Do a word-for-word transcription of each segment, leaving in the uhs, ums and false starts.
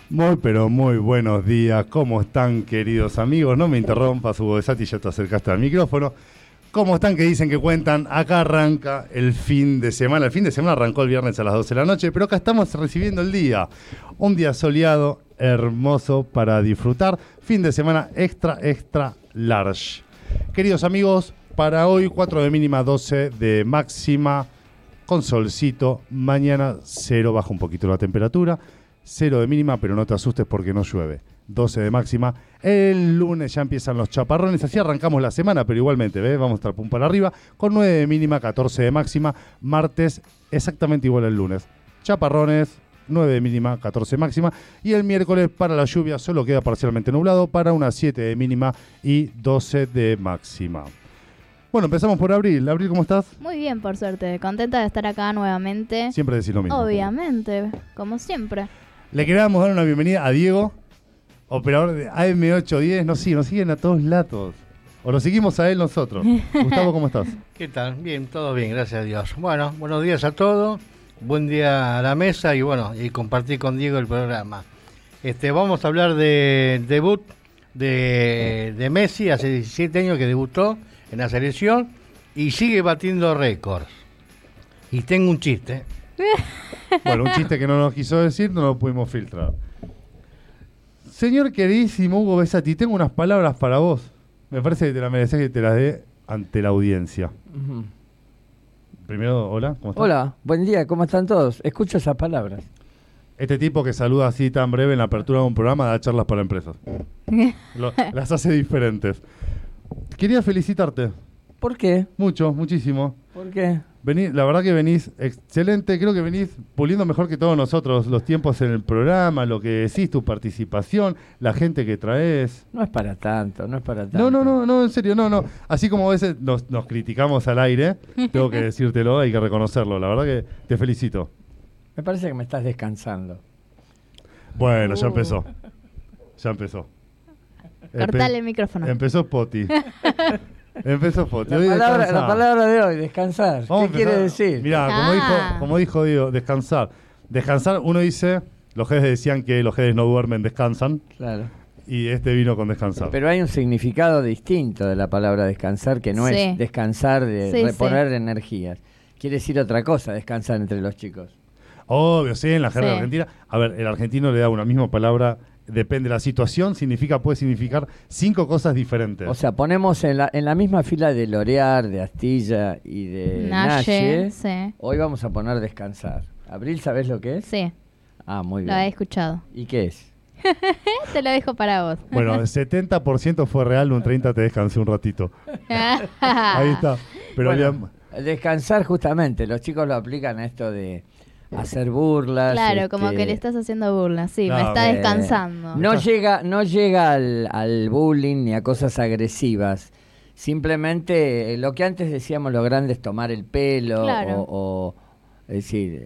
Muy, pero muy buenos días. ¿Cómo están, queridos amigos? No me interrumpas, Hugo de Sati, ya te acercaste al micrófono. ¿Cómo están? Que dicen que cuentan. Acá arranca el fin de semana. El fin de semana arrancó el viernes a las doce de la noche, pero acá estamos recibiendo el día. Un día soleado, hermoso para disfrutar. Fin de semana extra, extra large. Queridos amigos, para hoy cuatro de mínima, doce de máxima, con solcito. Mañana cero, baja un poquito la temperatura. cero de mínima, pero no te asustes porque no llueve. doce de máxima. El lunes ya empiezan los chaparrones. Así arrancamos la semana, pero igualmente, ¿ves? Vamos a estar pum para arriba. Con nueve de mínima, catorce de máxima. Martes, exactamente igual al lunes. Chaparrones, nueve de mínima, catorce de máxima. Y el miércoles, para la lluvia, solo queda parcialmente nublado. Para unas siete de mínima y doce de máxima. Bueno, empezamos por Abril. Abril, ¿cómo estás? Muy bien, por suerte. Contenta de estar acá nuevamente. Siempre decís lo mismo. Obviamente, como siempre. Le queríamos dar una bienvenida a Diego, operador de A M ochocientos diez. Nos siguen, nos siguen a todos lados. O lo seguimos a él nosotros. Gustavo, ¿cómo estás? ¿Qué tal? Bien, todo bien, gracias a Dios. Bueno, buenos días a todos. Buen día a la mesa y bueno, y compartir con Diego el programa. Este, vamos a hablar de debut de, de Messi, hace diecisiete años que debutó en la selección y sigue batiendo récords. Y tengo un chiste. Bueno, un chiste que no nos quiso decir, no lo pudimos filtrar. Señor queridísimo Hugo Besati, tengo unas palabras para vos. Me parece que te las mereces que te las dé ante la audiencia. Uh-huh. Primero, hola, ¿cómo estás? Hola, buen día, ¿cómo están todos? Escucho esas palabras. Este tipo que saluda así tan breve en la apertura de un programa da charlas para empresas. Lo, las hace diferentes. Quería felicitarte. ¿Por qué? Mucho, muchísimo. ¿Por qué? Vení, la verdad que venís excelente, creo que venís puliendo mejor que todos nosotros los tiempos en el programa, lo que decís, tu participación, la gente que traes. No es para tanto, no es para tanto. No, no, no, no, en serio, no, no. Así como a veces nos, nos criticamos al aire, tengo que decírtelo, hay que reconocerlo. La verdad que te felicito. Me parece que me estás descansando. Bueno, uh. ya empezó. Ya empezó. Cortale el micrófono. Empezó Poti. Empezó Poti. La palabra, la palabra de hoy, descansar. Vamos ¿Qué quiere decir? Mirá, ah. como dijo, como dijo Diego, descansar. Descansar, uno dice, los jedes decían que los jedes no duermen, descansan. Claro. Y este vino con descansar. Pero hay un significado distinto de la palabra descansar, que no sí. es descansar de sí, reponer sí. energías. Quiere decir otra cosa, descansar entre los chicos. Obvio, sí, en la jerga sí. argentina. A ver, el argentino le da una misma palabra. Depende de la situación, significa, puede significar cinco cosas diferentes. O sea, ponemos en la, en la misma fila de lorear, de astilla y de naye, naye, sí. Hoy vamos a poner descansar. Abril, ¿sabés lo que es? Sí. Ah, muy bien. Lo he escuchado. ¿Y qué es? Te lo dejo para vos. Bueno, el setenta por ciento fue real, un treinta por ciento te descansé un ratito. Ahí está. Pero bueno, había... descansar justamente, los chicos lo aplican a esto de... hacer burlas. Claro, este, como que le estás haciendo burlas, sí, claro, me está eh, descansando. No llega, no llega al, al bullying ni a cosas agresivas. Simplemente eh, lo que antes decíamos los grandes, tomar el pelo, claro. o, o es decir,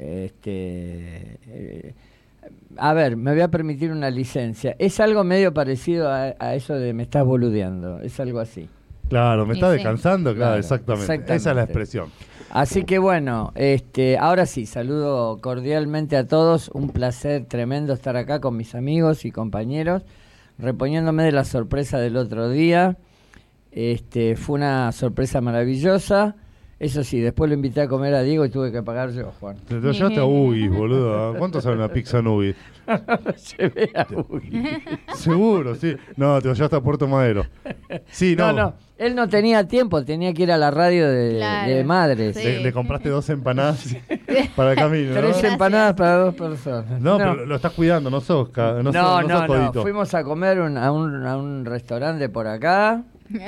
este, eh, a ver, me voy a permitir una licencia. Es algo medio parecido a, a eso de me estás boludeando, es algo así. Claro, me sí, está sí. descansando, claro, claro exactamente. exactamente. Esa es la expresión. Así que bueno, este, ahora sí, saludo cordialmente a todos, un placer tremendo estar acá con mis amigos y compañeros, reponiéndome de la sorpresa del otro día. Este, fue una sorpresa maravillosa. Eso sí, después lo invité a comer a Diego y tuve que pagar yo, Juan. Te lo llevaste a Ugi, boludo. ¿Cuánto sale una pizza en Ugi? Llevé a Ugi. Seguro, sí. No, te lo llevaste a Puerto Madero. Sí, no. No, no. Él no tenía tiempo, tenía que ir a la radio de, claro, de Madres. sí. Le, le compraste dos empanadas para el camino, ¿no? Tres empanadas para dos personas. No, no, pero lo estás cuidando, no sos, ca- no, no, sos, no, no, sos codito. no. Fuimos a comer un, a, un, a un restaurante por acá.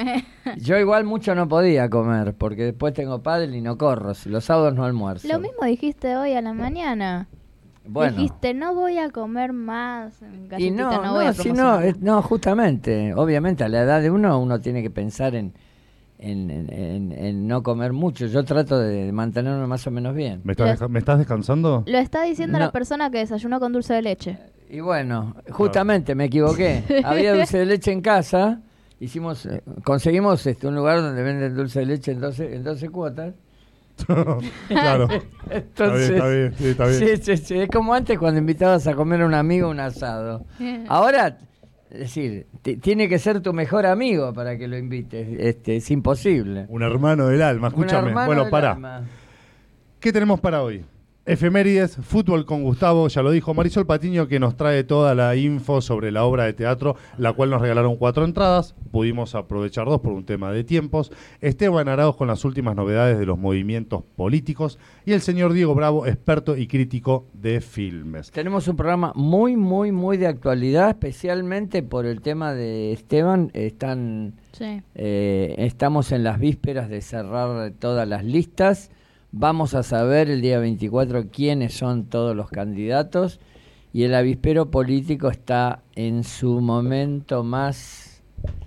Yo igual mucho no podía comer, porque después tengo pádel y no corro. Los sábados no almuerzo. Lo mismo dijiste hoy a la mañana. Bueno. Dijiste, no voy a comer más. En Y no, no, no, voy a si no, promocionar. es- no, justamente, obviamente a la edad de uno, uno tiene que pensar en, en, en, en- en no comer mucho. Yo trato de mantenerme más o menos bien. ¿Me estás, deja- ¿Me estás descansando? Lo está diciendo No. la persona que desayunó con dulce de leche. Y bueno, justamente me equivoqué. Había dulce de leche en casa. Hicimos, eh, conseguimos este, un lugar donde venden dulce de leche en doce, en doce cuotas. Claro. Entonces, está bien, está bien, sí, está bien. Sí, sí, sí, es como antes cuando invitabas a comer a un amigo un asado. Ahora, es decir, t- tiene que ser tu mejor amigo para que lo invites. Este, es imposible. Un hermano del alma, Un escúchame. hermano Bueno, del pará. alma. ¿Qué tenemos para hoy? Efemérides, fútbol con Gustavo, ya lo dijo Marisol Patiño, que nos trae toda la info sobre la obra de teatro, la cual nos regalaron cuatro entradas, pudimos aprovechar dos por un tema de tiempos, Esteban Arauz con las últimas novedades de los movimientos políticos y el señor Diego Bravo, experto y crítico de filmes. Tenemos un programa muy, muy, muy de actualidad, especialmente por el tema de Esteban. Están, Sí. eh, estamos en las vísperas de cerrar todas las listas. Vamos a saber el día veinticuatro quiénes son todos los candidatos y el avispero político está en su momento más,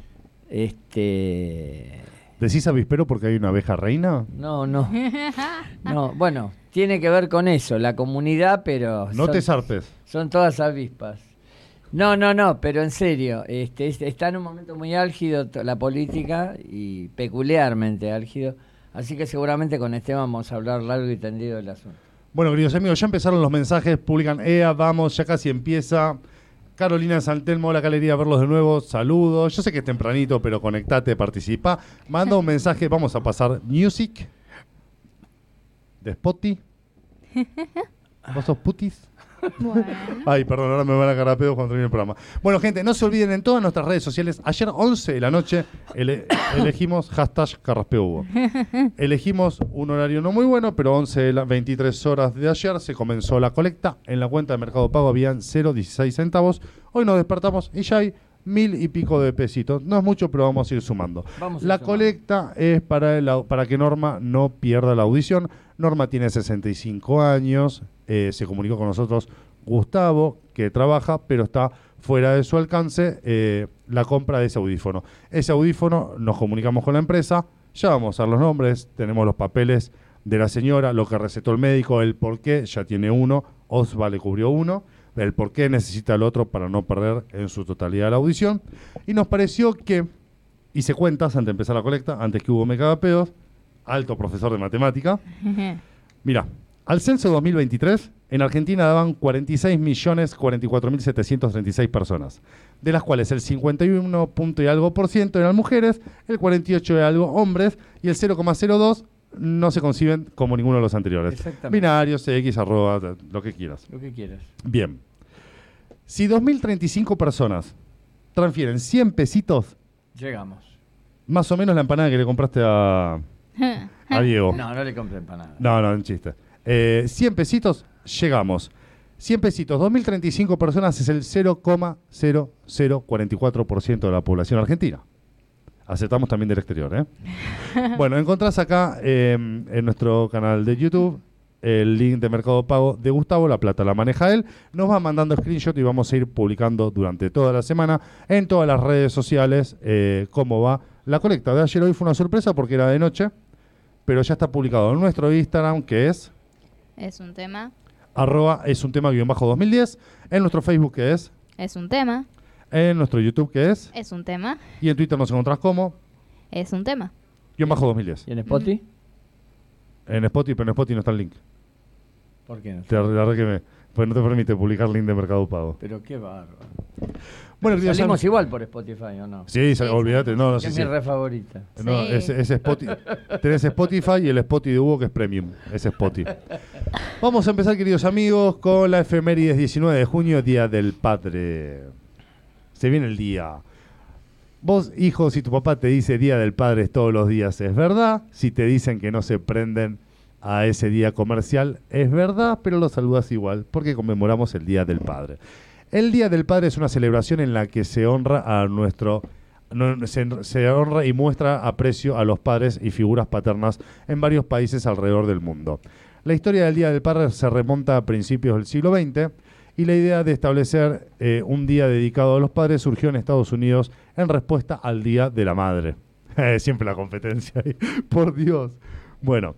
este, ¿Decís avispero porque hay una abeja reina? no, no, no, bueno, tiene que ver con eso, la comunidad, pero No son, te zarpes. son todas avispas. No, no, no, pero en serio, este, es- está en un momento muy álgido to- la política y peculiarmente álgido. Así que seguramente con Esteban vamos a hablar largo y tendido del asunto. Bueno, queridos amigos, ya empezaron los mensajes, publican E A, vamos, ya casi empieza. Carolina de San Telmo, la galería, verlos de nuevo, saludos. Yo sé que es tempranito, pero conectate, participa. Manda un mensaje, vamos a pasar music de Spotty. ¿Vos sos putis? Bueno. Ay, perdón, ahora me van a cagar a pedo cuando termine el programa. Bueno, gente, no se olviden en todas nuestras redes sociales. Ayer, once de la noche, ele- elegimos hashtag Carraspeo Hugo. Elegimos un horario no muy bueno, pero once de las veintitrés horas de ayer se comenzó la colecta. En la cuenta de Mercado Pago habían cero coma dieciséis centavos. Hoy nos despertamos y ya hay mil y pico de pesitos. No es mucho, pero vamos a ir sumando. Vamos a ir La sumando. colecta es para, el au- para que Norma no pierda la audición. Norma tiene sesenta y cinco años. Eh, se comunicó con nosotros Gustavo, que trabaja, pero está fuera de su alcance eh, la compra de ese audífono. Ese audífono nos comunicamos con la empresa, ya vamos a dar los nombres, tenemos los papeles de la señora, lo que recetó el médico, el por qué, ya tiene uno, Osva le cubrió uno, el por qué necesita el otro para no perder en su totalidad la audición. Y nos pareció que, hice cuentas antes de empezar la colecta, antes que Hugo me caga pedos, alto profesor de matemática. Mira, al censo dos mil veintitrés, en Argentina daban cuarenta y seis millones cuarenta y cuatro mil setecientos treinta y seis personas, de las cuales el cincuenta y uno punto y algo por ciento eran mujeres, el cuarenta y ocho y algo hombres y el cero coma cero dos no se conciben como ninguno de los anteriores. Exactamente. Binarios, X, arroba, lo que quieras. Lo que quieras. Bien. Si dos mil treinta y cinco personas transfieren cien pesitos, Llegamos. más o menos la empanada que le compraste a, a Diego. No, no le compré empanada. No, no, un chiste. Eh, cien pesitos, llegamos. cien pesitos, dos mil treinta y cinco personas es el cero coma cero cero cuarenta y cuatro por ciento de la población argentina. Aceptamos también del exterior, ¿eh? Bueno, encontrás acá eh, en nuestro canal de YouTube el link de Mercado Pago de Gustavo, la plata la maneja él. Nos va mandando screenshot y vamos a ir publicando durante toda la semana en todas las redes sociales eh, cómo va la colecta. De ayer hoy fue una sorpresa porque era de noche, pero ya está publicado en nuestro Instagram, que es Es un tema. arroba es un tema guión bajo dos mil diez, en nuestro Facebook, que es, Es un tema. en nuestro YouTube, que es, Es un tema. y en Twitter nos encontrás como Es un tema. guión bajo dos mil diez. ¿Y en Spotify? En Spotify, pero en Spotify no está el link. ¿Por qué no? Te, la verdad que me, pues no te permite publicar link de Mercado Pago. Pero qué bárbaro. Bueno, queridos Salimos amigos- igual por Spotify, ¿o no? Sí, Sí, olvídate, no, no, Que sí, es sí. mi re favorita. No, Sí. es, es Spotify. Tenés Spotify y el Spotify de Hugo, que es Premium. Es Spotify. Vamos a empezar, queridos amigos, con la efemérides diecinueve de junio, Día del Padre. Se viene el día. Vos, hijo, si tu papá te dice Día del Padre todos los días, es verdad. Si te dicen que no se prenden a ese día comercial, es verdad, pero lo saludas igual, porque conmemoramos el Día del Padre. El Día del Padre es una celebración en la que se honra a nuestro... no- se, se honra y muestra aprecio a los padres y figuras paternas en varios países alrededor del mundo. La historia del Día del Padre se remonta a principios del siglo veinte y la idea de establecer eh, un día dedicado a los padres surgió en Estados Unidos en respuesta al Día de la Madre. Siempre la competencia ahí, por Dios. Bueno,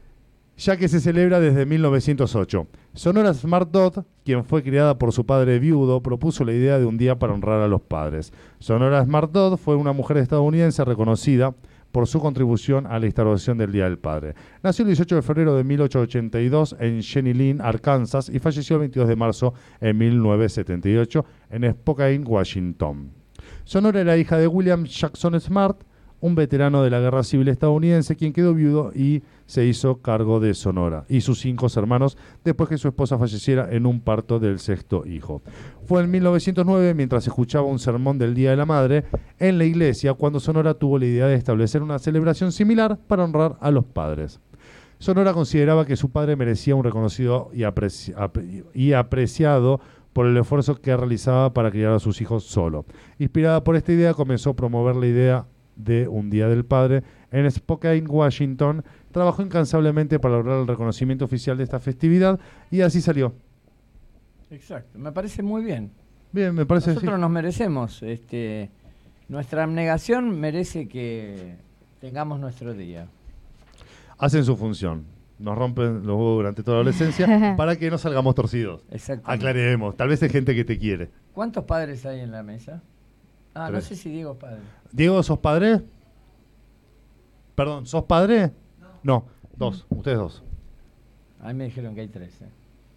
ya que se celebra desde mil novecientos ocho. Sonora Smart Dot, quien fue criada por su padre viudo, propuso la idea de un día para honrar a los padres. Sonora Smart Dot fue una mujer estadounidense reconocida por su contribución a la instauración del Día del Padre. Nació el dieciocho de febrero de mil ochocientos ochenta y dos en Jenny Lind, Arkansas, y falleció el veintidós de marzo de mil novecientos setenta y ocho en Spokane, Washington. Sonora era hija de William Jackson Smart, un veterano de la Guerra Civil estadounidense, quien quedó viudo y se hizo cargo de Sonora y sus cinco hermanos después que su esposa falleciera en un parto del sexto hijo. Fue en mil novecientos nueve, mientras escuchaba un sermón del Día de la Madre en la iglesia, cuando Sonora tuvo la idea de establecer una celebración similar para honrar a los padres. Sonora consideraba que su padre merecía un reconocido y, apreci- ap- y apreciado por el esfuerzo que realizaba para criar a sus hijos solo. Inspirada por esta idea, comenzó a promover la idea de un Día del Padre en Spokane, Washington. Trabajó incansablemente para lograr el reconocimiento oficial de esta festividad y así salió. Exacto, me parece muy bien. Bien, me parece. Nosotros sí. nos merecemos, este, nuestra abnegación merece que tengamos nuestro día. Hacen su función. Nos rompen los huevos durante toda la adolescencia para que no salgamos torcidos. Exactamente. Aclaremos. Tal vez hay gente que te quiere. ¿Cuántos padres hay en la mesa? Ah, Tres. no sé si Diego es padre. Diego, ¿sos padre? Perdón, ¿sos padre? No. No, dos. Ustedes dos. A mí me dijeron que hay tres. ¿eh?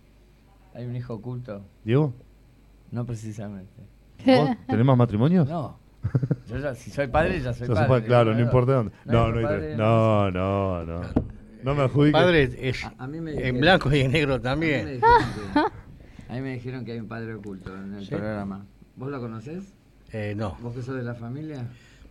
¿Hay un hijo oculto? ¿Diego? No precisamente. ¿Vos tenés más matrimonios? No. Yo ya, si soy padre, ya soy Sos padre. padre, claro, no Yo- importa dónde. No, No, no, no hay padre, tres. no. No, no, no. No me adjudiques. Padre es A- a mí me en dijeron- blanco y en negro A mí me también. dijeron que, a mí me dijeron que hay un padre oculto en el ¿Sí? programa. ¿Vos lo conocés? Eh, no. ¿Vos que sos de la familia?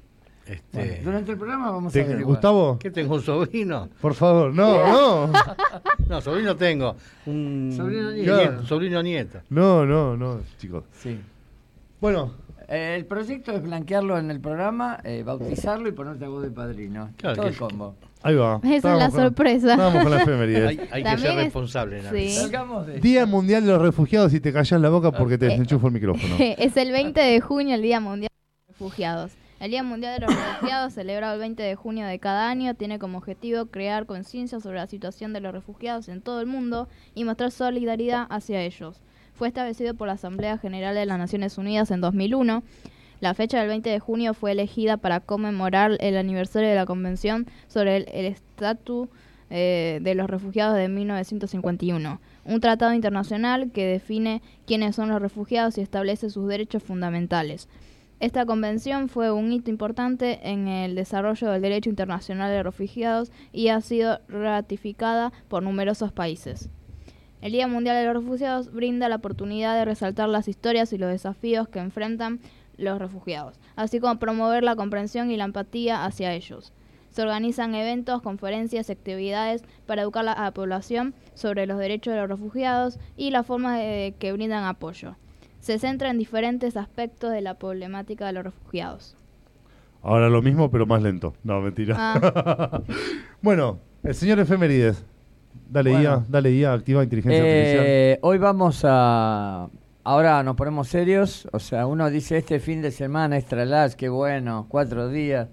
Este, Bueno, durante el programa vamos a Te- averiguar. Gustavo, ¿Qué tengo? ¿Un sobrino? por favor. No, no. No, sobrino tengo. Un Sobrino nieto. nieto, sobrino nieto. No, no, no, chicos. Sí. Bueno, Eh, el proyecto es blanquearlo en el programa, eh, bautizarlo y ponerte a voz de padrino. Claro Todo que el sí. combo. ahí va. Esa es Estábamos la con- sorpresa. Estábamos con la efeméride. Hay, hay que También ser es- responsable en la sí. vida. Salgamos de Día Mundial de los Refugiados y te callas la boca porque te Eh, desenchufo el micrófono. Es el veinte de junio, el Día Mundial de los Refugiados. El Día Mundial de los Refugiados, celebrado el veinte de junio de cada año, tiene como objetivo crear conciencia sobre la situación de los refugiados en todo el mundo y mostrar solidaridad hacia ellos. Fue establecido por la Asamblea General de las Naciones Unidas en dos mil uno. La fecha del veinte de junio fue elegida para conmemorar el aniversario de la Convención sobre el el Estatus eh, de los Refugiados de mil novecientos cincuenta y uno, un tratado internacional que define quiénes son los refugiados y establece sus derechos fundamentales. Esta convención fue un hito importante en el desarrollo del derecho internacional de refugiados y ha sido ratificada por numerosos países. El Día Mundial de los Refugiados brinda la oportunidad de resaltar las historias y los desafíos que enfrentan los refugiados, así como promover la comprensión y la empatía hacia ellos. Se organizan eventos, conferencias y actividades para educar a la población sobre los derechos de los refugiados y las formas de que brindan apoyo. Se centra en diferentes aspectos de la problemática de los refugiados. Ahora lo mismo, pero más lento. No, mentira. Ah. Bueno, el señor Efemérides. Dale Bueno. I A, dale I A, activa inteligencia artificial. Eh, hoy vamos a... Ahora nos ponemos serios. O sea, uno dice este fin de semana, extra large, qué bueno, cuatro días.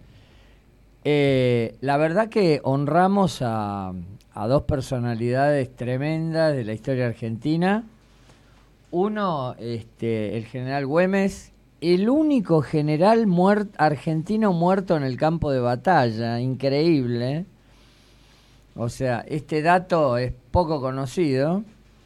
Eh, la verdad que honramos a, a dos personalidades tremendas de la historia argentina. Uno, este, el general Güemes, el único general muert- argentino muerto en el campo de batalla, increíble. O sea, este dato es poco conocido.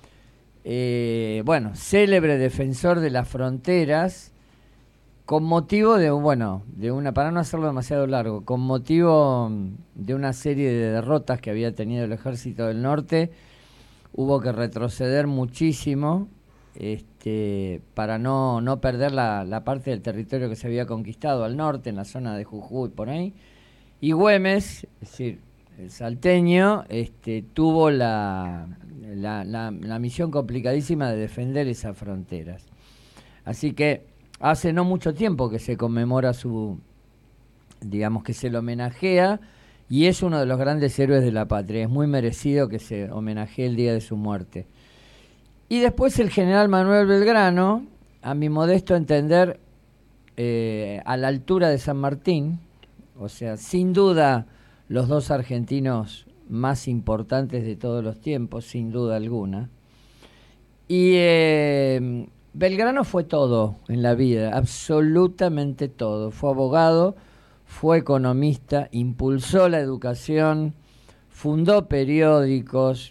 Eh, bueno, célebre defensor de las fronteras, con motivo de, bueno, de una, para no hacerlo demasiado largo, con motivo mm, de una serie de derrotas que había tenido el ejército del norte, hubo que retroceder muchísimo este, para no, no perder la, la parte del territorio que se había conquistado al norte, en la zona de Jujuy, por ahí. Y Güemes, es decir, el salteño, este, tuvo la, la, la, la misión complicadísima de defender esas fronteras. Así que hace no mucho tiempo que se conmemora su, digamos que se lo homenajea, y es uno de los grandes héroes de la patria. Es muy merecido que se homenajee el día de su muerte. Y después el general Manuel Belgrano, a mi modesto entender, eh, a la altura de San Martín, o sea, sin duda los dos argentinos más importantes de todos los tiempos, sin duda alguna. Y eh, Belgrano fue todo en la vida, absolutamente todo. Fue abogado, fue economista, impulsó la educación, fundó periódicos,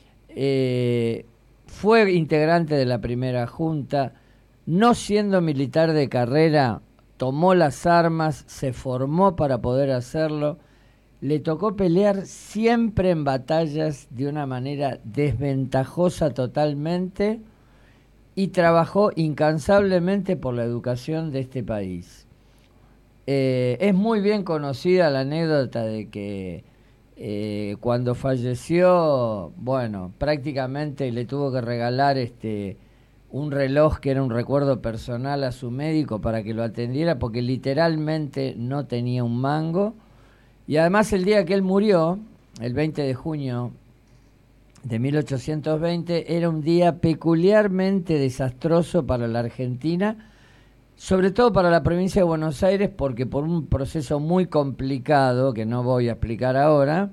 eh, fue integrante de la primera junta, no siendo militar de carrera, tomó las armas, se formó para poder hacerlo, le tocó pelear siempre en batallas de una manera desventajosa totalmente y trabajó incansablemente por la educación de este país. Eh, es muy bien conocida la anécdota de que eh, cuando falleció, bueno, prácticamente le tuvo que regalar este un reloj que era un recuerdo personal a su médico para que lo atendiera, porque literalmente no tenía un mango. Y además el día que él murió, el veinte de junio de mil ochocientos veinte, era un día peculiarmente desastroso para la Argentina, sobre todo para la provincia de Buenos Aires, porque por un proceso muy complicado, que no voy a explicar ahora,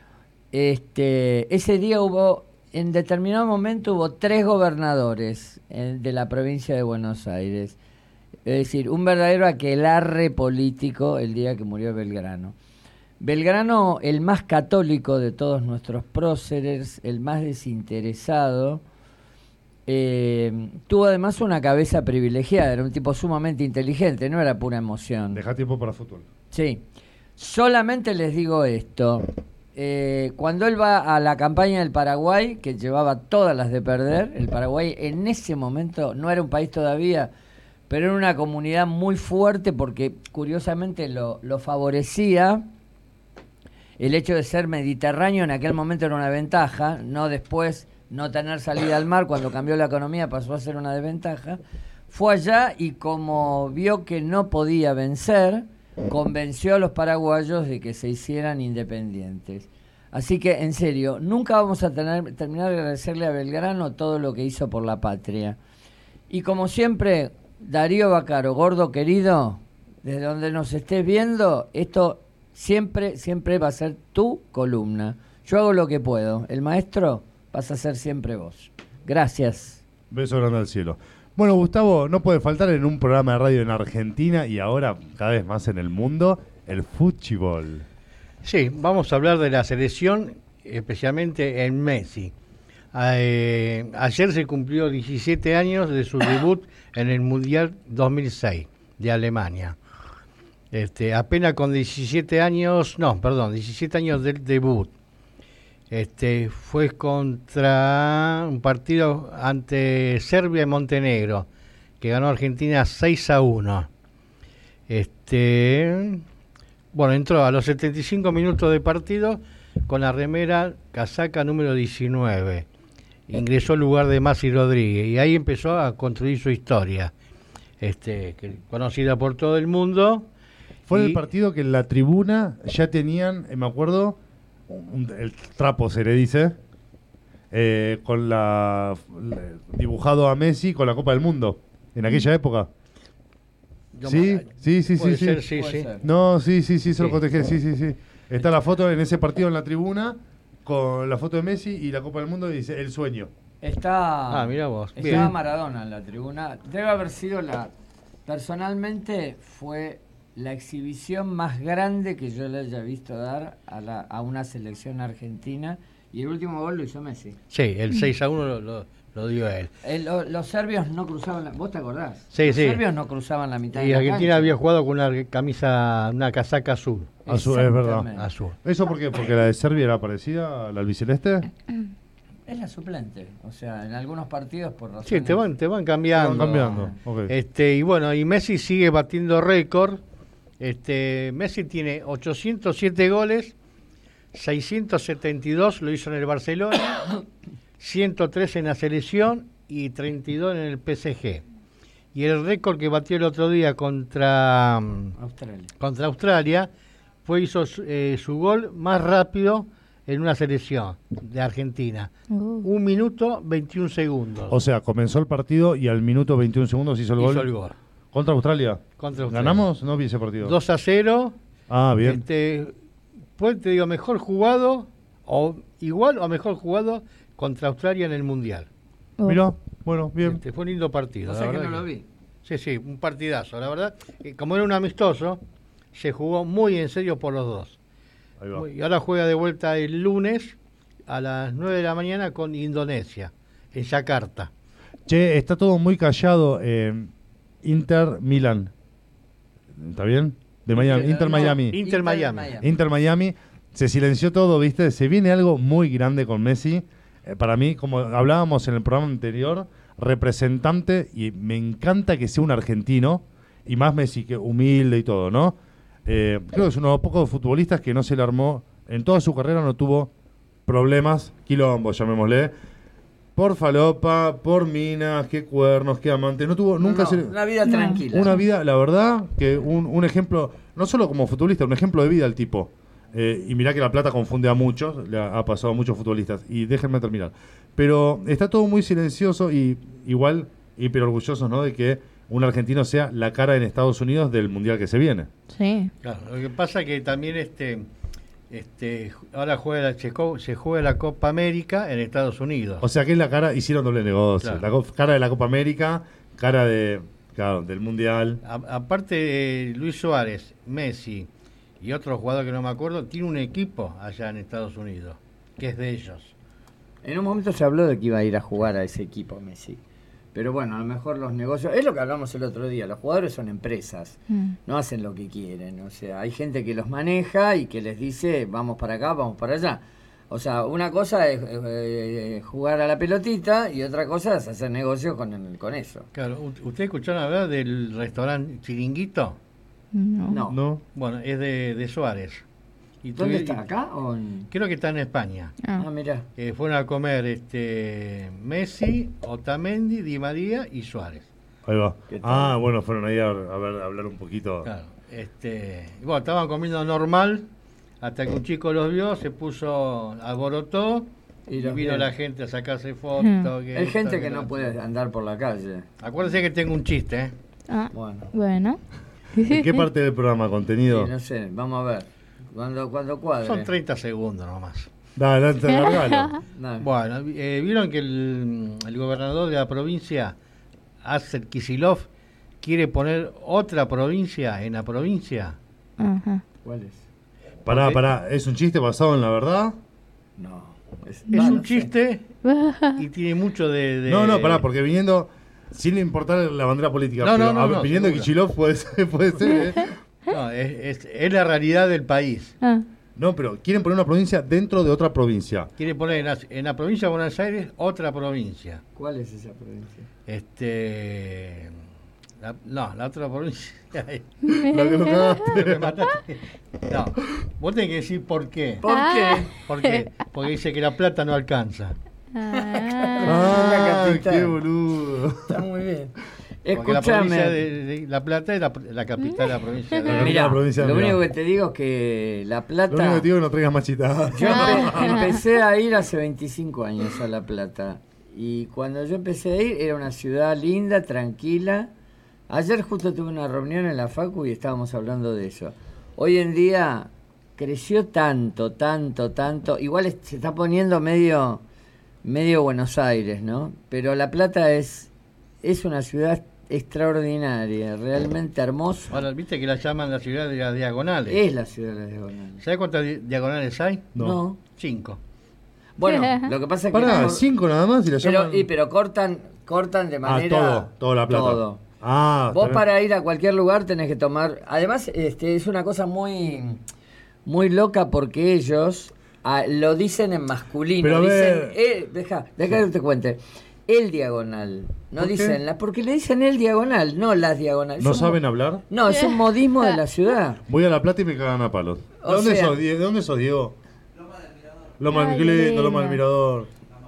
este, ese día hubo, en determinado momento hubo tres gobernadores eh, de la provincia de Buenos Aires. Es decir, un verdadero aquelarre político el día que murió Belgrano. Belgrano, el más católico de todos nuestros próceres, el más desinteresado, eh, tuvo además una cabeza privilegiada, era un tipo sumamente inteligente, no era pura emoción. Deja tiempo para fútbol. Sí, solamente les digo esto, eh, cuando él va a la campaña del Paraguay, que llevaba todas las de perder, el Paraguay en ese momento no era un país todavía, pero era una comunidad muy fuerte porque curiosamente lo, lo favorecía. El hecho de ser mediterráneo en aquel momento era una ventaja, no después no tener salida al mar, cuando cambió la economía pasó a ser una desventaja. Fue allá y como vio que no podía vencer, convenció a los paraguayos de que se hicieran independientes. Así que, en serio, nunca vamos a tener, terminar de agradecerle a Belgrano todo lo que hizo por la patria. Y como siempre, Darío Baccaro, gordo querido, desde donde nos estés viendo, esto... Siempre, siempre va a ser tu columna. Yo hago lo que puedo. El maestro vas a ser siempre vos. Gracias. Beso grande al cielo. Bueno, Gustavo, no puede faltar en un programa de radio en Argentina y ahora cada vez más en el mundo, el fútbol. Sí, vamos a hablar de la selección, especialmente en Messi. Eh, ayer se cumplió diecisiete años de su debut en el Mundial dos mil seis de Alemania. Este, apenas con diecisiete años, no, perdón, diecisiete años del debut. Este, fue contra un partido ante Serbia y Montenegro, que ganó Argentina seis a uno. Este, bueno, entró a los setenta y cinco minutos de partido con la remera casaca número diecinueve. Ingresó al lugar de Maxi Rodríguez y ahí empezó a construir su historia, este, que, conocida por todo el mundo. Fue y, el partido que en la tribuna ya tenían, eh, me acuerdo, un, el trapo se le dice, eh, con la, la dibujado a Messi con la Copa del Mundo, en aquella época. Sí, sí, sí, sí, ser, sí. sí, sí. No, sí, sí, sí, se lo Sí. contejé, sí, sí, sí. Está la foto en ese partido en la tribuna con la foto de Messi y la Copa del Mundo y dice el sueño. Está, Ah, mirá vos. estaba Bien. Maradona en la tribuna. Debe haber sido la... Personalmente fue la exhibición más grande que yo le haya visto dar a, la, a una selección argentina. Y el último gol lo hizo Messi. Sí, el seis a uno lo, lo, lo dio él. El- lo- los serbios no cruzaban la... ¿Vos te acordás? Sí, los sí. serbios no cruzaban la mitad Y de la Argentina cancha. había jugado con una camisa, una casaca azul. Azul, es verdad. Exactamente. Azul. ¿Eso por qué? ¿Porque la de Serbia era parecida a la albiceleste? Es la suplente. O sea, en algunos partidos por razones... Sí, te van, te van cambiando. Van cambiando. Ok. Este, y bueno, y Messi sigue batiendo récord. Este, Messi tiene ochocientos siete goles, seiscientos setenta y dos lo hizo en el Barcelona, ciento tres en la selección y treinta y dos en el P S G. Y el récord que batió el otro día contra, Australia. contra Australia fue hizo eh, su gol más rápido en una selección de Argentina. Uh. Un minuto veintiún segundos. O sea, comenzó el partido y al minuto veintiún segundos hizo el hizo gol. el gol. ¿Contra Australia? Contra Australia. ¿Ganamos? No vi ese partido. dos a cero. Ah, bien. Este, pues te digo, mejor jugado, o igual o mejor jugado contra Australia en el Mundial. Oh. Mirá, bueno, bien. Este, fue un lindo partido. O la sea que verdad no lo que- vi. Sí, sí, un partidazo, la verdad. Eh, como era un amistoso, se jugó muy en serio por los dos. Ahí va. Y ahora juega de vuelta el lunes a las nueve de la mañana con Indonesia, en Yakarta. Che, está todo muy callado. Eh, Inter Milan. ¿Está bien? De Miami. Inter no, Miami. Inter Miami. Inter Miami. Se silenció todo, ¿viste? Se viene algo muy grande con Messi. Eh, para mí, como hablábamos en el programa anterior, representante, y me encanta que sea un argentino, y más Messi, que humilde y todo, ¿no? Eh, creo que es uno de los pocos futbolistas que no se le armó, en toda su carrera no tuvo problemas, quilombo, llamémosle, por falopa, por minas, qué cuernos, qué amantes, no tuvo, nunca No, se le... una vida No. tranquila. Una vida, la verdad, que un, un ejemplo, no solo como futbolista, un ejemplo de vida el tipo. Eh, y mirá que La Plata confunde a muchos, le ha, ha pasado a muchos futbolistas. Y déjenme terminar. Pero está todo muy silencioso y igual hiper orgullosos, ¿no? De que un argentino sea la cara en Estados Unidos del Mundial que se viene. Sí. Claro, lo que pasa es que también este, este, ahora juega la, se, co- se juega la Copa América en Estados Unidos. O sea que es la cara, hicieron doble negocio. Claro. La co- cara de la Copa América, cara de, claro, del Mundial. A- aparte de Luis Suárez, Messi y otro jugador que no me acuerdo, tiene un equipo allá en Estados Unidos, que es de ellos. En un momento se habló de que iba a ir a jugar a ese equipo Messi. Pero bueno, a lo mejor los negocios... Es lo que hablamos el otro día, los jugadores son empresas, Mm. no hacen lo que quieren. O sea, hay gente que los maneja y que les dice, vamos para acá, vamos para allá. O sea, una cosa es eh, jugar a la pelotita y otra cosa es hacer negocios con, el- con eso. Claro, u- ¿ustedes escucharon hablar del restaurante Chiringuito? No. No. ¿No? Bueno, es de, de Suárez. Y ¿Dónde tuvi- está? ¿Acá o en...? Creo que está en España. Ah. Ah, mirá. Eh, fueron a comer este Messi, Otamendi, Di María y Suárez. Ahí va. ¿Qué tal? Ah, bueno, fueron ahí a, a ver, a hablar un poquito. Claro, este, y bueno, estaban comiendo normal hasta que un chico los vio, se puso, alborotó Y y, los vino vio. la gente a sacarse fotos. Mm. que Hay esto, gente que que lo no otro. puede andar por la calle. Acuérdense que tengo un chiste, ¿eh? Ah, Bueno, bueno. ¿En qué parte del programa? ¿Contenido? sí, no sé, vamos a ver. Cuando, cuando cuadre. Son treinta segundos nomás. Dale, dale, largalo. Dale. Bueno, eh, vieron que el, el gobernador de la provincia, Axel Kicillof, quiere poner otra provincia en la provincia. Ajá. ¿Cuál es? Pará, Ok. pará, ¿es un chiste basado en la verdad? No. Es, Es va, un no sé. chiste y tiene mucho de... de- No, no, pará, porque viniendo, sin importar la bandera política, No, no, pero no, a- no, viniendo de seguro. Kicillof puede ser, puede ser, ¿eh? No, es, es- es la realidad del país. Ah. No, pero quieren poner una provincia dentro de otra provincia. Quiere poner en la, en la provincia de Buenos Aires otra provincia. ¿Cuál es esa provincia? Este... la- no, la otra provincia... La que lo cagaste. Me mataste. No, vos tenés que decir por qué. ¿Por qué? ¿Por qué? Porque dice que la plata no alcanza. Ah. La Ah, capital. qué boludo. Está muy bien. Porque la provincia Escúchame. de, de La Plata es la, la capital de la provincia de... La Mirá, provincia, lo mirá. único que te digo es que La Lo Plata... único que te digo es que no traigas machita. Yo empe- empecé a ir hace veinticinco años a La Plata. Y cuando yo empecé a ir era una ciudad linda, tranquila. Ayer justo tuve una reunión en la Facu y estábamos hablando de eso. Hoy en día creció tanto, tanto, tanto. Igual es- se está poniendo medio, medio Buenos Aires, ¿no? Pero La Plata es, es una ciudad extraordinaria, realmente hermosa. Ahora, viste que la llaman la ciudad de las diagonales. Es la ciudad de las diagonales. ¿Sabes cuántas di- diagonales hay? No. No. Cinco. Bueno, lo que pasa es que... Pará, cor- cinco nada más y la pero, llaman... y, pero cortan, cortan de Ah, manera... todo, todo La Plata. Todo. Ah, Vos está bien. para ir a cualquier lugar tenés que tomar... Además, este, es una cosa muy, muy loca porque ellos ah, lo dicen en masculino. Pero a dicen, ver. eh, deja, deja que te cuente. El diagonal. No ¿Por qué? dicen la... Porque le dicen el diagonal, no las diagonales. ¿No Son mo- saben hablar? No, es un modismo de la ciudad. Voy a La Plata y me cagan a palos. ¿De O dónde sea- sos, Die- ¿De dónde sos, Diego? Loma del Ay, Mirador. Loma del lindo. Loma del Mirador.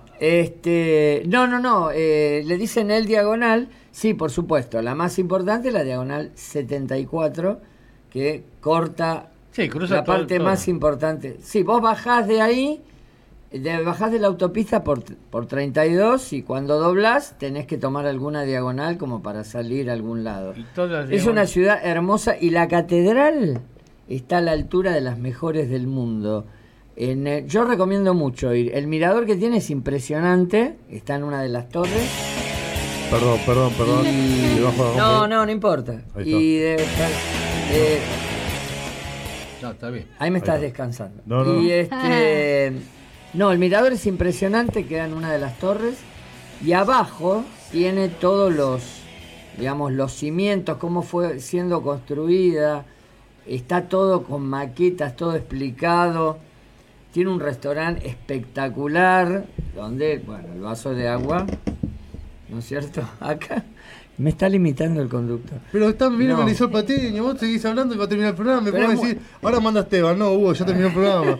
Este, no, no, no, eh, le dicen el diagonal, sí, por supuesto, la más importante es la diagonal setenta y cuatro, que corta Sí, cruza la todo- parte todo. más importante. Sí, vos bajás de ahí, de, bajás de la autopista por, por treinta y dos y cuando doblás tenés que tomar alguna diagonal como para salir a algún lado. Y todas las Es una diagonales- ciudad hermosa y la catedral está a la altura de las mejores del mundo. En, eh, yo recomiendo mucho ir. El mirador que tiene es impresionante, está en una de las torres. Perdón, perdón, perdón. Y- Debajo de la No, compu. no, no importa. Ahí Y de- eh, No, está bien. Ahí me estás Ahí está. descansando. No, no. Y este. No, el mirador es impresionante, queda en una de las torres. Y abajo tiene todos los, digamos, los cimientos, cómo fue siendo construida. Está todo con maquetas, todo explicado. Tiene un restaurante espectacular, donde, bueno, el vaso de agua, ¿no es cierto? Acá me está limitando el conductor. Pero está bien No. organizado el patiño, vos seguís hablando y va a terminar el programa. Me Pero puedo es decir, ahora manda Esteban. No, Hugo, ya terminó el programa.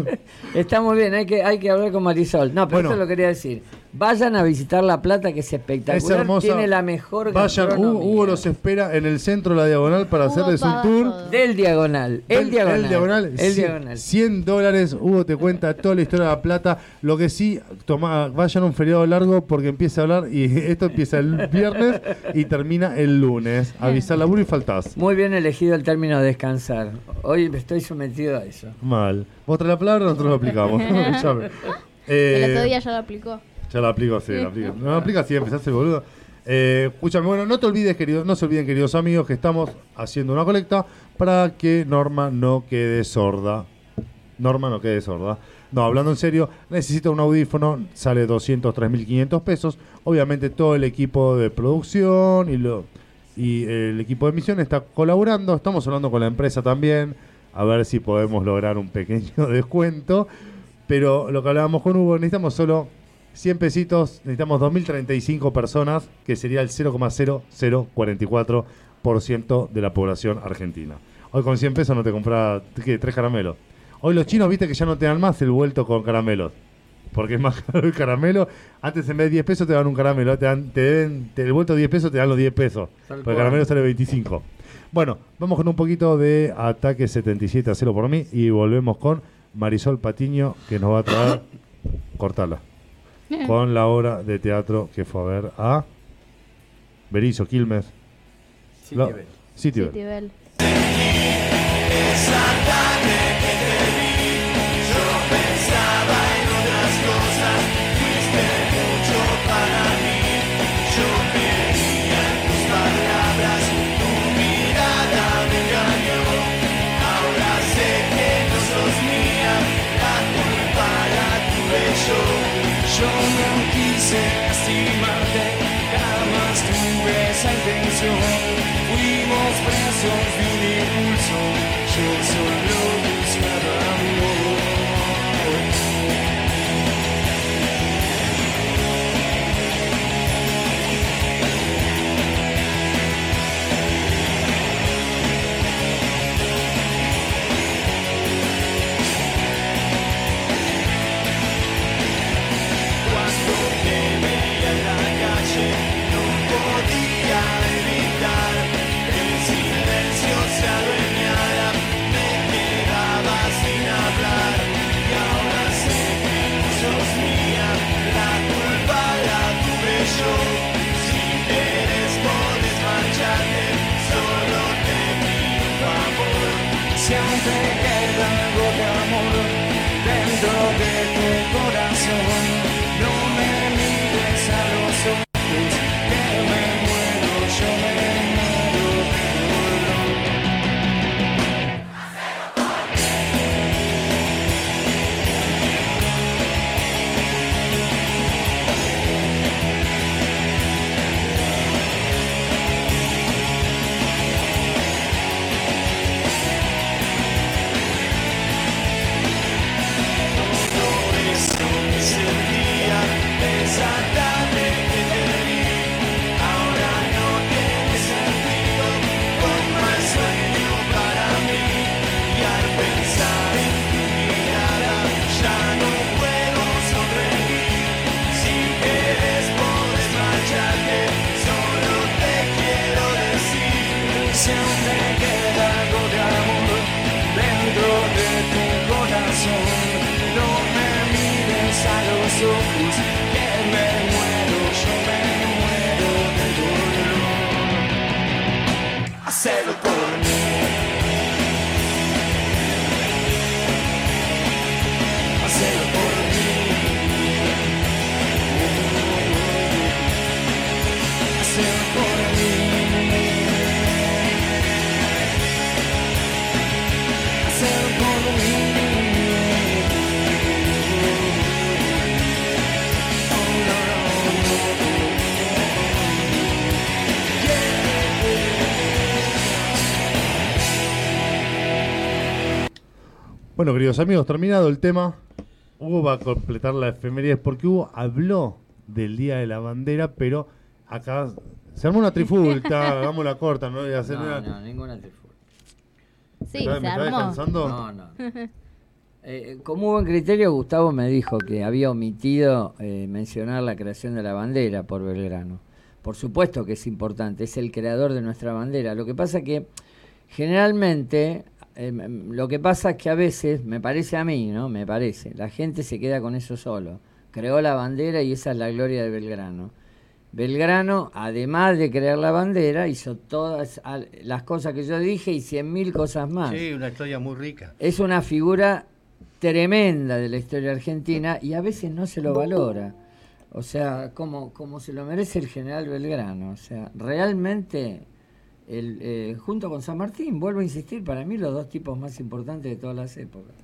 Está muy bien, hay que, hay que hablar con Marisol. No, pero Bueno. eso lo quería decir. Vayan a visitar La Plata, que es espectacular. Es hermosa. Tiene la mejor Vayan, Hugo, gastronomía. Hugo los espera en el centro de la Diagonal para Hugo hacerles un paga tour. todo. Del Diagonal. El Del- Diagonal. El diagonal. El cien- Diagonal. cien dólares. Hugo te cuenta toda la historia de La Plata. Lo que sí, toma, vayan a un feriado largo porque empieza a hablar y esto empieza el viernes y termina el lunes. Avisar laburo y faltás. Muy bien elegido el término descansar. Hoy estoy sometido a eso. Mal. Vos traes la palabra, nosotros lo aplicamos. Ya me- El otro Eh, día ya lo aplicó. Ya la aplico, sí, la aplico. No la aplica siempre, se hace el boludo. Eh, escúchame, bueno, no te olvides, querido, no se olviden, queridos amigos, que estamos haciendo una colecta para que Norma no quede sorda. Norma no quede sorda. No, hablando en serio, necesita un audífono, sale doscientos tres mil quinientos pesos. Obviamente todo el equipo de producción y, lo, y el equipo de emisión está colaborando. Estamos hablando con la empresa también, a ver si podemos lograr un pequeño descuento. Pero lo que hablábamos con Hugo, necesitamos solo cien pesitos, necesitamos dos mil treinta y cinco personas, que sería el cero coma cero cero cuarenta y cuatro por ciento de la población argentina. Hoy con cien pesos no te compras, ¿qué? Tres caramelos. Hoy los chinos, viste que ya no te dan más el vuelto con caramelos, porque es más caro el caramelo. Antes en vez de diez pesos te dan un caramelo, te dan, te deben, te, el vuelto de diez pesos te dan los diez pesos, Tal porque cual. el caramelo sale veinticinco. Bueno, vamos con un poquito de Ataque setenta y siete a cero por mí y volvemos con Marisol Patiño, que nos va a traer, cortala, con la obra de teatro que fue a ver a Berizo, Quilmes. Sí, Lo- que ves. Citibel. Citibel. Yo no quise lastimarte, jamás tuve esa intención. Fuimos presos de un impulso, yo solo buscaba amor. Cuando te veía en la calle no podía evitar que el silencio se adueñara, me quedaba sin hablar y ahora sé que no sos mía, la culpa la tuve yo. Si quieres podés marcharte, solo te pido un favor. Si aún te queda algo de amor dentro de tu corazón, no me mires a los ojos, que me muero, yo me muero de dolor. Todo eso que sentí Bueno, queridos amigos, terminado el tema, Hugo va a completar la efemérides porque Hugo habló del Día de la Bandera, pero acá se armó una trifulta, hagamos la corta, no voy a hacer No, nada. no, ninguna trifulca. Sí, ¿Me está- se me está armó. descansando? No, no. Eh, como buen criterio, Gustavo me dijo que había omitido eh, mencionar la creación de la bandera por Belgrano. Por supuesto que es importante, es el creador de nuestra bandera. Lo que pasa que generalmente, eh, lo que pasa es que a veces, me parece a mí, ¿no? Me parece, la gente se queda con eso solo. Creó la bandera y esa es la gloria de Belgrano. Belgrano, además de crear la bandera, hizo todas al- las cosas que yo dije y cien mil cosas más. Sí, una historia muy rica. Es una figura tremenda de la historia argentina y a veces no se lo valora. O sea, como, como se lo merece el general Belgrano. O sea, realmente, el, eh, junto con San Martín, vuelvo a insistir, para mí los dos tipos más importantes de todas las épocas.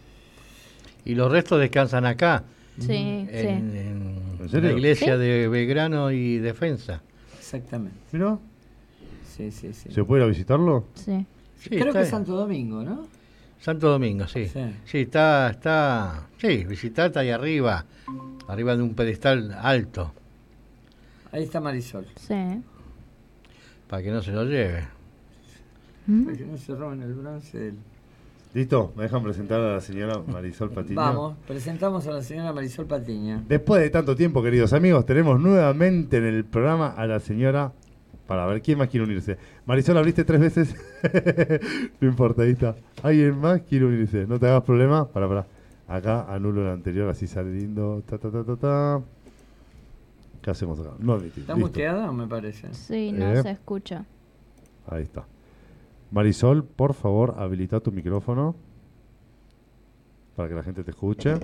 Y los restos descansan acá, Sí, en, sí. en ¿En serio? la iglesia ¿Sí? de Belgrano y Defensa. Exactamente. ¿Mira? Sí, sí, sí. ¿Se puede ir a visitarlo? Sí. Sí, Creo está que es en Santo Domingo, ¿no? Santo Domingo, sí. Sí. Sí, está, está, sí, visitar está ahí arriba, arriba de un pedestal alto, Ahí está Marisol. Sí. para que no se lo lleve. ¿Mm? Para que no se roben el bronce del... ¿Listo? ¿Me dejan presentar a la señora Marisol Patiño? Vamos, presentamos a la señora Marisol Patiño. Después de tanto tiempo, queridos amigos, tenemos nuevamente en el programa a la señora... Para ver, ¿quién más quiere unirse? Marisol, abriste tres veces. No importa, ahí está. ¿Alguien más quiere unirse? No te hagas problema. Para, para. Acá anulo el anterior, así sale lindo. Ta, ta, ta, ta, ta. ¿Qué hacemos acá? No admitir. ¿Está Listo. muteada o me parece? Sí, no Eh. se escucha. Ahí está. Marisol, por favor, habilita tu micrófono para que la gente te escuche.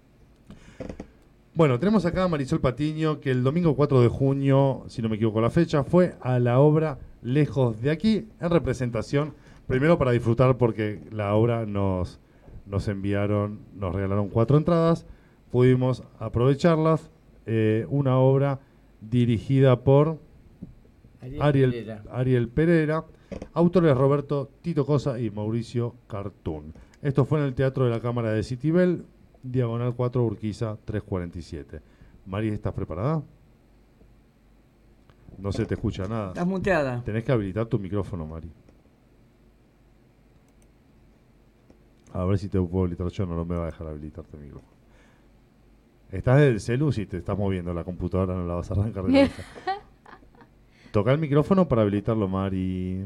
Bueno, tenemos acá a Marisol Patiño, que el domingo cuatro de junio, si no me equivoco la fecha, fue a la obra Lejos de Aquí, en representación, primero para disfrutar porque la obra nos, nos enviaron, nos regalaron cuatro entradas, pudimos aprovecharlas, eh, una obra dirigida por Ariel, Pereira. Ariel Pereira, autores Roberto Tito Cosa y Mauricio Cartún. Esto fue en el Teatro de la Cámara de Citibel, Diagonal cuatro, Urquiza trescientos cuarenta y siete. Mari, ¿estás preparada? No se te escucha nada. Estás muteada. Tenés que habilitar tu micrófono, Mari. A ver si te puedo habilitar yo, no, no me va a dejar habilitarte el micrófono. Estás del celu, si te estás moviendo la computadora no la vas a arrancar de cabeza. Toca el micrófono para habilitarlo, Mari.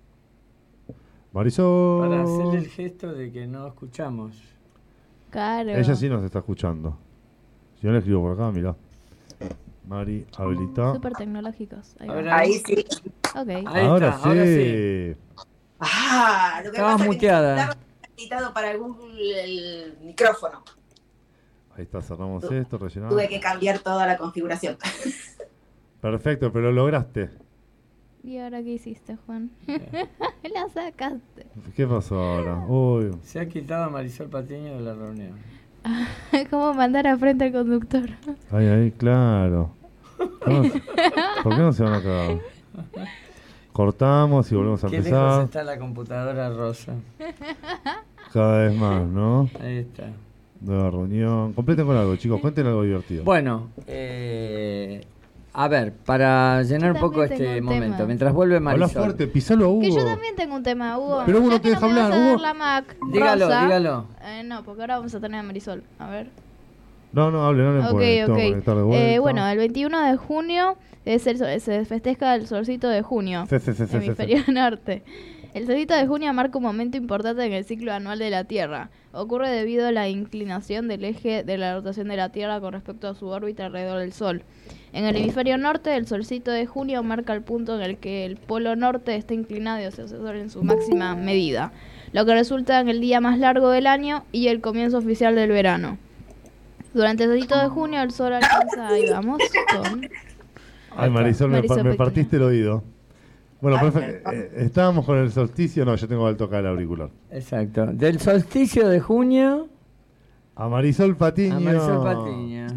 Marisol. Para hacerle el gesto de que no escuchamos. Claro. Ella sí nos está escuchando. Si yo le escribo por acá, mirá. Mari, habilita. Súper tecnológicos. Ahí va. Ahora- Ahí sí. Ok. Ahí Ahora, está, sí. ahora sí. Ah, lo que Estabas pasa muteada. es que estaba habilitado para el Google el micrófono. Ahí está, cerramos esto, rellenamos. Tuve que cambiar toda la configuración. Perfecto, pero lo lograste. ¿Y ahora qué hiciste, Juan? La sacaste. ¿Qué pasó ahora? Uy, Se ha quitado a Marisol Patiño de la reunión. ¿Cómo mandar a frente al conductor? ahí, ahí, claro. ¿Cómo se- ¿Por qué no se van a cagar? Cortamos y volvemos a Qué lejos empezar. está la computadora rosa. Cada vez más, ¿no? Ahí está. Nueva reunión. Completen con algo, chicos. Cuenten algo divertido. Bueno, eh, a ver, para llenar un Yo poco también tengo este un momento, tema. mientras vuelve Habla Marisol. fuerte, pisalo a Hugo. Que yo también tengo un tema, Hugo. Pero Hugo Ya no te que deja me vas hablar, a dar Hugo. la Mac Dígalo, rosa, dígalo. eh, no, porque ahora vamos a tener a Marisol. A ver. No, no, hablen, hablen. Ok, porque tengo que ok. conectar de vuelta. Eh, bueno, el veintiuno de junio es el, sol- se festeja el solcito de junio. Sí, sí, sí, sí, sí, Hemisferio norte. El solsticio de junio marca un momento importante en el ciclo anual de la Tierra. Ocurre debido a la inclinación del eje de la rotación de la Tierra con respecto a su órbita alrededor del Sol. En el hemisferio norte, el solsticio de junio marca el punto en el que el polo norte está inclinado hacia el Sol en su máxima medida, lo que resulta en el día más largo del año y el comienzo oficial del verano. Durante el solsticio de junio, el Sol alcanza... Ahí vamos, con... Ay, Marisol, me, Marisol pa- me pequeña. partiste el oído. Bueno, profe, eh, estábamos con el solsticio. No, yo tengo que tocar el auricular. Exacto. Del solsticio de junio A Marisol Patiño. a Marisol Patiño.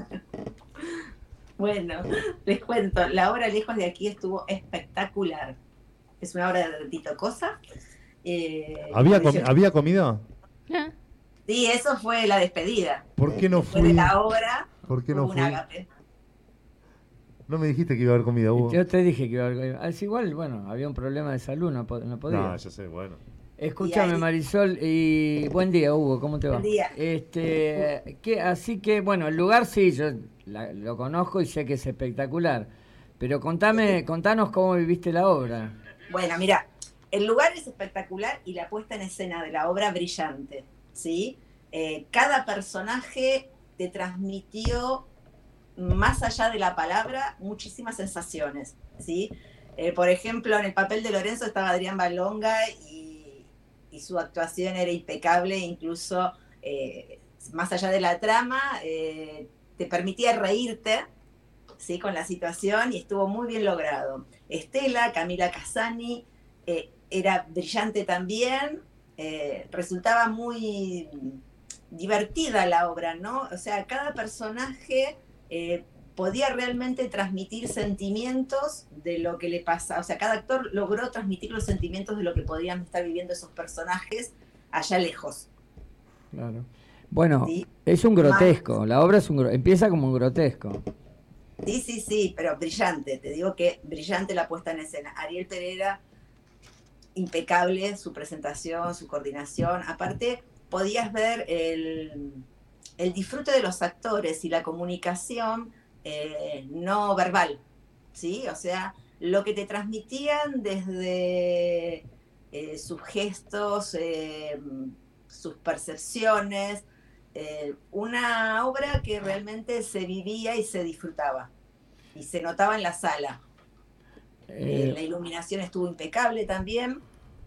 Bueno, les cuento, la obra Lejos de Aquí estuvo espectacular. Es una obra de Tito Cosa. Eh, ¿Había, como comi- dice- ¿Había comida? Sí, eso fue la despedida. ¿Por qué no Después de fui? la obra, ¿Por qué no hubo un fui? ágape. No me dijiste que iba a haber comida, Hugo. Yo te dije que iba a haber... Es igual, bueno, había un problema de salud, no, po- no podía. No, ya sé, bueno. Escúchame, Y ahí- Marisol, y buen día, Hugo, ¿cómo te va? Buen día. Este, que, así que, bueno, el lugar sí, yo la- lo conozco y sé que es espectacular, pero contame, contanos cómo viviste la obra. Bueno, mira, el lugar es espectacular y la puesta en escena de la obra brillante, ¿sí? Eh, cada personaje te transmitió, más allá de la palabra, muchísimas sensaciones, ¿sí? Eh, por ejemplo, en el papel de Lorenzo estaba Adrián Balonga y, y su actuación era impecable, incluso eh, más allá de la trama, eh, te permitía reírte, ¿sí? Con la situación y estuvo muy bien logrado. Estela, Camila Casani, eh, era brillante también, eh, resultaba muy divertida la obra, ¿no? O sea, cada personaje eh, podía realmente transmitir sentimientos de lo que le pasa. O sea, cada actor logró transmitir los sentimientos de lo que podían estar viviendo esos personajes allá lejos. Claro. Bueno, Sí. es un grotesco, la obra es un gro- empieza como un grotesco. Sí, sí, sí, pero brillante. Te digo que brillante la puesta en escena. Ariel Pereira, impecable su presentación, su coordinación. Aparte, podías ver el, el disfrute de los actores y la comunicación eh, no verbal, ¿sí? O sea, lo que te transmitían desde eh, sus gestos, eh, sus percepciones, eh, una obra que realmente se vivía y se disfrutaba, y se notaba en la sala. Eh, Eh, la iluminación estuvo impecable también.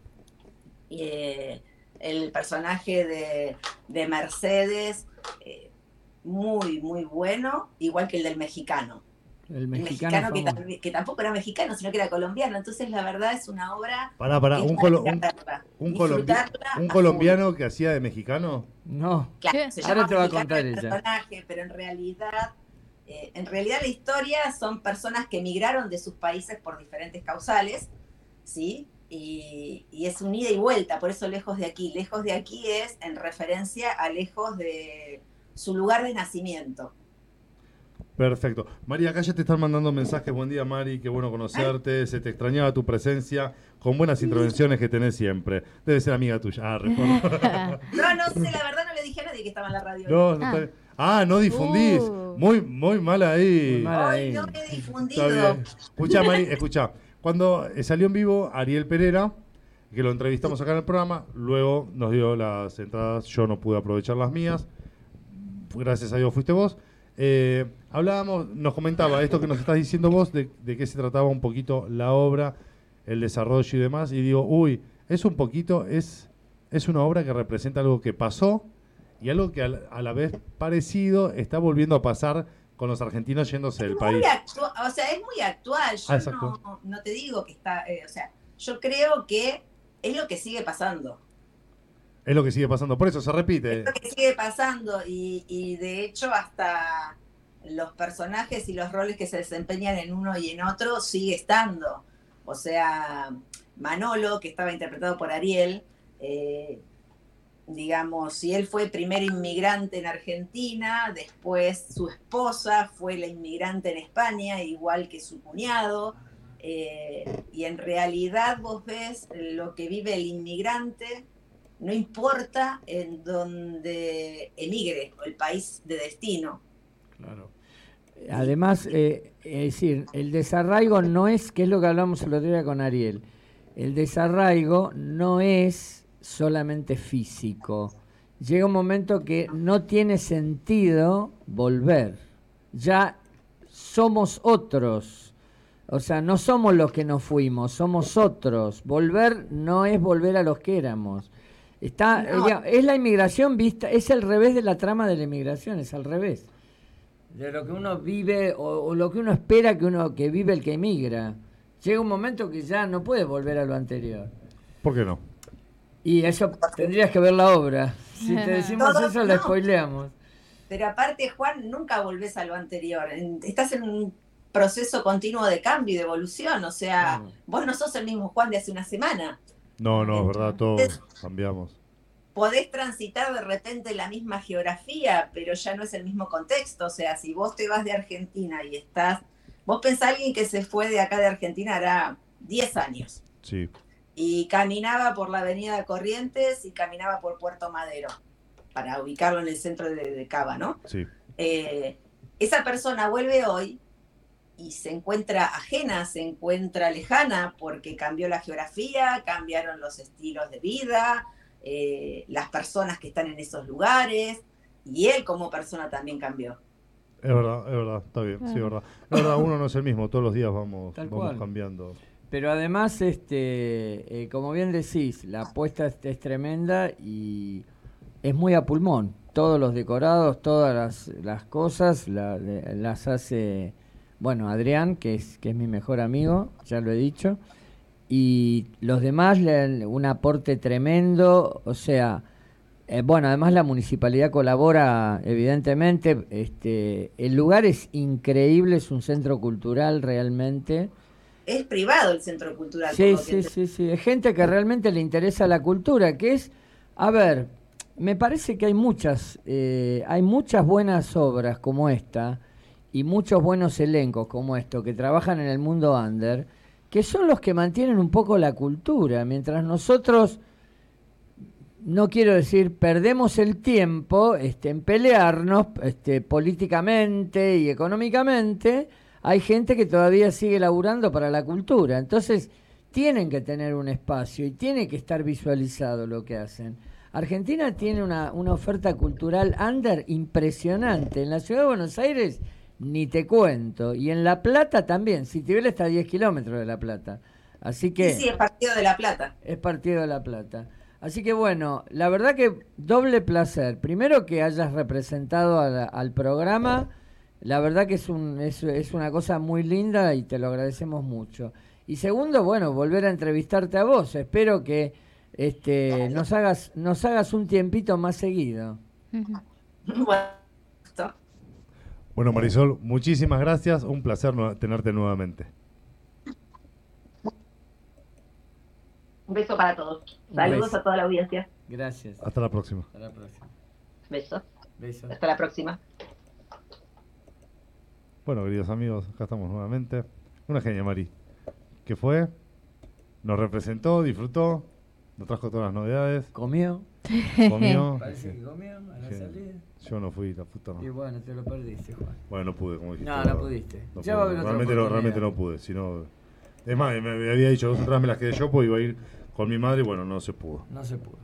Eh, el personaje de, de Mercedes, eh, muy, muy bueno, igual que el del mexicano. el El mexicano, mexicano que, famoso. tam- que tampoco era mexicano, sino que era colombiano. Entonces, la verdad es una obra. Pará, pará, que es un, para colo- un, disfrutarla, un colombi- disfrutarla un a colombiano que hacía de mexicano. No, full. Claro, ¿Qué? se Ahora llama te va a mexicano contar el ella. personaje, pero en realidad, eh, en realidad la historia son personas que emigraron de sus países por diferentes causales, ¿sí? Y, y es un ida y vuelta, por eso lejos de aquí. Lejos de aquí es en referencia a lejos de su lugar de nacimiento. Perfecto. María, acá ya te están mandando mensajes. Buen día, Mari, qué bueno conocerte. Se te extrañaba tu presencia, con buenas intervenciones que tenés siempre. Debe ser amiga tuya. Ah, recuerdo. No, no sé, la verdad no le dije a nadie que estaba en la radio. No, no Ah. está- ah, no difundís. Uh. Muy, muy mal ahí. Muy mal. Hoy ahí. no he Está difundido. bien. Escuchá, Mari, escuchá. Cuando eh, salió en vivo Ariel Pereira, que lo entrevistamos acá en el programa, luego nos dio las entradas, yo no pude aprovechar las mías, gracias a Dios fuiste vos. Eh, hablábamos, nos comentaba esto que nos estás diciendo vos, de, de qué se trataba un poquito la obra, el desarrollo y demás, y digo, uy, es un poquito, es, es una obra que representa algo que pasó y algo que a la, a la vez parecido está volviendo a pasar con los argentinos yéndose del Es país. muy actua- o sea, es muy actual. Yo Ah, exacto. no, no te digo que está, eh, o sea, yo creo que es lo que sigue pasando. Es lo que sigue pasando, por eso se repite. Es lo que sigue pasando y, y de hecho hasta los personajes y los roles que se desempeñan en uno y en otro sigue estando. O sea, Manolo, que estaba interpretado por Ariel, eh, digamos, si él fue el primer inmigrante en Argentina, después su esposa fue la inmigrante en España, igual que su cuñado, eh, y en realidad vos ves lo que vive el inmigrante, no importa en donde emigre o el país de destino. Claro. Además, eh, es decir, el desarraigo no es, que es lo que hablamos el otro día con Ariel, el desarraigo no es solamente físico. Llega un momento que no tiene sentido volver. Ya somos otros. O sea, no somos los que nos fuimos, somos otros. Volver no es volver a los que éramos. Está, No. digamos, es la inmigración vista, es el revés de la trama de la inmigración, es al revés. De lo que uno vive o, o lo que uno espera que uno que vive el que emigra. Llega un momento que ya no puede volver a lo anterior. ¿Por qué no? Y eso tendrías que ver la obra. Si te decimos Todo- eso, la no. spoileamos. Pero aparte, Juan, nunca volvés a lo anterior. En- Estás en un proceso continuo de cambio y de evolución. O sea, Claro. vos no sos el mismo Juan de hace una semana. No, no, es verdad, todos Es- cambiamos. podés transitar de repente la misma geografía, pero ya no es el mismo contexto. O sea, si vos te vas de Argentina y estás... Vos pensás alguien que se fue de acá de Argentina hará diez años. Sí. Y caminaba por la avenida Corrientes y caminaba por Puerto Madero, para ubicarlo en el centro de, de Cava, ¿no? Sí. Eh, esa persona vuelve hoy y se encuentra ajena, se encuentra lejana, porque cambió la geografía, cambiaron los estilos de vida, eh, las personas que están en esos lugares, y él como persona también cambió. Es verdad, es verdad, está bien, sí, es verdad. Es verdad, uno no es el mismo, todos los días vamos, Tal vamos cual. cambiando. Pero además, este, eh, como bien decís, la apuesta es, es tremenda y es muy a pulmón. Todos los decorados, todas las, las cosas la- le- las hace, bueno, Adrián, que es, que es mi mejor amigo, ya lo he dicho. Y los demás, le- un aporte tremendo, o sea, eh, bueno, además la municipalidad colabora, evidentemente. Este, el lugar es increíble, es un centro cultural realmente. Es privado el centro cultural. por Sí, lo que sí, entiendo. sí, sí. Es gente que realmente le interesa la cultura, que es, a ver, me parece que hay muchas, eh, hay muchas buenas obras como esta y muchos buenos elencos como esto que trabajan en el mundo under, que son los que mantienen un poco la cultura, mientras nosotros, no quiero decir, perdemos el tiempo este, en pelearnos este, políticamente y económicamente. Hay gente que todavía sigue laburando para la cultura, entonces tienen que tener un espacio y tiene que estar visualizado lo que hacen. Argentina tiene una, una oferta cultural under impresionante. En la ciudad de Buenos Aires ni te cuento, y en La Plata también. Citibel está a diez kilómetros de La Plata, así que Sí, sí, es partido de La Plata. es partido de La Plata. Así que bueno, la verdad que doble placer. Primero que hayas representado a la- al programa. La verdad que es, un, es, es una cosa muy linda y te lo agradecemos mucho. Y segundo, bueno, volver a entrevistarte a vos. Espero que este, nos hagas nos hagas un tiempito más seguido. Bueno, esto. Bueno, Marisol, muchísimas gracias. Un placer nu- tenerte nuevamente. Un beso para todos. Un Saludos beso. a toda la audiencia. Gracias. Hasta la próxima. Hasta la próxima. Besos. Besos. Hasta la próxima. Bueno, queridos amigos, acá estamos nuevamente. Una genia, Mari. ¿Qué fue? Nos representó, disfrutó, nos trajo todas las novedades, ¿Comió? comió. Parece que comió a la Sí. salida. Yo no fui, la puta Y madre. bueno, te lo perdiste, Juan. Bueno, no pude, como dijiste. No, no pudiste. no Ya pude. va a haber otra realmente, no, oportunidad. realmente no pude. Sino, es más, me, me había dicho dos entradas me las quedé yo, pues iba a ir con mi madre y bueno, no se pudo. No se pudo.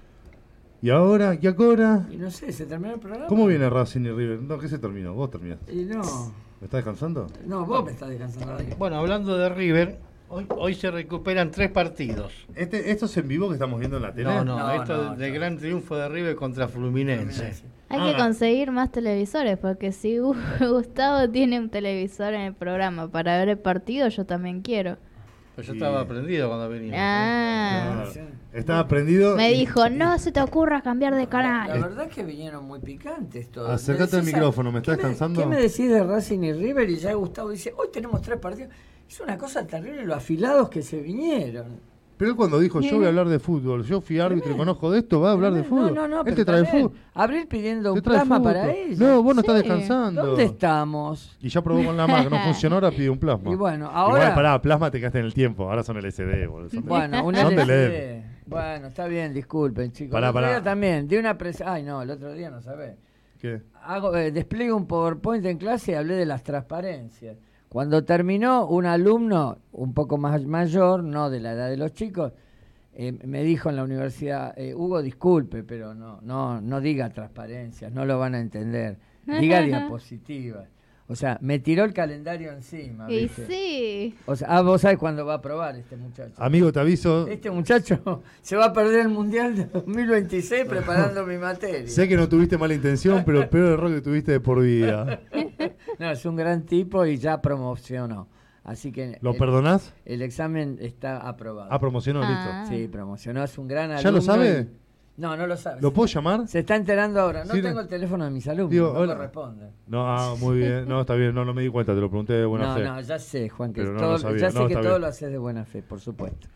¿Y ahora? ¿Y ahora? Y no sé, ¿se terminó el programa? ¿Cómo viene Racing y River? No, ¿qué se terminó? ¿Vos terminaste? Y no, ¿Me estás descansando? no, vos me estás descansando ahí. Bueno, hablando de River, hoy, hoy se recuperan tres partidos. Este, ¿Esto es en vivo que estamos viendo en la tele? No, no, No, esto no, de no. gran triunfo de River contra Fluminense. Hay Ah. que conseguir más televisores, porque si Gu- Gustavo tiene un televisor en el programa para ver el partido, yo también quiero. Pero yo Y- estaba prendido cuando venía. Ah. Claro. Estaba prendido. Me y- dijo, no se te ocurra cambiar de La canal. verdad es que vinieron muy picantes todos. Acércate ¿Me al decís micrófono, ¿me estás ¿qué descansando? ¿Qué me decís de Racing y River? Y ya Gustavo dice, hoy tenemos tres partidos. Es una cosa terrible lo afilados que se vinieron. Pero él cuando dijo, yo voy a hablar de fútbol, yo fui árbitro y conozco de esto, va a hablar de fútbol. No, no, no. Él pero te trae también, fútbol. Abril pidiendo Te un trae plasma fútbol. para ella. No, vos no estás Sí. descansando. ¿Dónde estamos? Y ya probó con la Mac, no funcionó, ahora pide un plasma. Y bueno, ahora... Igual, pará, plasma te quedaste en el tiempo, ahora son L C D, boludo. son de- Bueno, un Son de L C D. L E D. Bueno, está bien, disculpen, chicos. Pará, el otro pará. día también, de una pres- Ay, no, el otro día no sabés. ¿Qué? Hago, eh, despliego un PowerPoint en clase y hablé de las transparencias. Cuando terminó, un alumno un poco más mayor, no de la edad de los chicos, eh, me dijo en la universidad, eh, Hugo, disculpe, pero no, no, no diga transparencias, no lo van a entender. Diga diapositivas. O sea, me tiró el calendario encima. Y ¿viste? sí. O sea, ah, vos sabés cuándo va a aprobar este muchacho. Amigo, te aviso, Este muchacho se va a perder el Mundial de dos mil veintiséis preparando mi materia. sé que no tuviste mala intención, pero el peor error que tuviste de por vida. No, es un gran tipo y ya promocionó. Así que ¿Lo el, perdonás? el examen está aprobado. Ah, promocionó, Ah. Sí, promocionó, es un gran alumno. ¿Ya lo sabe? y- No, no lo sabe. ¿Lo puedo llamar? Se está enterando ahora. No Sí, tengo no. el teléfono de mis alumnos, Digo, no hola. corresponde. No, ah, muy bien. No, está bien, no, no me di cuenta, te lo pregunté de buena No, fe. no, ya sé, Juan, que Pero no todo, lo sabía. ya sé No, que está todo bien. lo haces de buena fe, por supuesto.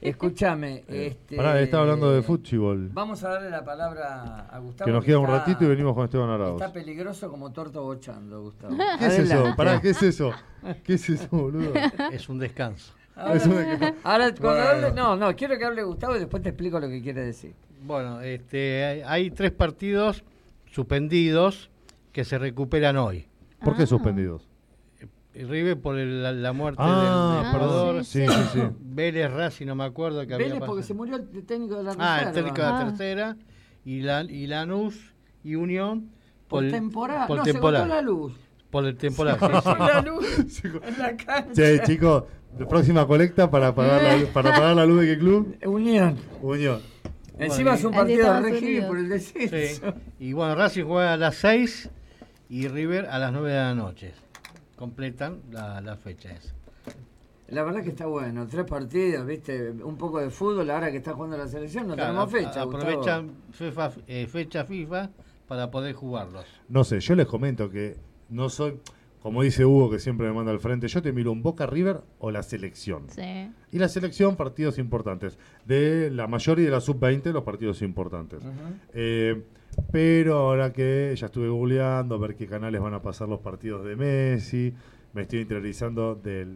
Escúchame, este, Pará, estaba hablando de fútbol. Vamos a darle la palabra a Gustavo. Que nos queda un está- ratito y venimos con Esteban Arauz. Está peligroso como torto bochando, Gustavo. ¿Qué es eso? Adelante. Pará, ¿qué es eso? ¿Qué es eso, boludo? Es un descanso. Ahora, Es una- ahora, cuando Bueno. hable, no, no, quiero que hable Gustavo y después te explico lo que quiere decir. Bueno, este, hay, hay tres partidos suspendidos que se recuperan hoy. ¿Por qué Ah. suspendidos? River por el- la, la muerte Ah, del, del perdón. jugador. Sí, sí, sí. Vélez Racing, no me acuerdo que había Vélez pasado. porque se murió el técnico de la Ah, reserva. el técnico de la Ah. tercera. Y, la, y Lanús y Unión Por el- temporada. por no, temporada. se cortó la luz. Por el temporal, sí, sí. La luz en la cancha. Che, chicos, próxima colecta para pagar la, para pagar la luz de qué club? Unión. Unión. Encima es un El de partido Estados regido Unidos. por el descenso. Sí. Y bueno, Racing juega a las seis y River a las nueve de la noche. Completan la, la fecha esa. La verdad que está bueno. Tres partidos, viste, un poco de fútbol. Ahora que está jugando la selección, no Claro, tenemos fecha. a- Gustavo. aprovechan FIFA, eh, fecha FIFA para poder jugarlos. No sé, yo les comento que no soy, como dice Hugo, que siempre me manda al frente, yo te miro un Boca River o la selección. Sí. Y la selección, partidos importantes. De la mayoría de la sub veinte, los partidos importantes. Ujú. Eh, pero ahora que ya estuve googleando, a ver qué canales van a pasar los partidos de Messi, me estoy interiorizando del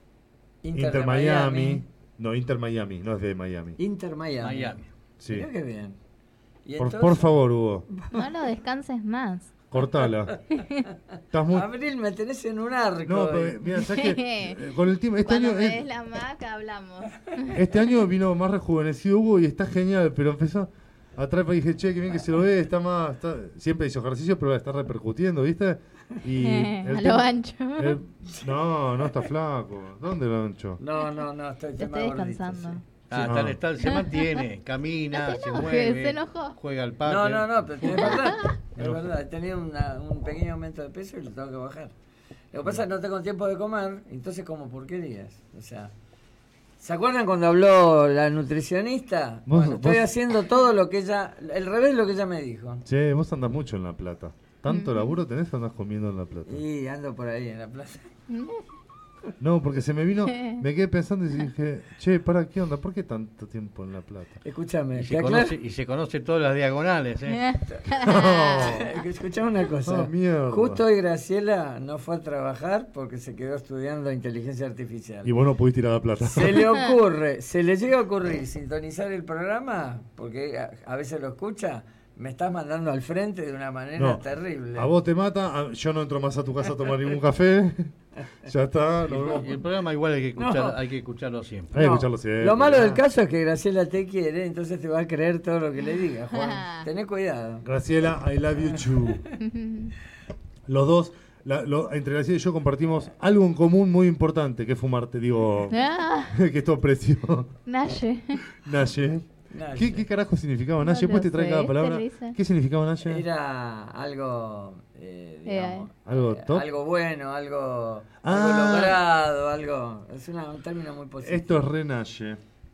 Inter, Inter, de Miami. No, Inter Miami, no es de Miami. Inter Miami. Miami. Sí. Mirá qué bien. Y Por, entonces- por favor, Hugo, No lo descanses más. cortala. Estás muy... Abril, me tenés en un arco. No, eh. pero mira, ¿sabes qué? Eh, Con el tiempo, este Cuando año, me eh, des la maca hablamos. este año vino más rejuvenecido Hugo y está genial, pero empezó atrás y dije, che, qué bien que se lo ve, está más, está- siempre hizo ejercicio, pero está repercutiendo, ¿viste? Y el A lo tema- ancho. el- no, no está flaco. ¿Dónde lo ancho? No, no, no, estoy, Te estoy estoy más gordito, descansando. sí. Ah, Sí. tal- Ah. tal- se mantiene, camina, No te se enojes, mueve, se enojó. juega al parque. No, no, no, pero es verdad. Es No. verdad, he tenido una- un pequeño aumento de peso y lo tengo que bajar. Lo que pasa es que no tengo tiempo de comer, entonces como porquerías. O sea, ¿se acuerdan cuando habló la nutricionista? Vos- Bueno, estoy vos- haciendo todo lo que ella, el revés de lo que ella me dijo. Che, vos andás mucho en La Plata. ¿Tanto Mm. laburo tenés o andás comiendo en La Plata? Y ando por ahí en la plaza. No, porque se me vino, me quedé pensando y dije, che, para, ¿qué onda? ¿Por qué tanto tiempo en La Plata? Escúchame, Y ¿te se, aclaro? conoce, y se conoce todas las diagonales, ¿eh? Escuchame una cosa. Ah, mierda. Justo hoy Graciela no fue a trabajar porque se quedó estudiando inteligencia artificial. Y vos no pudiste ir a La Plata. Se le ocurre, se le llega a ocurrir sintonizar el programa, porque a, a veces lo escucha, me estás mandando al frente de una manera No, terrible. a vos te mata, a- yo no entro más a tu casa a tomar ningún café. Ya está, nos Y vemos. el programa igual hay que, escuchar, No. hay que escucharlo siempre. Hay que No, escucharlo siempre. Lo malo ¿no? del caso es que Graciela te quiere, entonces te va a creer todo lo que le diga, Juan. Tené cuidado. Graciela, I love you too. Los dos, la- lo- entre Graciela y yo compartimos algo en común muy importante, que es fumarte, digo, Ah, que esto aprecio. Naye. Naye. ¿Qué, ¿Qué carajo significaba Naye? No Después lo te trae sé, cada este palabra. lo hice. ¿Qué significaba Naye? Era algo, eh, digamos, ¿Algo eh, top? algo bueno, algo, Ah. algo logrado, algo. Es una- un término muy positivo. Esto es re Naye.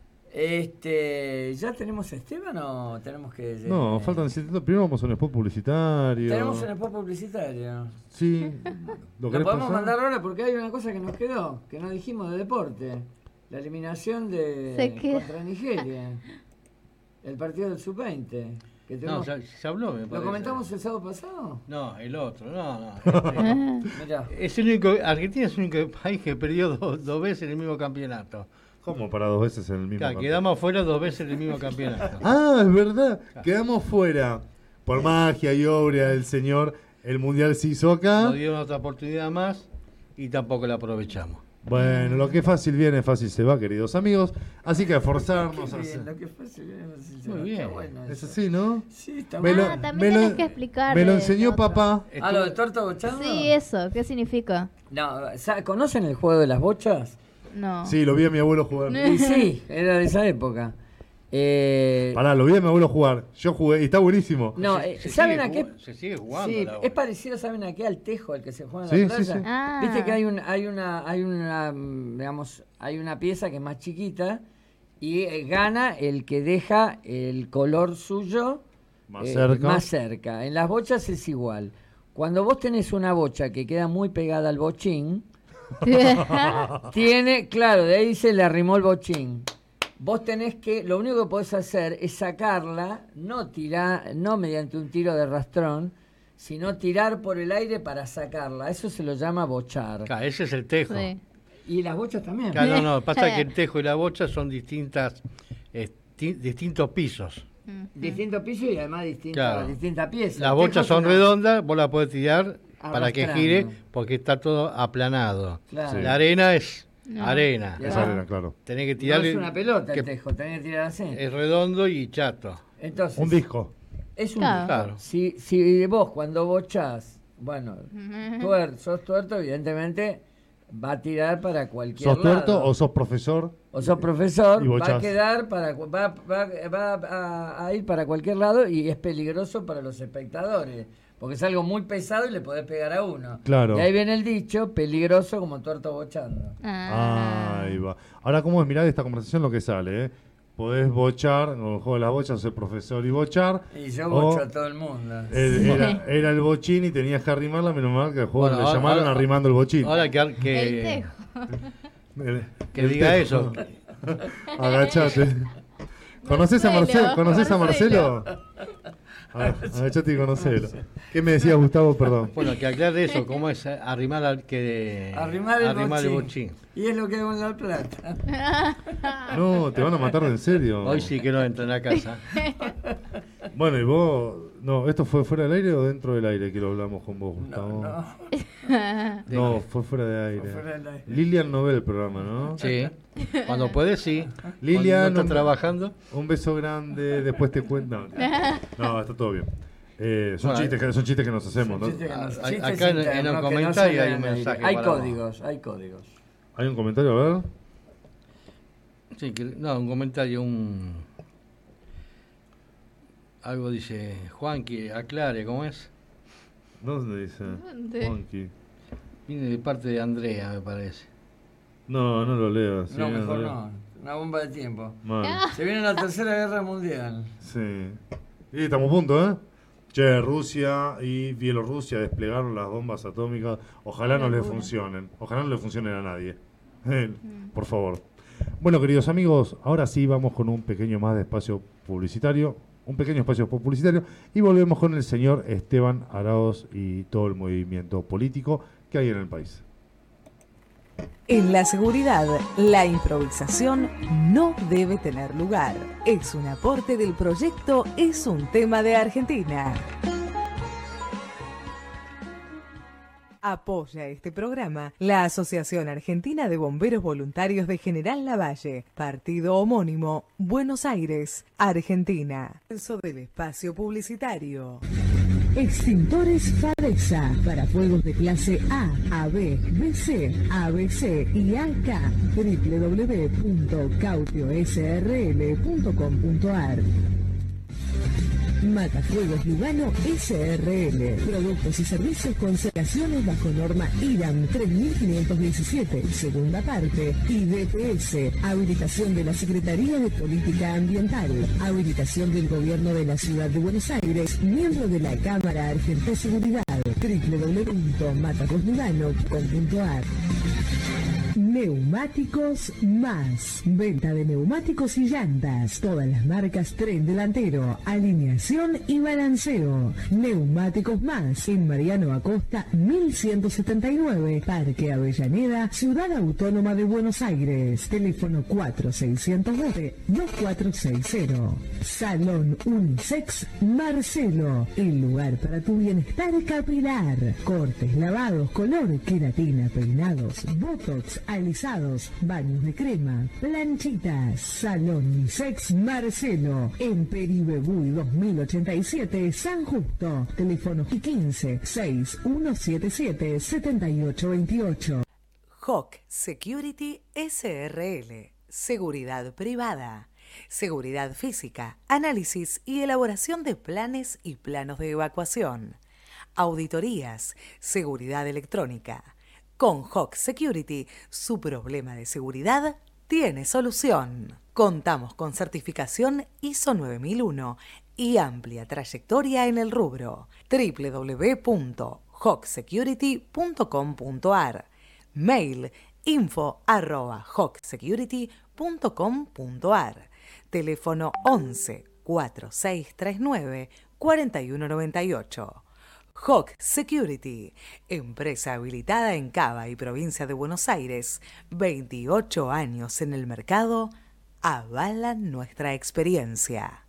Este, ¿ya tenemos a Esteban o tenemos que...? No, eh, faltan siete. Primero vamos a un spot publicitario. Tenemos un spot publicitario. Sí. Lo ¿Lo querés podemos pasar? mandar ahora porque hay una cosa que nos quedó, que no dijimos de deporte. La eliminación de Se queda. contra Nigeria. El partido del sub veinte. Que No, tuvimos- se, se habló, me ¿Lo parece. comentamos el sábado pasado? No, el otro, no, no. Este, Mirá. es el único, Argentina es el único país que perdió dos, dos veces el mismo campeonato. ¿Cómo para dos veces en el mismo Claro, campo? quedamos afuera dos veces el mismo campeonato. Ah, es verdad. Quedamos fuera. Por magia y obra del Señor, el Mundial se hizo acá. Nos dieron otra oportunidad más y tampoco la aprovechamos. Bueno, lo que fácil viene, fácil se va, queridos amigos. Así que a esforzarnos a Qué bien, hacer. lo que fue, se viene, fácil, se Muy va. bien. Está bueno Es eso. así, ¿no? Sí, está Me bueno. lo- Ah, también me lo- tenés que explicar. Me lo de enseñó otra. papá. Ah, lo de torta bochando. Sí, eso. ¿Qué significa? No, sa- ¿conocen el juego de las bochas? No. Sí, lo vi a mi abuelo jugar. Y sí, era de esa época. Eh, Pará, lo vi a mi abuelo jugar. Yo jugué y está buenísimo. no, Se- eh, se ¿saben sigue a qué? jugando- se sigue jugando Sí, la es bola. parecido, ¿saben a qué? Al tejo, al que se juega en Sí, la sí, playa. sí. Ah. Viste que hay un, hay una, hay una, mm, digamos, hay una pieza que es más chiquita y eh, gana el que deja el color suyo Más eh, cerca. más cerca. En las bochas es igual. Cuando vos tenés una bocha que queda muy pegada al bochín, tiene, claro, de ahí se le arrimó el bochín. vos tenés que, lo único que podés hacer es sacarla, no tirar, no mediante un tiro de rastrón, sino tirar por el aire para sacarla. Eso se lo llama bochar. Claro, ese es el tejo. Sí. Y las bochas también. Claro, no, no, pasa que el tejo y la bocha son distintas, eh, ti- distintos pisos. Ujú. Distintos pisos y además distintas Claro. distintas piezas. Las El bochas tejo es son una- redondas, vos la podés tirar para que Arrastrando. gire porque está todo aplanado. Claro. Sí. La arena es No. arena. Ya. Esa arena, claro. Tenés que No tirarle. es una pelota que el tejo, tenés que tirar así. es redondo y chato. Entonces, Un disco. es un Claro. disco. Claro. Si, si vos cuando bochás, bueno, Ujú. tuer, sos tuerto, evidentemente va a tirar para cualquier ¿Sos tuerto lado. o sos profesor? O sos profesor, Y va a bochás. quedar para cu- va, va, va a, a ir para cualquier lado y es peligroso para los espectadores, porque es algo muy pesado y le podés pegar a uno. Claro. Y ahí viene el dicho, peligroso como tuerto bochando. Ah. Ahí va. Ahora, ¿cómo es? Mirá de esta conversación lo que sale, ¿eh? Podés bochar, con el juego de las bochas, ser profesor y bochar. Y yo o bocho a todo el mundo. el- era, era el bochín y tenías que arrimarla, menos mal que al juego Bueno, le ahora- llamaron ahora- arrimando el bochín. Ahora que, El que, tejo. El- que el diga tejo. eso. Agachate. ¿Conoces a Marcelo? Marcelo, ¿Conoces a Marcelo? Marcelo. Ah, agachate y conocelo. ¿Qué me decías, Gustavo? Perdón. Bueno, que aclare eso, cómo es arrimar al que Arrimar el arrimar bochín. bochín. Y es lo que hago en La Plata. No, te van a matar de en serio. Hoy sí que no entra en la casa. Bueno, y vos. No, ¿esto fue fuera del aire o dentro del aire que lo hablamos con vos, No, Gustavo? no, No, fue fuera de aire. fuera del aire. Lilian no ve el programa, ¿no? Sí. Cuando puede, sí. Lilian, Cuando no un- está trabajando. Un beso grande, después te cuento. No, no, está todo bien. Eh, son, Bueno, chistes, que- son chistes que nos hacemos, ¿no? Chistes que no- A- chistes acá en- en el internos que no comentario salen hay un al aire. mensaje Hay para vos. códigos, hay códigos. ¿Hay un comentario? A ver. Sí, que, no, un comentario, un... Algo dice, Juan, que aclare, ¿cómo es? ¿Dónde dice? ¿Dónde? Juanqui. Viene de parte de Andrea, me parece. No, no lo leo. sí, No, mejor Andrea. no. Una bomba de tiempo. Mal. Se viene la tercera guerra mundial. Sí. Y estamos a punto, ¿eh? Che, Rusia y Bielorrusia desplegaron las bombas atómicas. Ojalá no les locura. funcionen. Ojalá no le funcionen a nadie. Eh, Por favor. Bueno, queridos amigos, ahora sí vamos con un pequeño más de espacio publicitario. Un pequeño espacio publicitario. Y volvemos con el señor Esteban Araoz y todo el movimiento político que hay en el país. En la seguridad, la improvisación no debe tener lugar. Es un aporte del proyecto Es un tema de Argentina. Apoya este programa la Asociación Argentina de Bomberos Voluntarios de General Lavalle, partido homónimo, Buenos Aires, Argentina. Eso del espacio publicitario. Extintores Fadesa para fuegos de clase A, A B, B C, A B C y A K. w w w punto cautio s r l punto com punto a r. Matafuegos Lugano S R L. Productos y servicios con certificaciones bajo norma I R A M tres mil quinientos diecisiete, segunda parte. Y D P S. Habilitación de la Secretaría de Política Ambiental. Habilitación del Gobierno de la Ciudad de Buenos Aires. Miembro de la Cámara Argentina de Seguridad. w w w punto matafuegoslugano punto com punto a r. Neumáticos Más. Venta de neumáticos y llantas. Todas las marcas tren delantero, alineación y balanceo. Neumáticos Más. En Mariano Acosta mil ciento setenta y nueve. Parque Avellaneda, Ciudad Autónoma de Buenos Aires. Teléfono cuatro seis cero dos, dos cuatro seis cero. Salón Unisex Marcelo. El lugar para tu bienestar capilar. Cortes, lavados, color, queratina, peinados, botox, alisados, baños de crema, planchitas. Salón Unisex Marcelo. En Peribebuy dos mil ochenta y siete, San Justo. Teléfono quince, seis uno siete siete, siete ocho dos ocho. H O C Security S R L. Seguridad privada. Seguridad física, análisis y elaboración de planes y planos de evacuación. Auditorías, seguridad electrónica. Con H O C Security, su problema de seguridad tiene solución. Contamos con certificación I S O nueve mil uno y amplia trayectoria en el rubro. w w w punto hoc security punto com punto a r. Mail info arroba hocsecurity punto com punto ar. Teléfono once, cuatro seis tres nueve, cuatro uno nueve ocho. Hawk Security, empresa habilitada en Cava y provincia de Buenos Aires, veintiocho años en el mercado, avalan nuestra experiencia.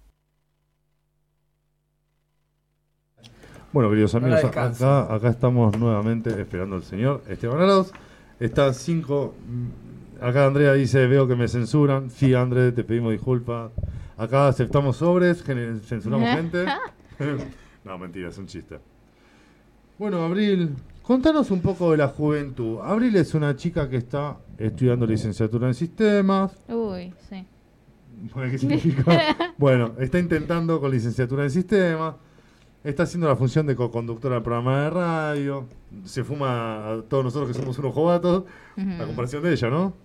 Bueno, queridos No la amigos, descansa. acá, acá estamos nuevamente esperando al señor Esteban Arauz. Está cinco. Acá Andrea dice, veo que me censuran. Sí, André, te pedimos disculpas. Acá aceptamos sobres, gener- censuramos gente. No, mentira, es un chiste. Bueno, Abril, contanos un poco de la juventud. Abril es una chica que está estudiando licenciatura en sistemas. Uy, sí. Bueno, ¿qué significa? Bueno, está intentando con licenciatura en sistemas. Está haciendo la función de co-conductora del programa de radio. Se fuma a todos nosotros que somos unos jovatos. Ujú. A comparación de ella, ¿no?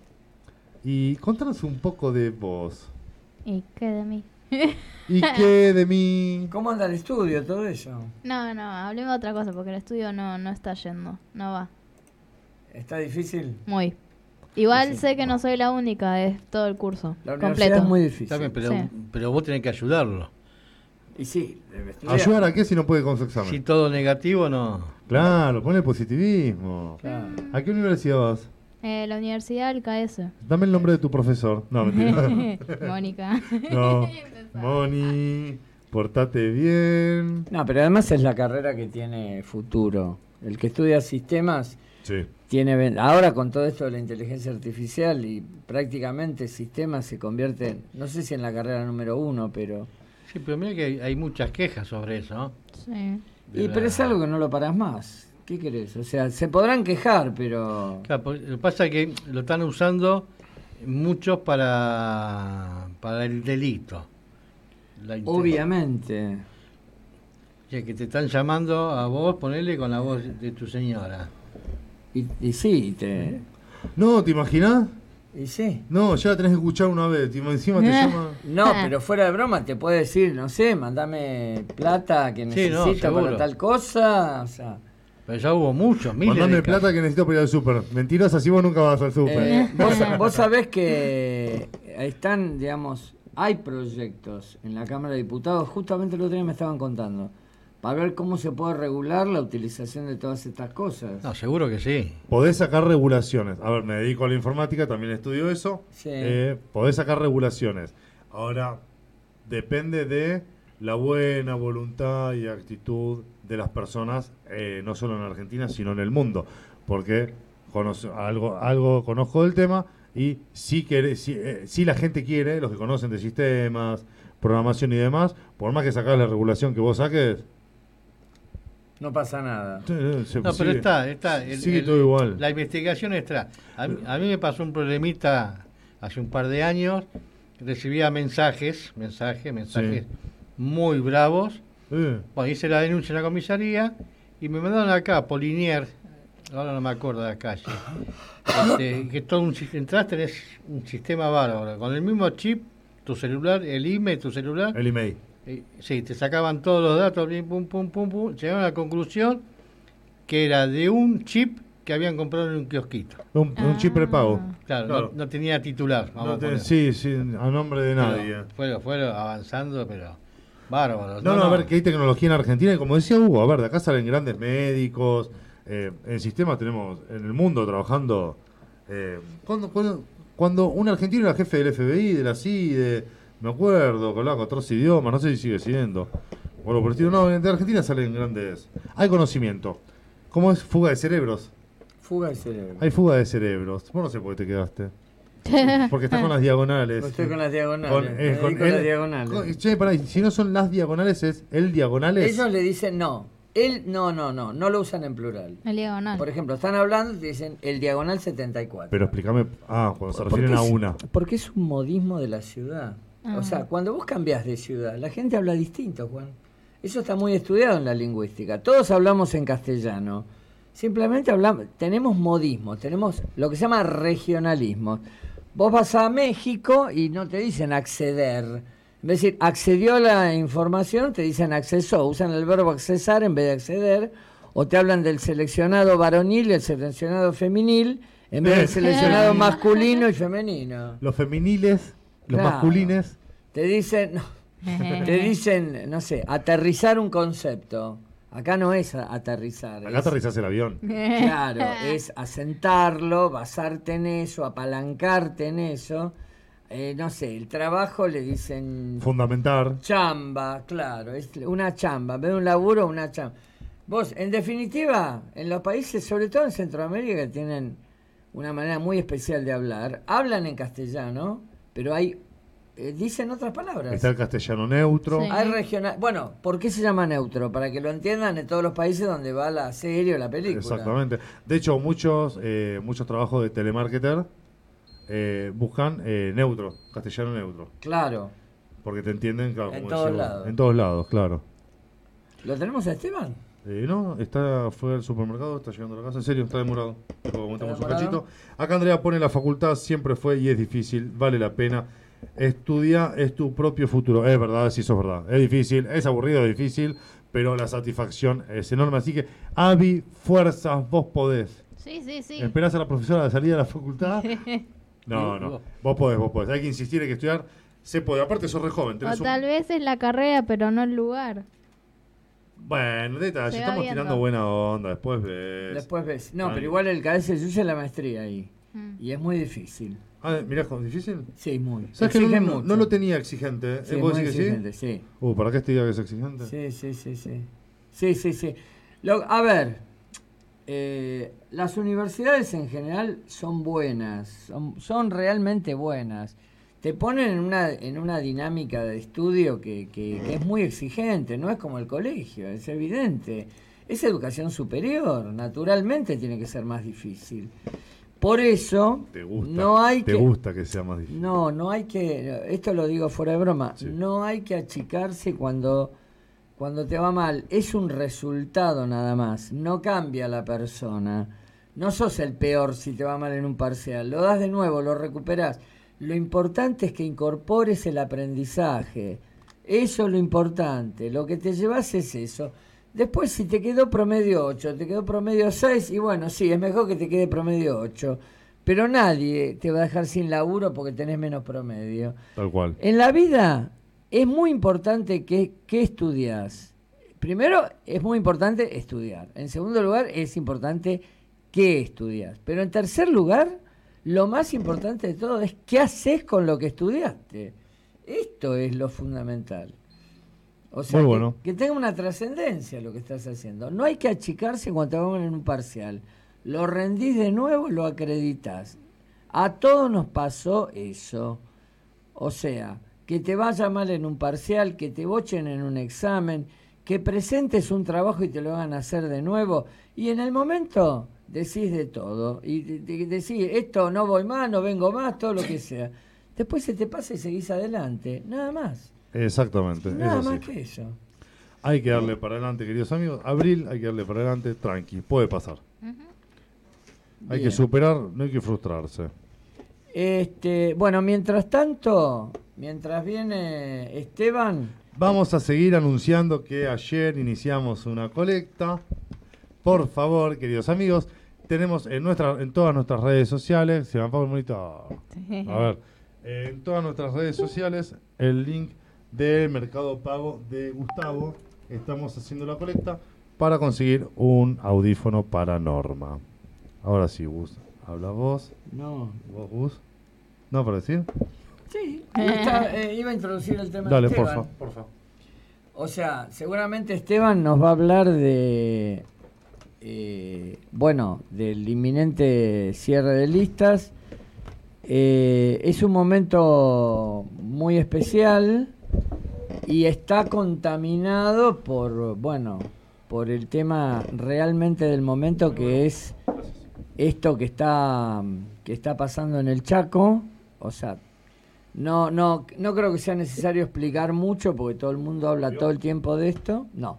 Y contanos un poco de vos. ¿Y qué de mí? ¿Y qué de mí? ¿Cómo anda el estudio, todo eso? No, no, hablemos de otra cosa porque el estudio no, no está yendo. No va. ¿Está difícil? Muy. Igual Sí. sé que no soy la única de todo el curso. La universidad completo. es muy difícil. Está bien, pero, Sí. pero vos tenés que ayudarlo. Y sí, debe estudiar. ¿Ayudar a qué si no puede con su examen? Si todo negativo, no. Claro, ponle positivismo. Claro. ¿A qué universidad vas? Eh, la universidad del K S. Dame el nombre de tu profesor. No, mentira. Mónica. No. Moni, portate bien. No, pero además es la carrera que tiene futuro. El que estudia sistemas Sí. tiene... ven- Ahora con todo esto de la inteligencia artificial y prácticamente sistemas se convierten, no sé si en la carrera número uno, pero... Sí, pero mira que hay, hay muchas quejas sobre eso, ¿no? Sí. De Y, la- pero es algo que no lo paras más. ¿Qué querés? O sea, se podrán quejar, pero... Claro, porque lo que pasa es que lo están usando muchos para, para el delito. La inte- Obviamente. O sea, que te están llamando a vos, ponele con la voz de tu señora. Y, y sí, te... No, ¿te imaginás? Y sí. No, ya la tenés que escuchar una vez. Tipo, encima te llama. No, pero fuera de broma te puede decir, no sé, mandame plata que Sí, no, necesito seguro. para tal cosa. O sea, Pero ya hubo muchos, miles Mandame de plata casos. que necesito para ir al súper. Mentirosa, si vos nunca vas al súper. eh, vos, vos sabés que están, digamos, hay proyectos en la Cámara de Diputados, justamente el otro día me estaban contando, para ver cómo se puede regular la utilización de todas estas cosas. No, seguro que sí. Podés sacar regulaciones. A ver, me dedico a la informática, también estudio eso. Sí. Eh, podés sacar regulaciones. Ahora, depende de la buena voluntad y actitud de las personas, eh, no solo en Argentina, sino en el mundo. Porque conoce- algo, algo conozco del tema y sí, quiere, sí, eh, sí la gente quiere, los que conocen de sistemas, programación y demás, por más que sacás la regulación que vos saques, No pasa nada. eh, se No, pero sigue- está, está. el- sigue el- todo igual. La investigación está. A, mí- a mí me pasó un problemita hace un par de años. Recibía mensajes, mensajes, mensajes muy bravos. Eh, Bueno, hice la denuncia en la comisaría y me mandaron acá, Polinier, ahora no me acuerdo de la calle, este, que todo un sis- entras, tenés un sistema bárbaro, con el mismo chip, tu celular, el email, tu celular, el email. eh, sí, te sacaban todos los datos, pim, pum, pum, pum, pum, llegaron a la conclusión que era de un chip que habían comprado en un kiosquito. Un, un chip prepago. Claro, Claro. No, no tenía titular, vamos No a te- poner. sí, sí, a nombre de nadie. Pero Fueron, fueron avanzando, pero bárbaros. No, no, a ver, que hay tecnología en Argentina y como decía Hugo, a ver, de acá salen grandes médicos, eh, en sistemas tenemos en el mundo trabajando. Eh, cuando, cuando, cuando un argentino era jefe del F B I, de la C I D E, me acuerdo, que hablaba con otros idiomas, no sé si sigue siendo. Bueno, por el estilo, no, de Argentina salen grandes. Hay conocimiento. ¿Cómo es fuga de cerebros? Fuga de cerebro. Hay fuga de cerebros. Vos no sé por qué te quedaste. Porque estás con las diagonales. No estoy con las diagonales. Con, me eh, con dedico a el- las diagonales. con- che, pará, y si no son las diagonales, es el diagonales. Ellos le dicen no. Él, no, no, no, no lo usan en plural. El diagonal. Por ejemplo, están hablando y te dicen el diagonal setenta y cuatro. Pero explícame. Ah, cuando se Porque refieren a es- una. Porque es un modismo de la ciudad. Ah. O sea, cuando vos cambiás de ciudad, la gente habla distinto, Juan. Eso está muy estudiado en la lingüística. Todos hablamos en castellano. Simplemente hablamos, tenemos modismos, tenemos lo que se llama regionalismo. Vos vas a México y no te dicen acceder. En vez de decir accedió a la información, te dicen accesó. Usan el verbo accesar en vez de acceder. O te hablan del seleccionado varonil y el seleccionado femenil En vez de seleccionado masculino y femenino. Los femeniles, los Claro. masculines. Te dicen, no, te dicen, no sé, aterrizar un concepto. Acá no es a- aterrizar. Acá es- aterrizás el avión. Claro, es asentarlo, basarte en eso, apalancarte en eso. Eh, no sé, el trabajo le dicen Fundamentar. chamba, claro, es una chamba, en vez de un laburo, una chamba. Vos, en definitiva, en los países, sobre todo en Centroamérica, que tienen una manera muy especial de hablar, hablan en castellano, pero hay, eh, dicen otras palabras. Está el castellano neutro. Sí. Hay regional, bueno, ¿por qué se llama neutro? Para que lo entiendan en todos los países donde va la serie o la película. Exactamente. De hecho, muchos eh, muchos trabajos de telemarketer eh, buscan eh, neutro, castellano neutro. Claro. Porque te entienden, claro, En como todos decís vos, lados. En todos lados, claro. ¿Lo tenemos a Esteban? Eh, no, está, fue al supermercado, está llegando a la casa. En serio, está demorado. Luego comentamos un demorado? cachito. Acá Andrea pone la facultad, siempre fue y es difícil, vale la pena. Estudia es tu propio futuro. Es verdad, sí, eso es verdad. Es difícil, es aburrido, es difícil, pero la satisfacción es enorme. Así que, Avi, fuerzas, vos podés. Sí, sí, sí. ¿Esperás a la profesora de salir a la facultad? No, no. Vos podés, vos podés. Hay que insistir, hay que estudiar. Se puede. Aparte, sos re joven. O tenés un- tal vez es la carrera, pero no el lugar. Bueno, neta, Se si va estamos viendo. tirando buena onda, después ves. Después ves. No, Ah, pero igual el K S S es la maestría ahí. Mm. Y es muy difícil. Ah, mirá, ¿es difícil? Sí, muy. ¿Sabes que no, Exige no- mucho. no lo tenía exigente? ¿Eh? Sí, ¿Vos muy decís que exigente, sí? sí. Uh, ¿para qué te diga que es exigente? Sí, sí, sí, sí. Sí, sí, sí. Lo- a ver, eh, las universidades en general son buenas, son, son realmente buenas. Te ponen en una, en una dinámica de estudio que, que- que es muy exigente, no es como el colegio, es evidente. Es educación superior, naturalmente tiene que ser más difícil. Por eso, Te gusta. no hay te que... gusta que sea más difícil. No, no hay que, esto lo digo fuera de broma, Sí. no hay que achicarse cuando, cuando te va mal. Es un resultado nada más, no cambia la persona. No sos el peor si te va mal en un parcial, lo das de nuevo, lo recuperás. Lo importante es que incorpores el aprendizaje. Eso es lo importante, lo que te llevas es eso. Después, si te quedó promedio ocho, te quedó promedio seis, y bueno, sí, es mejor que te quede promedio ocho. Pero nadie te va a dejar sin laburo porque tenés menos promedio. Tal cual. En la vida es muy importante que, que estudias. Primero, es muy importante estudiar. En segundo lugar, es importante qué estudias. Pero en tercer lugar, lo más importante de todo es qué haces con lo que estudiaste. Esto es lo fundamental. O sea, Muy que- bueno. que, tenga una trascendencia lo que estás haciendo. No hay que achicarse cuando te van en un parcial. Lo rendís de nuevo y lo acreditas. A todos nos pasó eso. O sea, que te vaya mal en un parcial, que te bochen en un examen, que presentes un trabajo y te lo hagan hacer de nuevo. Y en el momento decís de todo. Y de- de- decís, esto no voy más, no vengo más, todo lo que sea. Después se te pasa y seguís adelante. Nada más. Exactamente. Nada eso más sí. que eso. Hay que darle para adelante, queridos amigos. Abril, hay que darle para adelante, tranqui. Puede pasar. Hay Bien. que superar, no hay que frustrarse. Este, bueno, mientras tanto, mientras viene Esteban, Vamos a seguir anunciando que ayer iniciamos una colecta. Por favor, queridos amigos, tenemos en nuestra, en todas nuestras redes sociales, se me apaga el monitor. A ver, eh, en todas nuestras redes sociales, el link del Mercado Pago de Gustavo. Estamos haciendo la colecta para conseguir un audífono para Norma. Ahora sí, Gus, habla vos. no. ¿Vos, Gus? ¿No para decir? Sí, está- eh, iba a introducir el tema Dale, de por Esteban. favor, por favor. O sea, seguramente Esteban nos va a hablar de, eh, bueno, del inminente cierre de listas. Eh, es un momento muy especial y está contaminado por, bueno, por el tema realmente del momento, que es esto que está que está pasando en el Chaco. O sea, no no no creo que sea necesario explicar mucho porque todo el mundo habla todo el tiempo de esto. No.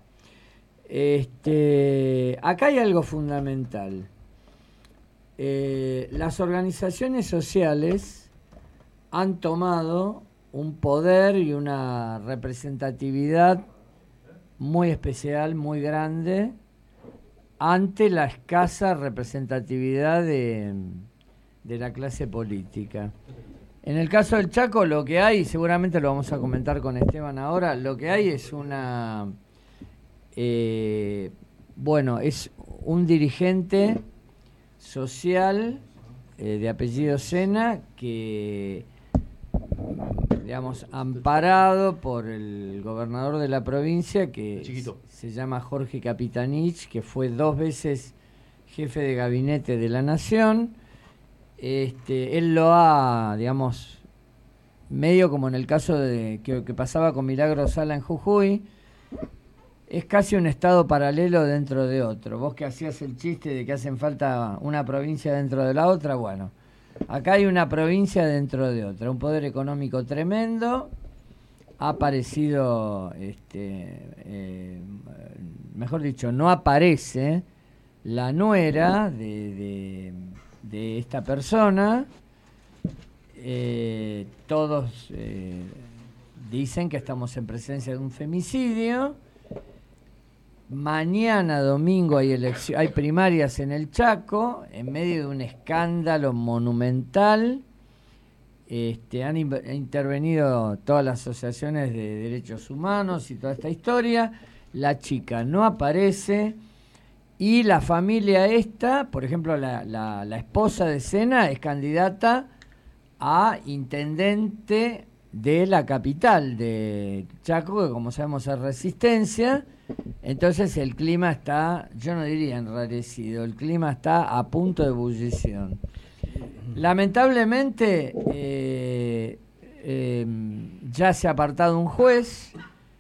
Este, acá hay algo fundamental. Eh, las organizaciones sociales han tomado un poder y una representatividad muy especial, muy grande, ante la escasa representatividad de, de la clase política. En el caso del Chaco, lo que hay, seguramente lo vamos a comentar con Esteban ahora, lo que hay es una, eh, bueno, es un dirigente social eh, de apellido Sena que, digamos, amparado por el gobernador de la provincia, que Chiquito. se llama Jorge Capitanich, que fue dos veces jefe de gabinete de la Nación. Este, él lo ha, digamos, medio como en el caso de que, que pasaba con Milagro Sala en Jujuy, es casi un estado paralelo dentro de otro. Vos que hacías el chiste de que hacen falta una provincia dentro de la otra, bueno, acá hay una provincia dentro de otra, un poder económico tremendo. Ha aparecido, este, eh, mejor dicho, no aparece la nuera de, de, de esta persona. Eh, todos eh, dicen que estamos en presencia de un femicidio. Mañana domingo hay elección, hay primarias en el Chaco, en medio de un escándalo monumental. Este, han in- intervenido todas las asociaciones de derechos humanos y toda esta historia. La chica no aparece y la familia esta, por ejemplo, la, la, la esposa de Sena es candidata a intendente de la capital de Chaco, que como sabemos es Resistencia. Entonces el clima está, yo no diría enrarecido, el clima está a punto de ebullición. Lamentablemente eh, eh, ya se ha apartado un juez,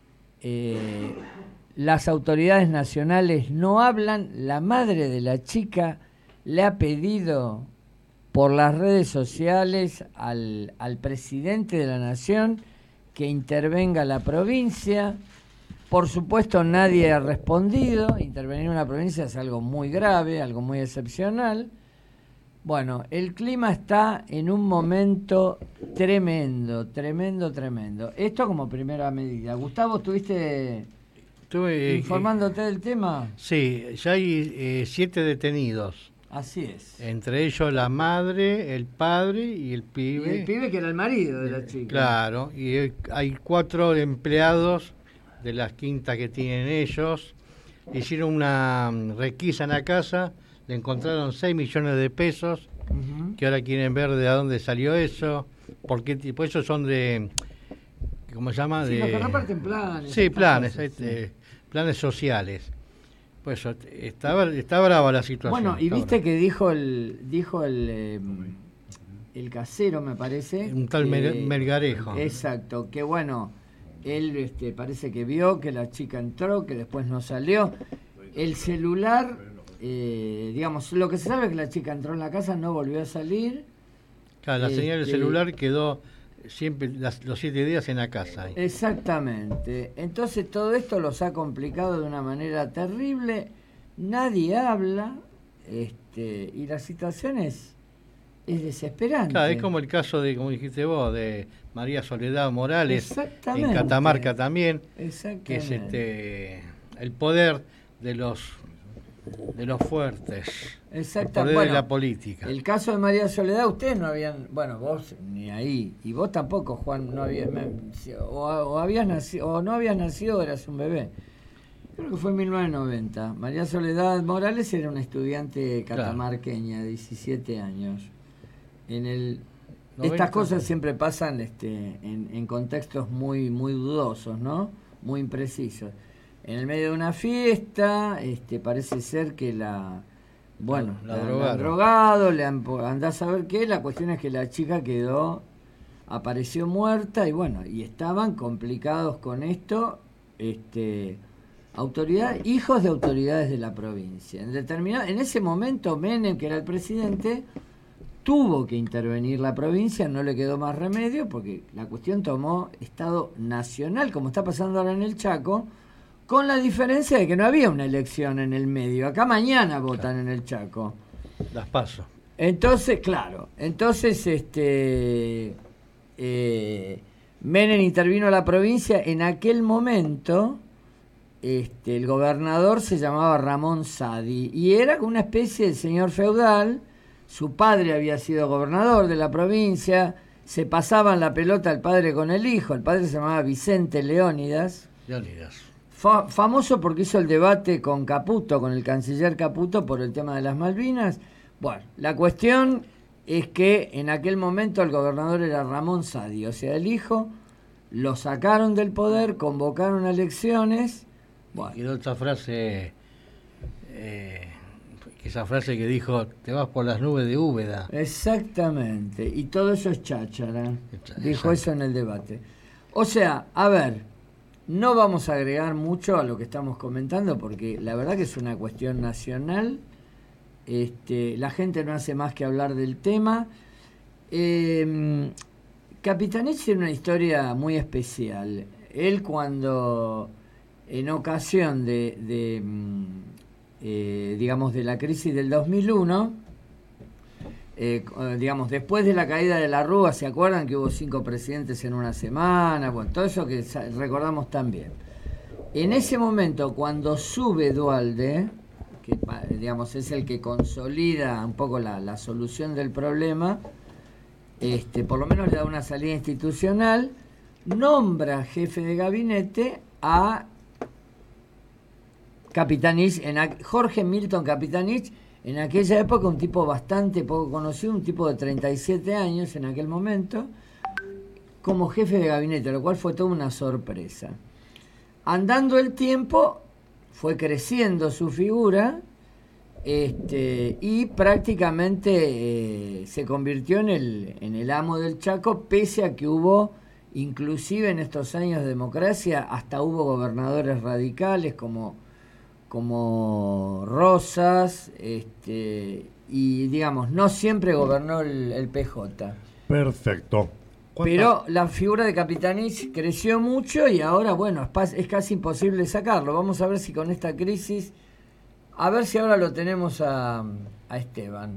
eh, las autoridades nacionales no hablan, la madre de la chica le ha pedido por las redes sociales al, al presidente de la nación que intervenga la provincia. Por supuesto nadie ha respondido, intervenir en una provincia es algo muy grave, algo muy excepcional. Bueno, el clima está en un momento tremendo, tremendo, tremendo. Esto como primera medida. Gustavo, ¿estuviste Estuve, eh, informándote del tema? Sí, ya hay eh, siete detenidos. Así es. Entre ellos la madre, el padre y el Y pibe. el pibe que era el marido de la chica. Claro, y eh, hay cuatro empleados de las quintas que tienen ellos. Hicieron una mm, requisa en la casa, le encontraron seis millones de pesos, Ujú. que ahora quieren ver de dónde salió eso, por qué tipo, esos son de, ¿cómo se llama? Sí, de, los que reparten planes. Sí, estas planes, cosas, este, sí. planes sociales. Pues eso, está, está brava la situación. Bueno, y está viste brava. que dijo el dijo el eh, el casero, me parece. Un tal que- Mel- Melgarejo. Exacto, que bueno, él este, parece que vio que la chica entró, que después no salió. El celular, eh, digamos, lo que se sabe es que la chica entró en la casa, no volvió a salir. Claro, la señal del este- celular quedó siempre las- los siete días en la casa. ahí. Exactamente. Entonces todo esto los ha complicado de una manera terrible. Nadie habla, este, y la situación es, es desesperante. Claro, es como el caso de, como dijiste vos, de María Soledad Morales, Exactamente. en Catamarca también, Exactamente. que es este el poder de los de los fuertes, el Exacto. poder Bueno, de la política. el caso de María Soledad, ustedes no habían, bueno, vos ni ahí, y vos tampoco, Juan, no habías, me- o, o habías nacido, o no habías nacido, o eras un bebé. Creo que fue en mil novecientos noventa. María Soledad Morales era una estudiante catamarqueña, diecisiete años. En el noventa. Estas cosas siempre pasan este, en, en contextos muy, muy dudosos, ¿no? Muy imprecisos. En el medio de una fiesta, este, parece ser que la, bueno, La- la la, la han drogaron. drogado, le han, po- andá a saber qué. La cuestión es que la chica quedó, apareció muerta y bueno, y estaban complicados con esto, este, autoridad, hijos de autoridades de la provincia. En determinado, en ese momento Menem, que era el presidente, tuvo que intervenir la provincia, no le quedó más remedio porque la cuestión tomó estado nacional, como está pasando ahora en el Chaco, con la diferencia de que no había una elección en el medio. Acá mañana votan en el Chaco. Las paso. Entonces, claro, entonces este eh, Menem intervino a la provincia. En aquel momento este, el gobernador se llamaba Ramón Sadi y era una especie de señor feudal, su padre había sido gobernador de la provincia, se pasaban la pelota el padre con el hijo, el padre se llamaba Vicente Leónidas. Leónidas. Fa- famoso porque hizo el debate con Caputo, con el canciller Caputo por el tema de las Malvinas. Bueno, la cuestión es que en aquel momento el gobernador era Ramón Sadio, o sea, el hijo, lo sacaron del poder, convocaron a elecciones. Bueno. Y otra frase, eh, esa frase que dijo, te vas por las nubes de Úbeda. Exactamente, y todo eso es cháchara, dijo Exacto. eso en el debate. O sea, a ver, no vamos a agregar mucho a lo que estamos comentando porque la verdad que es una cuestión nacional. Este, la gente no hace más que hablar del tema. Eh, Capitanich tiene una historia muy especial. Él cuando, en ocasión de, de eh, digamos, de la crisis del dos mil uno, eh, digamos, después de la caída de la Rúa, ¿se acuerdan que hubo cinco presidentes en una semana? Bueno, todo eso que recordamos también. En ese momento, cuando sube Duhalde, que digamos es el que consolida un poco la, la solución del problema, este, por lo menos le da una salida institucional, nombra jefe de gabinete a Capitanich, en a, Jorge Milton Capitanich, en aquella época un tipo bastante poco conocido, un tipo de treinta y siete años en aquel momento, como jefe de gabinete, lo cual fue toda una sorpresa. Andando el tiempo, fue creciendo su figura, este, y prácticamente eh, se convirtió en el, en el amo del Chaco, pese a que hubo, inclusive en estos años de democracia, hasta hubo gobernadores radicales como, como Rosas, este, y digamos, no siempre gobernó el, el P J. Perfecto. Pero la figura de Capitanich creció mucho y ahora, bueno, es, es casi imposible sacarlo. Vamos a ver si con esta crisis, a ver si ahora lo tenemos a, a Esteban.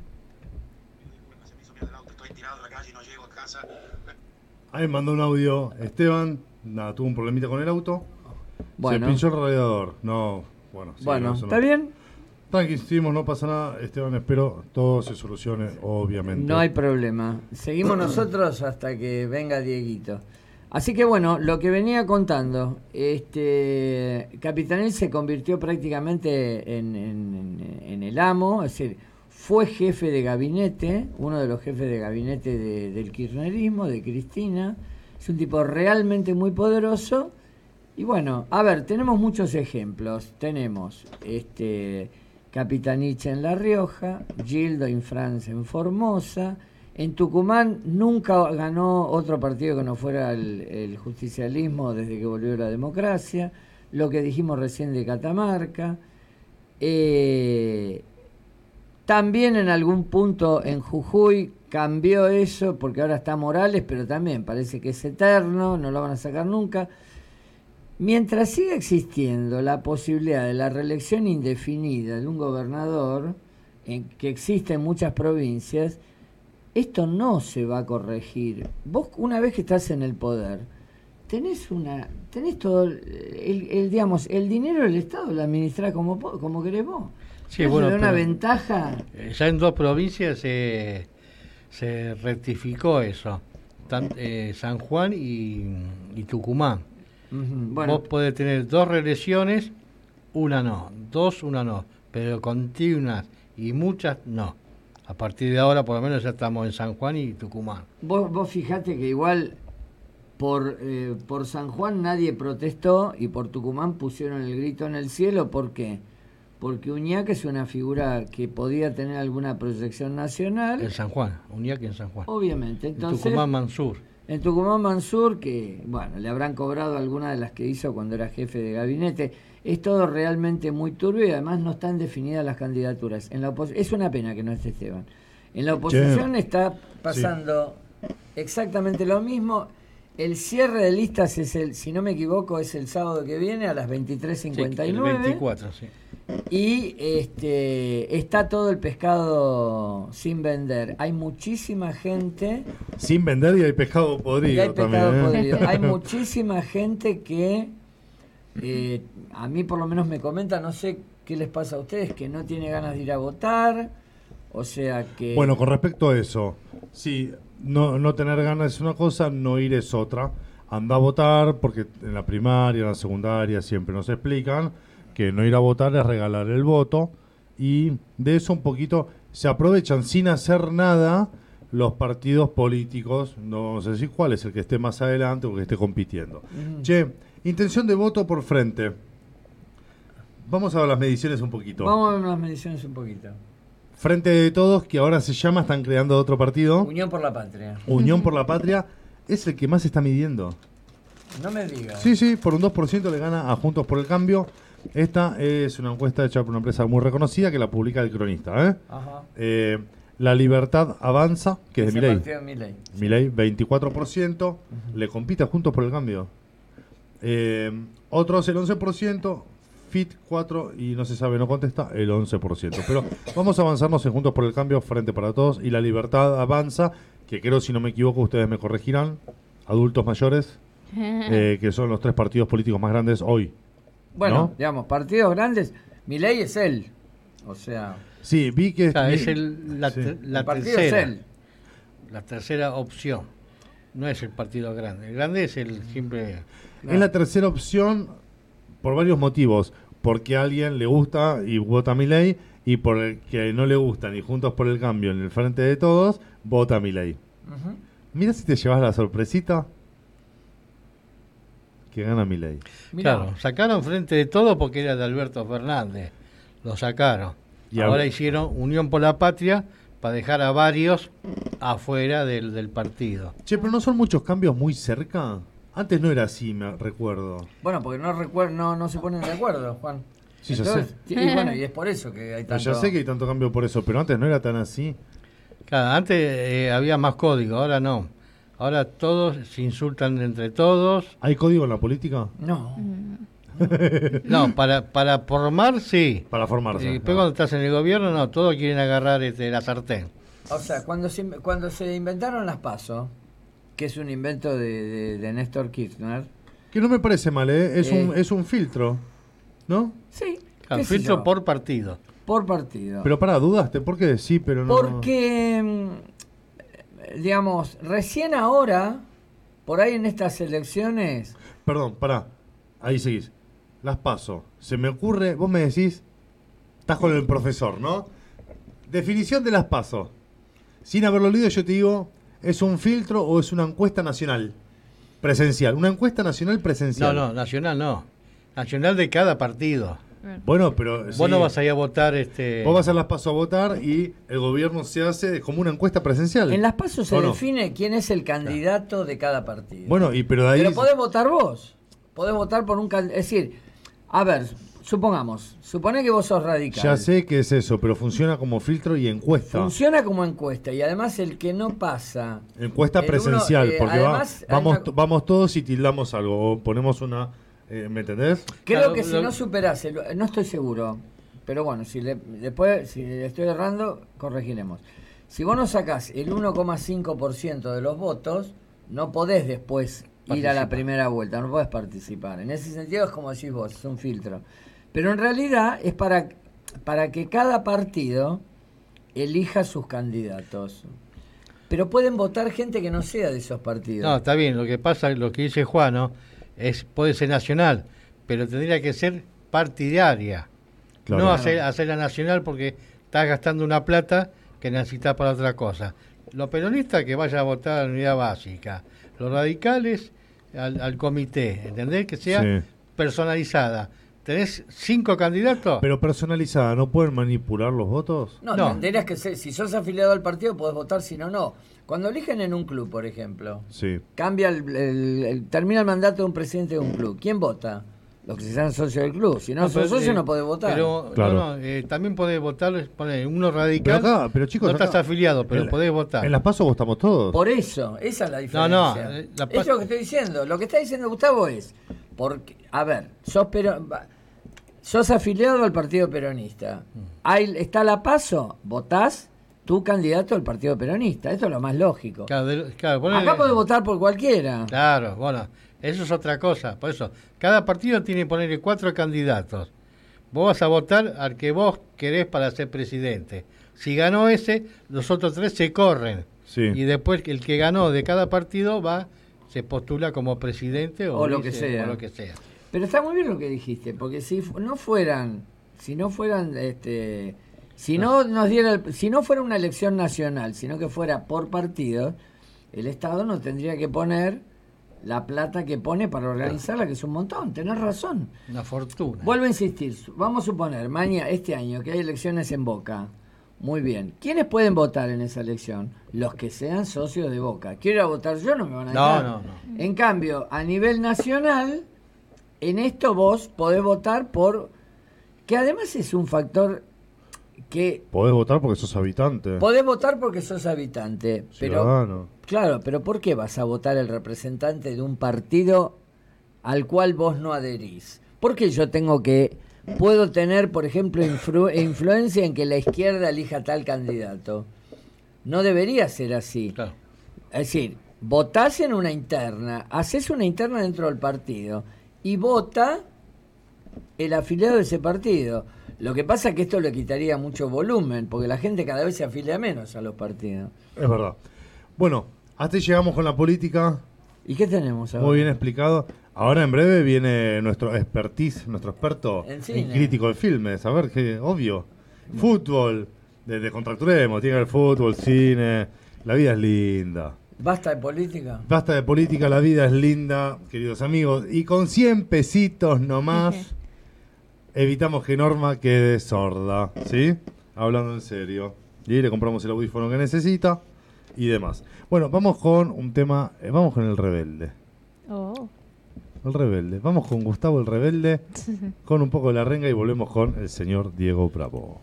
Ahí mandó un audio Esteban, nada, tuvo un problemita con el auto. Bueno. Se pinchó el radiador. No, bueno. Sí, bueno, no, eso ¿está no. bien? Tranqui, seguimos, no pasa nada. Esteban, espero todo se solucione, obviamente. No hay problema. Seguimos nosotros hasta que venga Dieguito. Así que bueno, lo que venía contando, este Capitanich se convirtió prácticamente en, en, en el amo, es decir, fue jefe de gabinete, uno de los jefes de gabinete de, del kirchnerismo, de Cristina. Es un tipo realmente muy poderoso. Y bueno, a ver, tenemos muchos ejemplos. Tenemos este Capitanich en La Rioja, Gildo Infrance en Formosa. En Tucumán nunca ganó otro partido que no fuera el, el justicialismo desde que volvió la democracia. Lo que dijimos recién de Catamarca. Eh, también en algún punto en Jujuy cambió eso porque ahora está Morales, pero también parece que es eterno, no lo van a sacar nunca. Mientras siga existiendo la posibilidad de la reelección indefinida de un gobernador, en, que existe en muchas provincias, esto no se va a corregir. Vos, una vez que estás en el poder, tenés una, tenés todo el, el, el digamos, el dinero del Estado lo administrás como, como querés vos. Sí, eso bueno, da una pero, ventaja. Eh, ya en dos provincias eh, se rectificó eso, Tan, eh, San Juan y, y Tucumán. Uh-huh. Bueno, vos podés tener dos reelecciones, una no, dos, una no, pero continuas y muchas no. A partir de ahora, por lo menos, ya estamos en San Juan y Tucumán. Vos, vos fijate que igual por, eh, por San Juan nadie protestó y por Tucumán pusieron el grito en el cielo. ¿Por qué? Porque Uñac es una figura que podía tener alguna proyección nacional. En San Juan, Uñac en San Juan. Obviamente. Entonces, en Tucumán Mansur. En Tucumán Mansur, que bueno, le habrán cobrado alguna de las que hizo cuando era jefe de gabinete. Es todo realmente muy turbio y además no están definidas las candidaturas. En la opos- es una pena que no esté Esteban. En la oposición Che. está pasando sí. exactamente lo mismo. El cierre de listas es el, si no me equivoco, es el sábado que viene a las veintitrés cincuenta y nueve. Sí, el veinticuatro, sí. Y este está todo el pescado sin vender. Hay muchísima gente. Sin vender y hay pescado podrido Y hay pescado también, ¿eh? podrido. Hay muchísima gente que eh, a mí por lo menos me comenta, no sé qué les pasa a ustedes, que no tiene ganas de ir a votar O sea que... Bueno, con respecto a eso, sí, no, no tener ganas es una cosa, no ir es otra. Anda a votar, porque en la primaria, en la secundaria siempre nos explican que no ir a votar es regalar el voto, y de eso un poquito se aprovechan sin hacer nada los partidos políticos, no vamos a decir cuál es el que esté más adelante o que esté compitiendo. Mm. Che, intención de voto por frente. Vamos a ver las mediciones un poquito. Vamos a ver las mediciones un poquito. Frente de Todos, que ahora se llama, están creando otro partido. Unión por la Patria. Unión por la Patria, es el que más se está midiendo. No me digas. Sí, sí, por un dos por ciento le gana a Juntos por el Cambio. Esta es una encuesta hecha por una empresa muy reconocida que la publica El Cronista. ¿eh? Ajá. Eh, La Libertad Avanza, que es de Ese Milei. partido de Milei. Milei, veinticuatro por ciento. Le compite a Juntos por el Cambio. Eh, otros el once por ciento. F I T cuatro y no se sabe, no contesta, el once por ciento. Pero vamos a avanzarnos en Juntos por el Cambio, Frente para Todos y La Libertad Avanza, que creo, si no me equivoco, ustedes me corregirán, adultos mayores, eh, que son los tres partidos políticos más grandes hoy. Bueno, ¿no? digamos, partidos grandes, Milei es él. O sea, Sí, vi que... O sea, mi- es el- la, sí. ter- la el partido tercera, es él. la tercera opción. No es el partido grande. El grande es el siempre... Es la tercera opción por varios motivos. Porque a alguien le gusta y vota a Milei, y por el que no le gusta ni Juntos por el Cambio en el Frente de Todos, vota a Milei. Ujú. Mira si te llevas la sorpresita que gana Milei. Mirá, Claro, sacaron Frente de Todo porque era de Alberto Fernández. Lo sacaron. Y Ahora hab- hicieron Unión por la Patria para dejar a varios afuera del, del partido. Che, pero ¿no son muchos cambios muy cerca? Antes no era así, me recuerdo. Bueno, porque no recuer no, no se ponen de acuerdo, Juan. Sí, ya Entonces, sé. Y bueno, y es por eso que hay Pero tanto... ya sé que hay tanto cambio por eso, pero antes no era tan así. Claro, antes eh, había más código, ahora no. Ahora todos se insultan entre todos. ¿Hay código en la política? No. No, para, para formar sí. Para formarse. Y después no. cuando estás en el gobierno, no, todos quieren agarrar este, la sartén. O sea, cuando se, cuando se inventaron las PASO, que es un invento de, de, de Néstor Kirchner, Que no me parece mal, ¿eh? Es, Eh. Un, es un filtro, ¿no? sí, Claro, qué sé filtro yo, por partido. por partido. Pero para, dudaste, ¿por qué sí, pero no? Porque, mm, digamos, recién ahora, por ahí en estas elecciones, Perdón, pará, ahí seguís. Las paso. Se me ocurre, vos me decís, estás con el profesor, ¿no? Definición de las paso. Sin haberlo leído, yo te digo, ¿es un filtro o es una encuesta nacional? Presencial, una encuesta nacional No, presencial. no, nacional no. Nacional de cada partido. Bueno, pero... Vos sí, no vas a ir a votar este... Vos vas a las paso a votar y el gobierno se hace como una encuesta presencial. en las PASO se ¿O no? define quién es el candidato de cada partido. Bueno, y pero de ahí... Pero podés votar vos. Podés votar por un candidato. Es decir, a ver, supongamos, supone que vos sos radical. Ya sé que es eso, pero funciona como filtro y encuesta. Funciona como encuesta y además el que no pasa. Encuesta el uno, presencial, eh, porque va- además, hay vamos, una- vamos todos y tildamos algo, o ponemos una... eh, ¿Me entendés? Creo Claro, que si lo- no superás, el- no estoy seguro, pero bueno, si le- después, si le estoy errando, corregiremos. Si vos no sacás el uno coma cinco por ciento de los votos, no podés después ir a la Participar. primera vuelta, no podés participar. En ese sentido es como decís vos, es un filtro. Pero en realidad es para, para que cada partido elija sus candidatos. Pero pueden votar gente que no sea de esos partidos. No, está bien, lo que pasa, lo que dice Juano, es puede ser nacional, pero tendría que ser partidaria. Claro. No hacer, hacer la nacional porque estás gastando una plata que necesitas para otra cosa. Los peronistas que vayan a votar a la unidad básica. Los radicales al, al comité, ¿entendés? Que sea Sí. personalizada. ¿Tenés cinco candidatos? Pero personalizada, ¿no pueden manipular los votos? No, No. tendrías que ser, si sos afiliado al partido podés votar, si no, no. Cuando eligen en un club, por ejemplo, Sí. cambia el, el- el- termina el mandato de un presidente de un club. ¿Quién vota? Los que sean socios del club. Si no, No, sos pero, socio eh, no podés votar. Pero Claro. no, no, eh, también podés votar, poner uno Pero radical. acá, pero chicos, no estás acá- afiliado, pero en- podés votar. En las pasos votamos todos. Por eso, esa es la diferencia. No, no, eh, la es pa- lo que estoy diciendo. Lo que está diciendo Gustavo es, porque, a ver, sos pero, va- sos afiliado al Partido Peronista. Mm. Ahí está la PASO, votás tu candidato al Partido Peronista. Esto es lo más lógico. Claro, de- claro, ponele- Acá podés votar por cualquiera. Claro, bueno, eso es otra cosa. Por eso, cada partido tiene que ponerle cuatro candidatos. Vos vas a votar al que vos querés para ser presidente. Si ganó ese, los otros tres se corren. Sí. Y después el que ganó de cada partido va, se postula como presidente o, O lo que vice, sea. o lo que sea. Pero está muy bien lo que dijiste, porque si fu- no fueran, si no fueran, este, si no nos diera, el- si no fuera una elección nacional, sino que fuera por partido, el Estado no tendría que poner la plata que pone para organizarla, que es un montón. Tenés razón. Una fortuna. Vuelvo a insistir. Vamos a suponer, mañana, este año, que hay elecciones en Boca. Muy bien. ¿Quiénes pueden votar en esa elección? Los que sean socios de Boca. Quiero ir a votar yo, no me van a No, dejar. no, no. En cambio, a nivel nacional, en esto vos podés votar por... Que además es un factor que... Podés votar porque sos habitante. Podés votar porque sos habitante. Pero, Ciudadano. claro, pero ¿por qué vas a votar el representante de un partido al cual vos no adherís? Porque yo tengo que... Puedo tener, por ejemplo, influ- influencia en que la izquierda elija tal candidato. No debería ser así. Claro. Es decir, votás en una interna, haces una interna dentro del partido y vota el afiliado de ese partido. Lo que pasa es que esto le quitaría mucho volumen, porque la gente cada vez se afilia menos a los partidos. Es verdad. Bueno, hasta ahí llegamos con la política. ¿Y qué tenemos ahora? Muy bien explicado. Ahora en breve viene nuestro expertise, nuestro experto En en, cine. crítico de filmes. A ver, qué obvio. Fútbol. De, de contracturemos. Tiene el fútbol, cine. La vida es linda. ¿Basta de política? Basta de política, la vida es linda, queridos amigos. Y con cien pesitos nomás, evitamos que Norma quede sorda. ¿Sí? Hablando en serio. Y le compramos el audífono que necesita y demás. Bueno, vamos con un tema. eh, vamos con el rebelde. Oh. El rebelde. Vamos con Gustavo el rebelde, con un poco de la renga y volvemos con el señor Diego Bravo.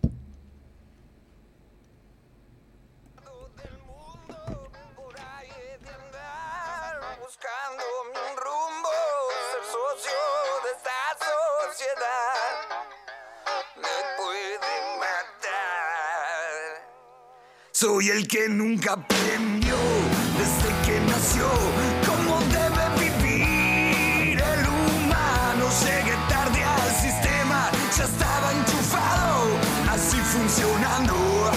Buscando un rumbo, ser socio de esta sociedad me puede matar. Soy el que nunca aprendió desde que nació cómo debe vivir el humano. Llegué tarde al sistema, ya estaba enchufado, así funcionando.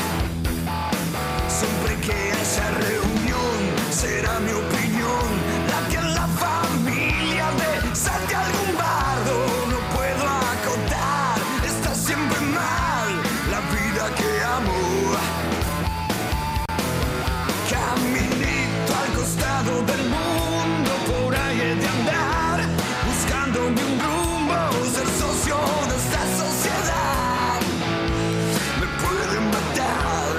Siempre que haya reunión, será mi opinión la que en la familia me salte algún bardo. No puedo acotar, está siempre mal la vida que amo. Caminito al costado del mundo, por ahí he de andar, buscándome un rumbo, ser socio de esta sociedad me puede matar.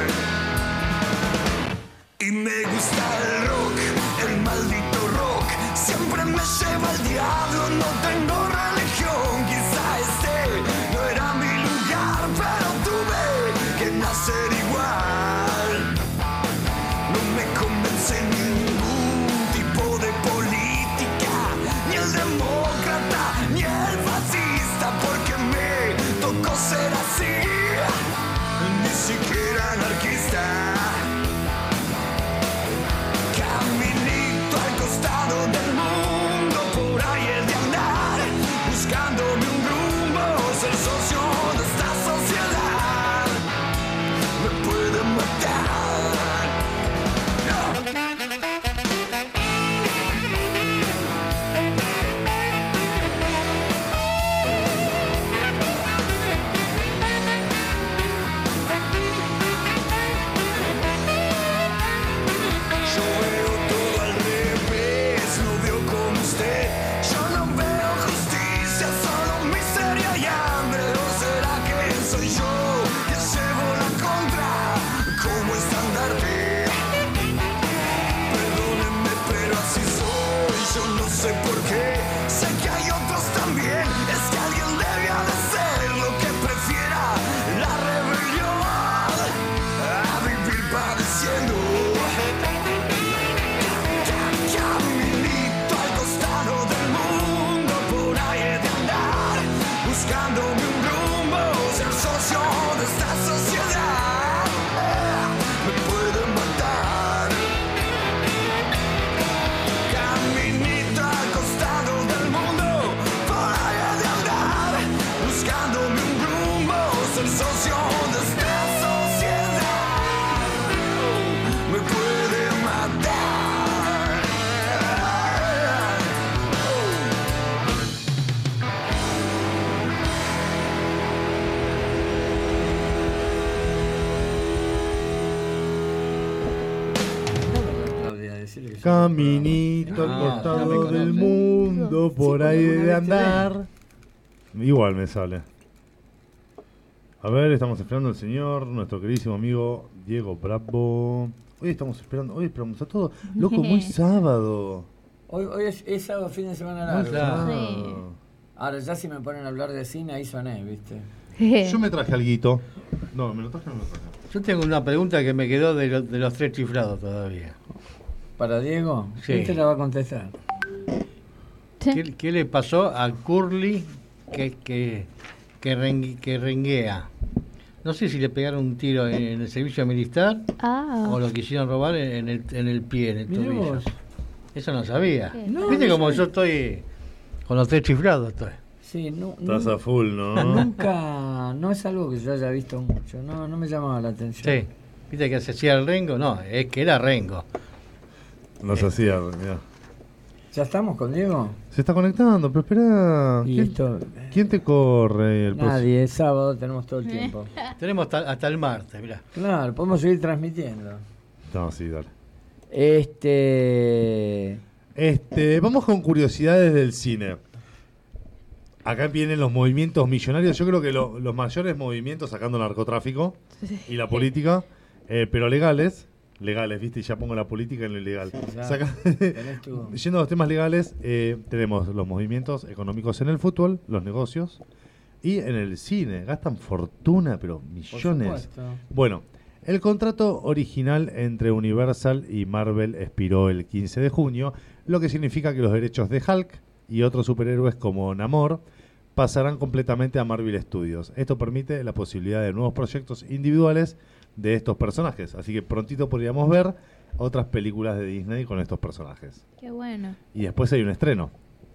Y me gusta el rock, el maldito rock, siempre me lleva al diablo, no tengo religión, quizá este no era mi lugar, pero tuve que nacer igual. No me convence ningún tipo de política, ni el demócrata, ni el fascista, porque me tocó ser así, ni siquiera anarquista. Caminito al costado del mundo, por ahí he de andar, buscándome un rumbo, ser socio de esta sociedad me puede matar. Yo veo todo al revés, no veo como usted. Yo no veo justicia, solo miseria y hambre. ¿O será que soy yo que llevo la contra como estandarte? Perdónenme, pero así soy, yo no sé por qué. Sé que hay otros también, es que alguien debe de ser lo que prefiera la rebelión a vivir padeciendo. Caminito al costado del mundo, por ahí he de andar, buscándome un rumbo, ser socio de esta sociedad me puede matar. Caminito al costado del mundo, por ahí he de andar, buscándome un rumbo, ser socio de esta sociedad. Caminito al Ah, costado ya me conoce. del mundo, por Sí, ahí porque de una vez te andar. Igual me sale. A ver, estamos esperando al señor, nuestro queridísimo amigo Diego Bravo. Hoy estamos esperando, hoy esperamos a todos. Loco, muy sábado. Hoy, hoy es, es sábado, fin de semana Muy largo. claro. sábado. Ahora ya si me ponen a hablar de cine, ahí soné, ¿viste? Yo me traje alguito. No, me lo traje o no me lo traje. Yo tengo una pregunta que me quedó de, lo- de los tres chiflados todavía. ¿Para Diego? Sí. ¿Quién te la va a contestar? ¿Qué, qué le pasó a Curly que, que, que, rengue- que renguea? No sé si le pegaron un tiro en, en el servicio militar Ah. o lo quisieron robar en, en el, en el pie, en el Mirá tobillo. vos. Eso no sabía. ¿Qué? No, Viste no como sabía. yo estoy con los tres chiflados. Estoy. Sí, no, Estás nu- a full, ¿no? nunca, no es algo que yo haya visto mucho, no, no me llamaba la atención. Sí. ¿Viste que se hacía el rengo? No, es que era rengo. Nos hacía, mirá. ¿Ya estamos con Diego? Se está conectando, pero espera. Y ¿Quién, esto, quién te corre el próximo? nadie, es sábado, tenemos todo el tiempo. Tenemos hasta, hasta el martes, mirá. Claro, podemos seguir transmitiendo. No, sí, dale. Este... Este, vamos con curiosidades del cine. Acá vienen los movimientos millonarios. Yo creo que lo- los mayores movimientos sacando el narcotráfico y la política, eh, pero legales, legales, viste, y ya pongo la política en lo ilegal. ya. Saca- Tenés tu- Yendo a los temas legales, eh, tenemos los movimientos económicos en el fútbol, los negocios y en el cine. Gastan fortuna, pero Por millones. supuesto. Bueno, el contrato original entre Universal y Marvel expiró el quince de junio, lo que significa que los derechos de Hulk y otros superhéroes como Namor pasarán completamente a Marvel Studios. Esto permite la posibilidad de nuevos proyectos individuales de estos personajes, así que prontito podríamos ver otras películas de Disney con estos personajes. Qué bueno. Y después hay un estreno.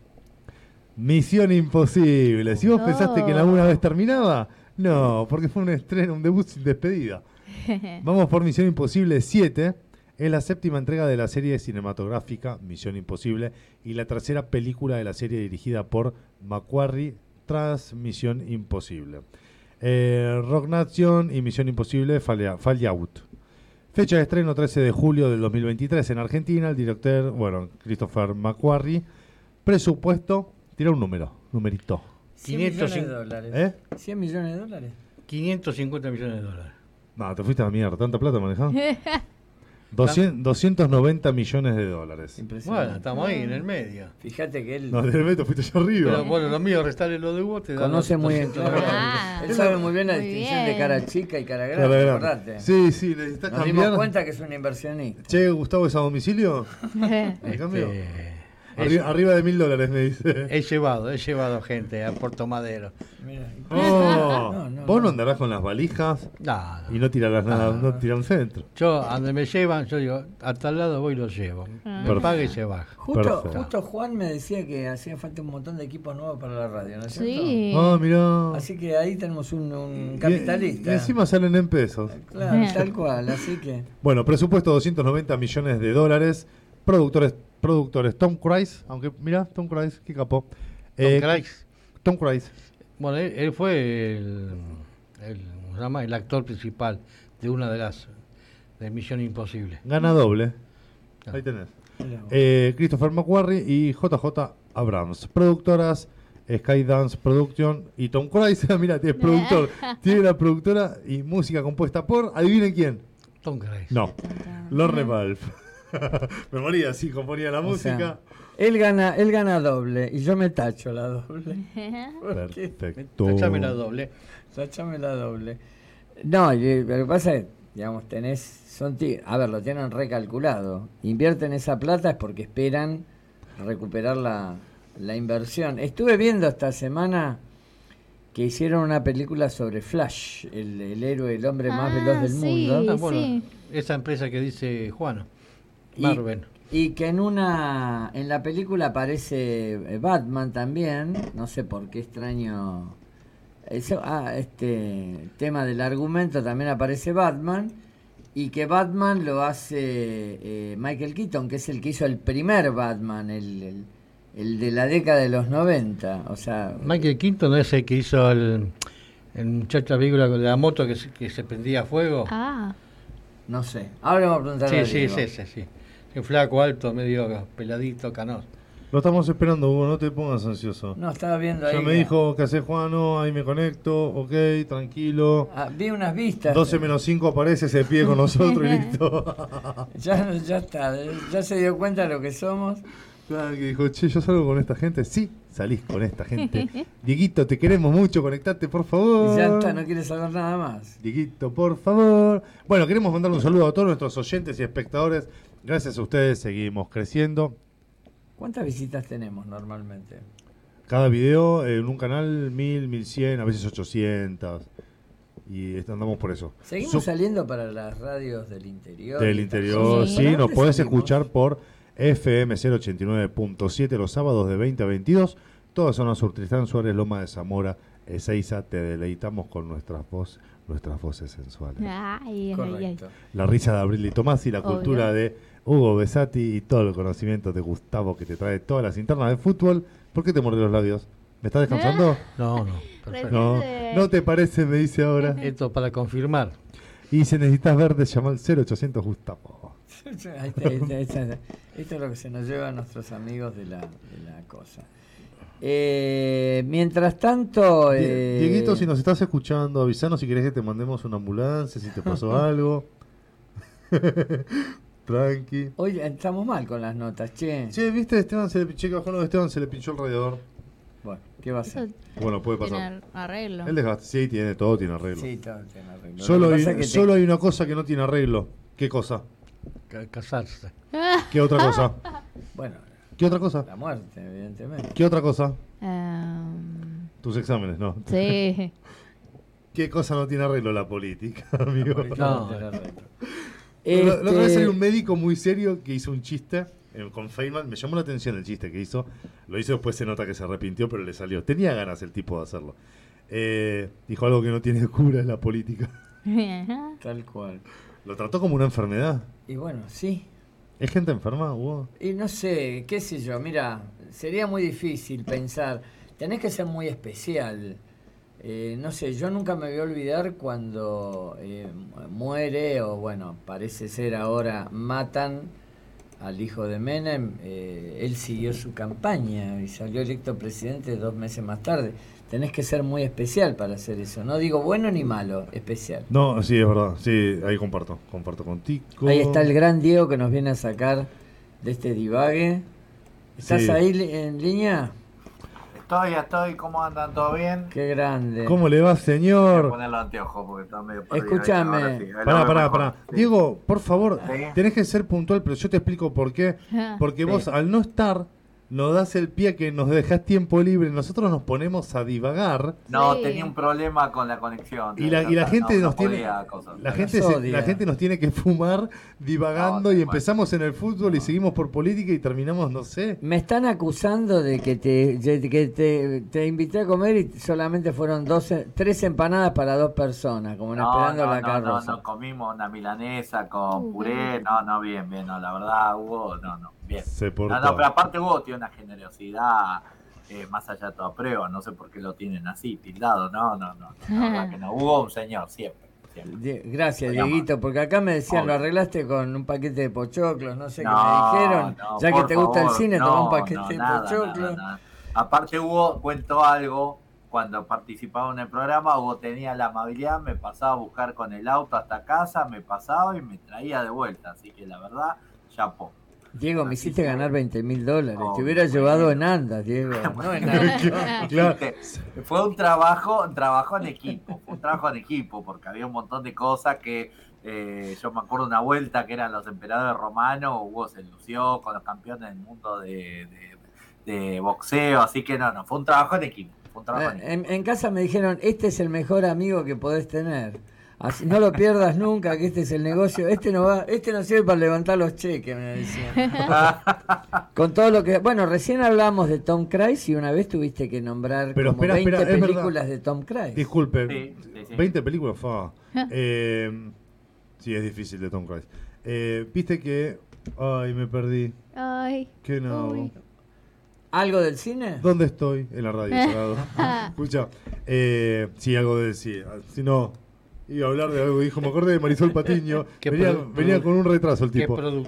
Misión Imposible. Si vos Oh. pensaste que alguna vez terminaba, no, porque fue un estreno, un debut sin despedida. Vamos por Misión Imposible siete. Es la séptima entrega de la serie cinematográfica Misión Imposible y la tercera película de la serie dirigida por Macquarie tras Misión Imposible. Eh, Rock Nation y Misión Imposible Fall- Fallout. Fecha de estreno trece de julio del dos mil veintitrés en Argentina. El director, bueno, Christopher McQuarrie. Presupuesto, tira un número, numerito. cien quinientos millones de cinco- dólares. ¿Eh? ¿cien millones de dólares? quinientos cincuenta millones de dólares. No, te fuiste a la mierda, tanta plata manejás. doscientos, doscientos noventa millones de dólares. Impresionante. Bueno, estamos ahí en el medio. Fíjate que él No, de repente fuiste allá arriba. Pero bueno, lo mío, restarle lo de vos, te da conoce los muy bien, doscientos claro. noventa. Ah. Él sabe muy bien la Muy distinción de bien. cara chica y cara Cara grande, grande. acordate. Sí, sí, necesitas Nos dimos cambiar. cuenta que es un inversionista. Che, Gustavo, ¿es a domicilio? ¿Me cambio? Este, Arri- arriba de mil dólares, me dice. he llevado, he llevado gente a Puerto Madero. Mira. Oh, No, no, vos no no. andarás con las valijas No, no. y no tirarás nada, Ah. no tirarás un centro. Yo, a donde me llevan, yo digo, a tal lado voy y lo llevo. Me Perfecto. paga y se baja. Justo, Perfecto. justo Juan me decía que hacía falta un montón de equipos nuevos para la radio, ¿no es cierto? Sí. Ah, mirá. Así que ahí tenemos un, un Y- capitalista. Y, encima salen en pesos. Claro, tal cual, así que... Bueno, presupuesto doscientos noventa millones de dólares. Productores, productores Tom Cruise, aunque mira, Tom Cruise, qué capo. Tom Eh, Cruise. Tom Cruise. Bueno, él, él fue el, el, ¿cómo se llama? El actor principal de una de las de Misión Imposible. Gana doble. Ah. Ahí tenés. Mira vos. Eh, Christopher McQuarrie y J J Abrams. Productoras Skydance Production y Tom Cruise. Mira, tiene productor. Tiene la productora y música compuesta por, adivinen quién. Tom Cruise. No, Lorne Valve. Me moría así, componía la O música. sea, él gana, él gana doble y yo me tacho la doble. Perfecto. Tachame la doble. Tachame la doble. No, y lo que pasa es, digamos, tenés, son ti- a ver, lo tienen recalculado. Invierten esa plata es porque esperan recuperar la, la inversión. Estuve viendo esta semana que hicieron una película sobre Flash, el, el héroe, el hombre más Ah, veloz del sí. mundo. Ah, bueno, sí. esa empresa que dice Juan, Y- Marvel. Y que en una en la película aparece eh, Batman también, no sé por qué extraño eso, ah, este tema del argumento también aparece Batman y que Batman lo hace eh, Michael Keaton, que es el que hizo el primer Batman, el, el, el de la década de los noventa, o sea, Michael Keaton es el que hizo el, el muchacho de la película de la moto que se, que se prendía a fuego. Ah. no sé. Ahora le vamos a preguntar sí, a sí, Diego. sí, sí, sí. Es flaco, alto, medio peladito, canoso. Lo estamos esperando, Hugo, no te pongas ansioso. No, estaba viendo ahí. Ya me que- dijo que hace Juano, ahí me conecto, ok, tranquilo. Ah, vi unas vistas. doce menos cinco aparece, se pide con nosotros y listo. Ya, ya está, ya se dio cuenta de lo que somos. Claro, que dijo, che, yo salgo con esta gente. Sí, salís con esta gente. Dieguito, te queremos mucho, conectate, por favor. Y ya está, no quiere saber nada más. Dieguito, por favor. Bueno, queremos mandarle un saludo a todos nuestros oyentes y espectadores. Gracias a ustedes seguimos creciendo. ¿Cuántas visitas tenemos normalmente? Cada video en un canal, mil, mil cien, a veces ochocientos. Y est- andamos por eso. Seguimos Su- saliendo para las radios del interior. Del y interior, estas sí, cosas. nos ¿Dónde podés salimos? escuchar por F M cero ochenta y nueve punto siete los sábados de veinte a veintidós. Toda zona sur, Tristán Suárez, Loma de Zamora, Ezeiza. Te deleitamos con nuestras voces, nuestras voces sensuales. Ay, ay, ay. Correcto. La risa de Abril y Tomás y la Obvio. cultura de Hugo Besati y todo el conocimiento de Gustavo que te trae todas las internas de fútbol. ¿Por qué te mordes los labios? ¿Me estás descansando? No, no, perfecto. No, no te parece, me dice ahora. Esto para confirmar. Y si necesitas verde, llama al cero ochocientos Gustavo. Ahí está, ahí está, ahí está. Esto es lo que se nos lleva a nuestros amigos de la, de la cosa. Eh, mientras tanto... Die- eh, Dieguito, si nos estás escuchando, avisanos si querés que te mandemos una ambulancia, si te pasó algo. Tranqui. Hoy estamos mal con las notas, che. Che, ¿viste? Esteban se le, che, que bajó lo de Esteban, se le pinchó el radiador. Bueno, ¿qué va a Eso hacer? Bueno, puede tiene pasar. arreglo. El desgaste, sí, tiene todo, tiene arreglo. Sí, todo tiene arreglo. Solo, Lo que hay, pasa es que te- solo hay una cosa que no tiene arreglo. ¿Qué cosa? Ca- Casarse. ¿Qué otra cosa? Bueno, ¿Qué otra cosa? la muerte, evidentemente. ¿Qué otra cosa? Em, Tus exámenes, no. sí. ¿Qué cosa no tiene arreglo? La política, amigo. No. Tiene arreglo. La, la otra vez Este, salió un médico muy serio que hizo un chiste eh, con Feynman. Me llamó la atención el chiste que hizo. Lo hizo, después se nota que se arrepintió, pero le salió. Tenía ganas el tipo de hacerlo. Eh, dijo algo que no tiene cura, es la política. Tal cual. Lo trató como una enfermedad. Y bueno, sí. ¿Es gente enferma, Hugo? Y no sé, qué sé yo, mira, sería muy difícil pensar, tenés que ser muy especial. Eh, no sé, yo nunca me voy a olvidar cuando eh, muere, o bueno, parece ser ahora, matan al hijo de Menem. Eh, él siguió su campaña y salió electo presidente dos meses más tarde. Tenés que ser muy especial para hacer eso. No digo bueno ni malo, especial. No, sí, es verdad. Sí, ahí comparto. Comparto contigo. Ahí está el gran Diego que nos viene a sacar de este divague. ¿Estás Sí. ahí li- en línea? Estoy, estoy, ¿cómo andan? ¿Todo bien? Qué grande. ¿Cómo le va, Voy a señor? poner los anteojos porque está medio perdido. Escúchame. Ahora sí, ahí lo Pará, veo pará, mejor. pará. Sí. Diego, por favor, Sí. tenés que ser puntual, pero yo te explico por qué. Porque Sí. vos, al no estar, nos das el pie a que nos dejás tiempo libre. Nosotros nos ponemos a divagar. No, Sí. tenía un problema con la conexión. Y la, y la No, gente no nos tiene podía cosas. la Nos gente se- odia. la gente nos tiene que fumar divagando No, y no, empezamos en el fútbol y seguimos por política y terminamos, no sé. Me están acusando de que te de que te, te invité a comer y solamente fueron doce, tres empanadas para dos personas, como en No, esperando no, la no, carroza. no, no, comimos una milanesa con Uh, puré. No, no, bien, bien. No, la verdad, Hugo, no, no, bien. Se portó. No, no, pero aparte Hugo tiene una generosidad eh, más allá de toda prueba. No sé por qué lo tienen así, tildado. No, no, no. no, la verdad que no. Hugo, un señor, siempre. siempre. Die- Gracias, Bueno, Dieguito, porque acá me decían, obvio. lo arreglaste con un paquete de pochoclos, no sé No, qué me dijeron. no, ya que por te gusta el favor, cine, no, toma un paquete no, de nada, pochoclos. nada, nada. Aparte, Hugo, cuento algo. Cuando participaba en el programa, Hugo tenía la amabilidad, me pasaba a buscar con el auto hasta casa, me pasaba y me traía de vuelta. Así que la verdad, chapó. Diego, me Así hiciste que- ganar veinte mil dólares. Oh, te hubiera bueno. llevado en andas, Diego. No en andas. Claro. Fue un trabajo, un trabajo en equipo, fue un trabajo en equipo, porque había un montón de cosas que eh, yo me acuerdo una vuelta que eran los emperadores romanos, Hugo se lució con los campeones del mundo de, de, de boxeo, así que no, no, fue un trabajo en equipo. Fue un trabajo en equipo. En, en casa me dijeron, este es el mejor amigo que podés tener. Así, no lo pierdas nunca, que este es el negocio. Este no va, este no sirve para levantar los cheques, me decían. Con todo lo que... Bueno, recién hablamos de Tom Cruise y una vez tuviste que nombrar Pero como espera, veinte espera, es películas verdad. de Tom Cruise. Disculpe, Sí, sí, sí. veinte películas, fa. Eh, sí, es difícil de Tom Cruise. Eh, Viste que... Ay, me perdí. Ay. ¿Qué no? Uy. ¿Algo del cine? ¿Dónde estoy? En la radio, Salado. Escucha, eh, sí, algo de... Sí, si no... Iba a hablar de algo, dijo, me acordé de Marisol Patiño. Qué Venía, produ- venía con un retraso el Qué tipo. productor.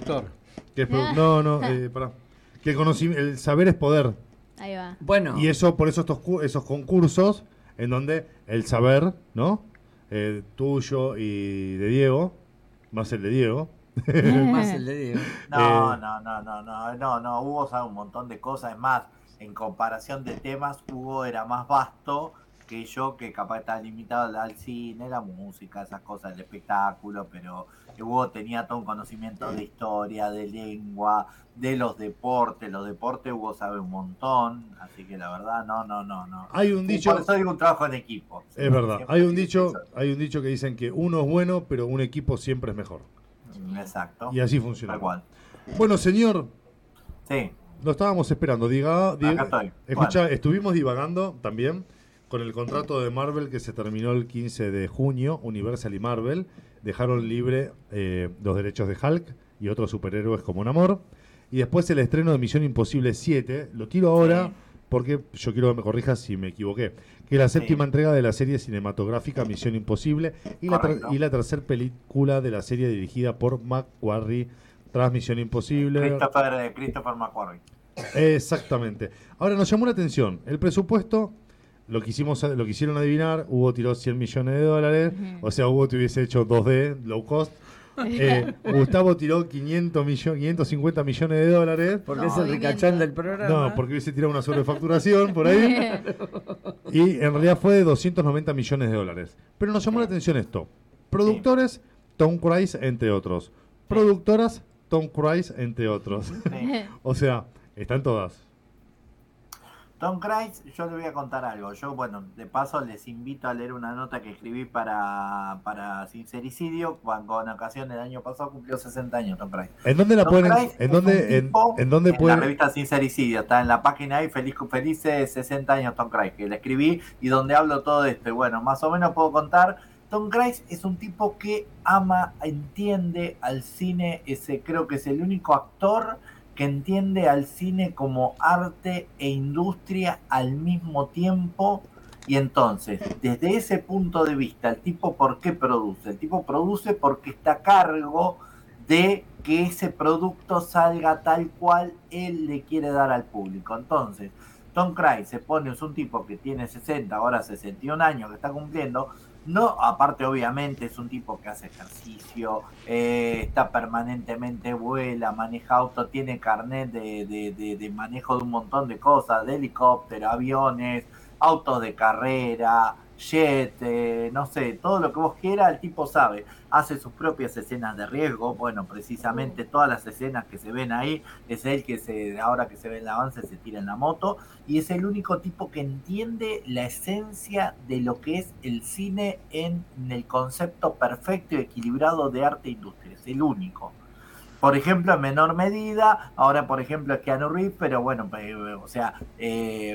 Que es produ- no, no, eh, pará. Que el, conocimiento, el saber es poder. Ahí va. Bueno, Y eso, por eso estos cu- esos concursos en donde el saber, ¿no? Eh, tuyo y de Diego, más el de Diego. más el de Diego. No, Eh. no, no, no, no, no, no, Hugo sabe un montón de cosas, es más, en comparación de temas, Hugo era más vasto que yo, que capaz estaba limitado al cine, la música, esas cosas, el espectáculo, pero Hugo tenía todo un conocimiento de historia, de lengua, de los deportes, los deportes Hugo sabe un montón, así que la verdad, no, no, no, no. Hay un dicho, Por eso digo un trabajo en equipo. es verdad, Siempre hay un digo dicho, eso. hay un dicho que dicen que uno es bueno, pero un equipo siempre es mejor. Exacto. Y así funciona. Tal cual. Bueno, señor, Sí, lo estábamos esperando. Diga, di- acá estoy. escucha, Bueno. estuvimos divagando también con el contrato de Marvel que se terminó el quince de junio. Universal y Marvel dejaron libre eh, los derechos de Hulk y otros superhéroes como Namor. Y después el estreno de Misión Imposible siete. Lo tiro ahora Sí. porque yo quiero que me corrijas si me equivoqué. Que es la séptima Sí. entrega de la serie cinematográfica Misión Imposible y la, ter- Correcto. y la tercera película de la serie dirigida por McQuarrie tras Misión Imposible. Christopher, eh, Christopher McQuarrie. Exactamente. Ahora nos llamó la atención. El presupuesto, lo que hicimos, lo que hicieron adivinar, Hugo tiró cien millones de dólares. Ujú. O sea, Hugo te hubiese hecho dos D, low cost. Eh, Gustavo tiró quinientos millones, quinientos cincuenta millones de dólares. Porque No, es el movimiento. ricachón del programa. No, porque hubiese tirado una sobrefacturación por ahí. Y en realidad fue de doscientos noventa millones de dólares. Pero nos llamó la atención esto. Productores, Tom Cruise, entre otros. Productoras, Tom Cruise, entre otros. Sí. O sea, están todas. Tom Cruise, yo le voy a contar algo. Yo, bueno, de paso les invito a leer una nota que escribí para, para Sincericidio, cuando en ocasión el año pasado cumplió sesenta años Tom Cruise. ¿En dónde la Tom pueden? Cruise ¿En es dónde, un en, tipo en dónde en la pueden? revista Sincericidio, está en la página ahí, feliz, felices sesenta años Tom Cruise, que le escribí y donde hablo todo esto. Y bueno, más o menos puedo contar. Tom Cruise es un tipo que ama, entiende al cine, ese creo que es el único actor que entiende al cine como arte e industria al mismo tiempo. Y entonces, desde ese punto de vista, el tipo, ¿por qué produce? El tipo produce porque está a cargo de que ese producto salga tal cual él le quiere dar al público. Entonces, Tom Cruise se pone, es un tipo que tiene sesenta, ahora sesenta y un años, que está cumpliendo. No, aparte obviamente es un tipo que hace ejercicio, eh, está permanentemente, vuela, maneja auto, tiene carnet de, de, de, de manejo de un montón de cosas, de helicóptero, aviones, autos de carrera, jet, eh, no sé, todo lo que vos quieras, el tipo sabe. Hace sus propias escenas de riesgo, bueno, precisamente todas las escenas que se ven ahí, es él que se, ahora que se ve el avance, se tira en la moto, y es el único tipo que entiende la esencia de lo que es el cine en, en el concepto perfecto y equilibrado de arte e industria, es el único. Por ejemplo, en menor medida, ahora por ejemplo es Keanu Reeves, pero bueno, eh, o sea, eh,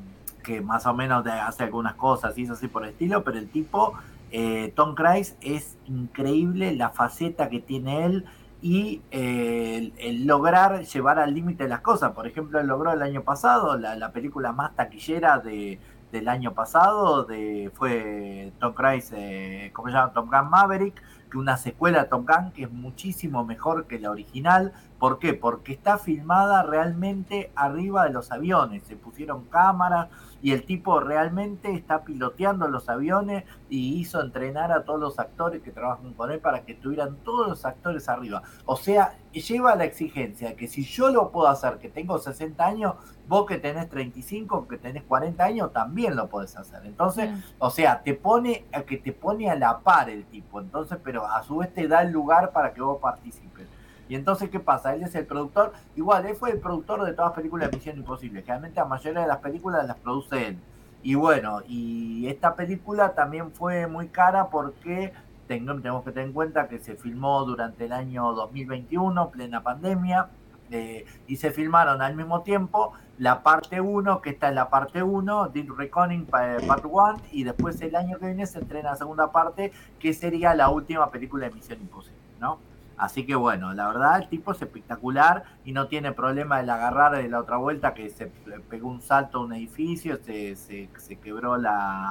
que más o menos hace algunas cosas y eso así por el estilo, pero el tipo, eh, Tom Cruise, es increíble la faceta que tiene él y eh, el, el lograr llevar al límite las cosas. Por ejemplo, él logró el año pasado, la, la película más taquillera de, del año pasado de, fue Tom Cruise, eh, ¿cómo se llama? Top Gun Maverick, que una secuela de Top Gun que es muchísimo mejor que la original. ¿Por qué? Porque está filmada realmente arriba de los aviones, se pusieron cámaras y el tipo realmente está piloteando los aviones y hizo entrenar a todos los actores que trabajan con él para que tuvieran todos los actores arriba. O sea, lleva la exigencia que si yo lo puedo hacer, que tengo sesenta años, vos que tenés treinta y cinco, que tenés cuarenta años, también lo podés hacer. Entonces, Mm. o sea, te pone a que te pone a la par el tipo, entonces, pero a su vez te da el lugar para que vos participes. Y entonces, ¿qué pasa? Él es el productor, igual, él fue el productor de todas las películas de Misión Imposible. Generalmente la mayoría de las películas las produce él. Y bueno, y esta película también fue muy cara porque tenemos que tener en cuenta que se filmó durante el año dos mil veintiuno, plena pandemia, eh, y se filmaron al mismo tiempo la parte uno, que está en la parte uno, Dead Reckoning Part uno, y después el año que viene se estrena la segunda parte, que sería la última película de Misión Imposible, ¿no? Así que bueno, la verdad el tipo es espectacular y no tiene problema del agarrar de la otra vuelta, que se pegó un salto a un edificio, se, se, se quebró la,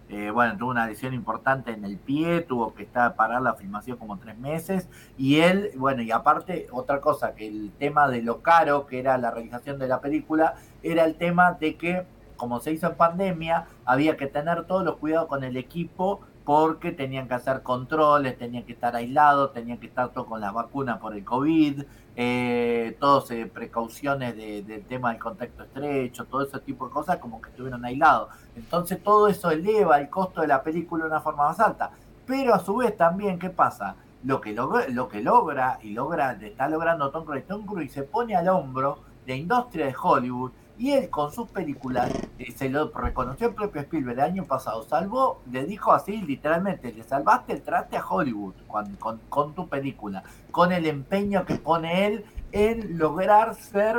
Eh, bueno, tuvo una lesión importante en el pie, tuvo que estar parar la filmación como tres meses. Y él, bueno, y aparte, otra cosa, que el tema de lo caro que era la realización de la película, era el tema de que, como se hizo en pandemia, había que tener todos los cuidados con el equipo porque tenían que hacer controles, tenían que estar aislados, tenían que estar todos con las vacunas por el COVID, eh, todas eh, precauciones de, del tema del contacto estrecho, todo ese tipo de cosas como que estuvieron aislados. Entonces todo eso eleva el costo de la película de una forma más alta. Pero a su vez también, ¿qué pasa? Lo que, logra, lo que logra y logra, está logrando Tom Cruise, Tom Cruise se pone al hombro de la industria de Hollywood. Y él con sus películas, eh, se lo reconoció el propio Spielberg el año pasado, salvó, le dijo así literalmente, le salvaste el traste a Hollywood con, con, con tu película, con el empeño que pone él en lograr ser,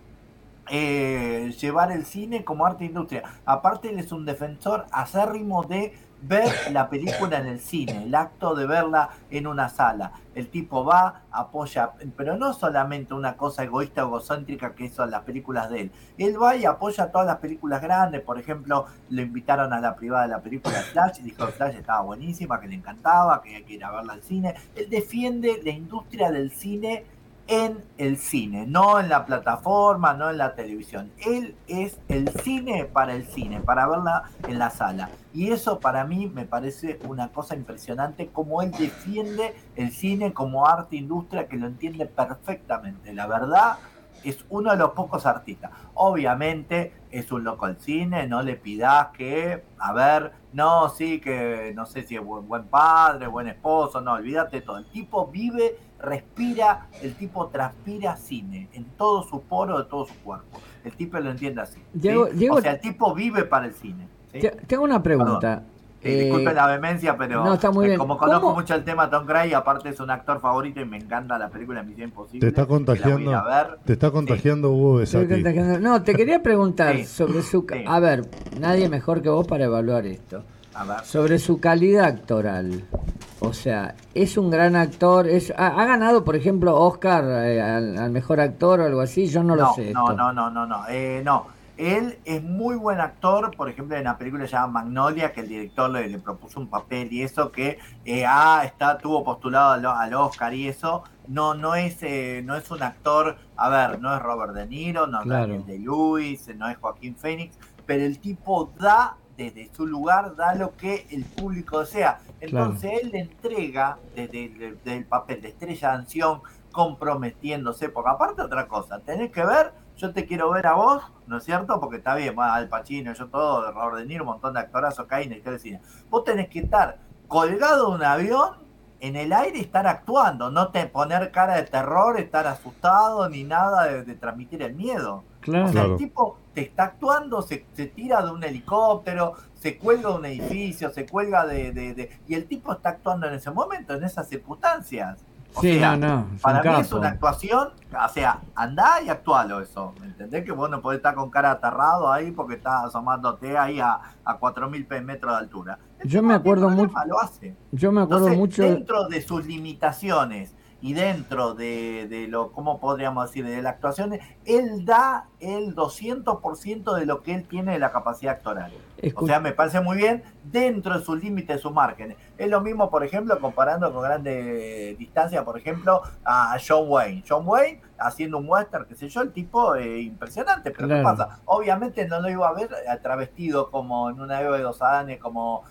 eh, llevar el cine como arte e industria. Aparte él es un defensor acérrimo de ver la película en el cine, el acto de verla en una sala. El tipo va, apoya, pero no solamente una cosa egoísta o egocéntrica que son las películas de él. Él va y apoya todas las películas grandes. Por ejemplo, lo invitaron a la privada de la película Flash y dijo que Flash estaba buenísima, que le encantaba, que hay que ir a verla al cine. Él defiende la industria del cine en el cine, no en la plataforma, no en la televisión. Él es el cine para el cine, para verla en la sala. Y eso para mí me parece una cosa impresionante, como él defiende el cine como arte industria, que lo entiende perfectamente. La verdad, es uno de los pocos artistas. Obviamente es un loco al cine, no le pidas que, a ver, no, sí, que no sé si es buen, buen padre, buen esposo, no, olvídate todo. El tipo vive, respira, el tipo transpira cine en todo su poro, de todo su cuerpo. El tipo lo entiende así. Diego, ¿sí? Diego, o sea, el tipo vive para el cine. ¿sí? Te, tengo una pregunta. Eh, disculpe la vehemencia, pero no, está muy eh, bien. como conozco ¿Cómo? mucho el tema Tom Cruise, aparte es un actor favorito y me encanta la película Misión Imposible. Te está contagiando, a ver. te está contagiando Hugo Besati. No, te quería preguntar Sí. sobre su... Sí. A ver, nadie mejor que vos para evaluar esto. A ver. Sobre su calidad actoral. O sea, es un gran actor. Es, ha, ha ganado, por ejemplo, Oscar eh, al, al mejor actor o algo así. Yo no, No, lo sé. no, esto. no, no, no, no, eh, no. Él es muy buen actor, por ejemplo, en una película llamada Magnolia, que el director le, le propuso un papel y eso que eh, ah, está, tuvo postulado al, al Oscar y eso. No, no es, eh, no es un actor, a ver, no es Robert De Niro, no es Claro. Daniel Day-Lewis, no es Joaquín Phoenix, pero el tipo da desde su lugar, da lo que el público desea. Entonces claro. Él le entrega desde, desde, desde el papel de estrella de acción, comprometiéndose, porque aparte otra cosa, tenés que ver, yo te quiero ver a vos, ¿no es cierto? Porque está bien, bueno, Al Pacino, yo todo, Robert De Niro, un montón de actorazos que hay en la historia del cine. Vos tenés que estar colgado de un avión, en el aire y estar actuando, no te poner cara de terror, estar asustado, ni nada de, de transmitir el miedo. Claro. O sea, Claro. el tipo te está actuando, se, se tira de un helicóptero, se cuelga de un edificio, se cuelga de, de, de... Y el tipo está actuando en ese momento, en esas circunstancias. O Sí, sea, no, no. es un para mí capo. es una actuación, o sea, andá y actualo eso, ¿me entendés? Que vos no podés estar con cara aterrado ahí porque estás asomándote ahí a, a cuatro mil metros de altura. El Yo tipo me no tiene acuerdo problema, mucho- Lo hace. Yo me acuerdo Entonces, mucho... dentro de sus limitaciones y dentro de, de lo, ¿cómo podríamos decir? De la actuación, él da el doscientos por ciento de lo que él tiene de la capacidad actoral. Escu- O sea, me parece muy bien dentro de sus límites, de sus márgenes. Es lo mismo, por ejemplo, comparando con grande distancia, por ejemplo, a John Wayne. John Wayne haciendo un western, qué sé yo, el tipo eh, impresionante. Pero Claro. ¿qué pasa? Obviamente no lo iba a ver travestido como en una Eva de dos Adanes, como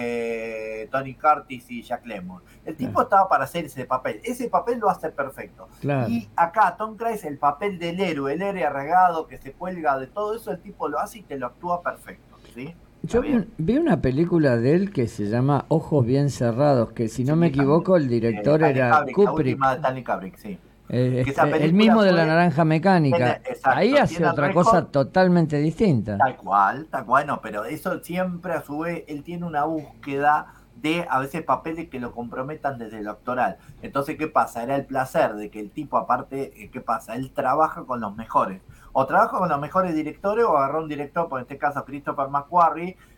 eh, Tony Curtis y Jack Lemmon. El tipo Claro. estaba para hacer ese papel. Ese papel lo hace perfecto. Claro. Y acá Tom Cruise, el papel del héroe, el héroe arregado que se cuelga de todo eso, el tipo lo hace y te lo actúa perfecto. ¿Sí? Yo ¿Está bien? vi, vi una película de él que se llama Ojos Bien Cerrados, que si no Sí, me equivoco el director Eh, Stanley era Kubrick, la Kubrick, última de Stanley Kubrick, sí. eh, que esa este, el película mismo de la fue- Naranja Mecánica. Tiene- exacto, Ahí hace tiene otra récord. cosa totalmente distinta. Tal cual, tal cual, no, pero eso siempre a su vez, él tiene una búsqueda de a veces papeles que lo comprometan desde lo actoral. Entonces, ¿qué pasa? Era el placer de que el tipo, aparte, eh, ¿qué pasa? Él trabaja con los mejores. O trabaja con los mejores directores o agarró un director, por en este caso Christopher McQuarrie,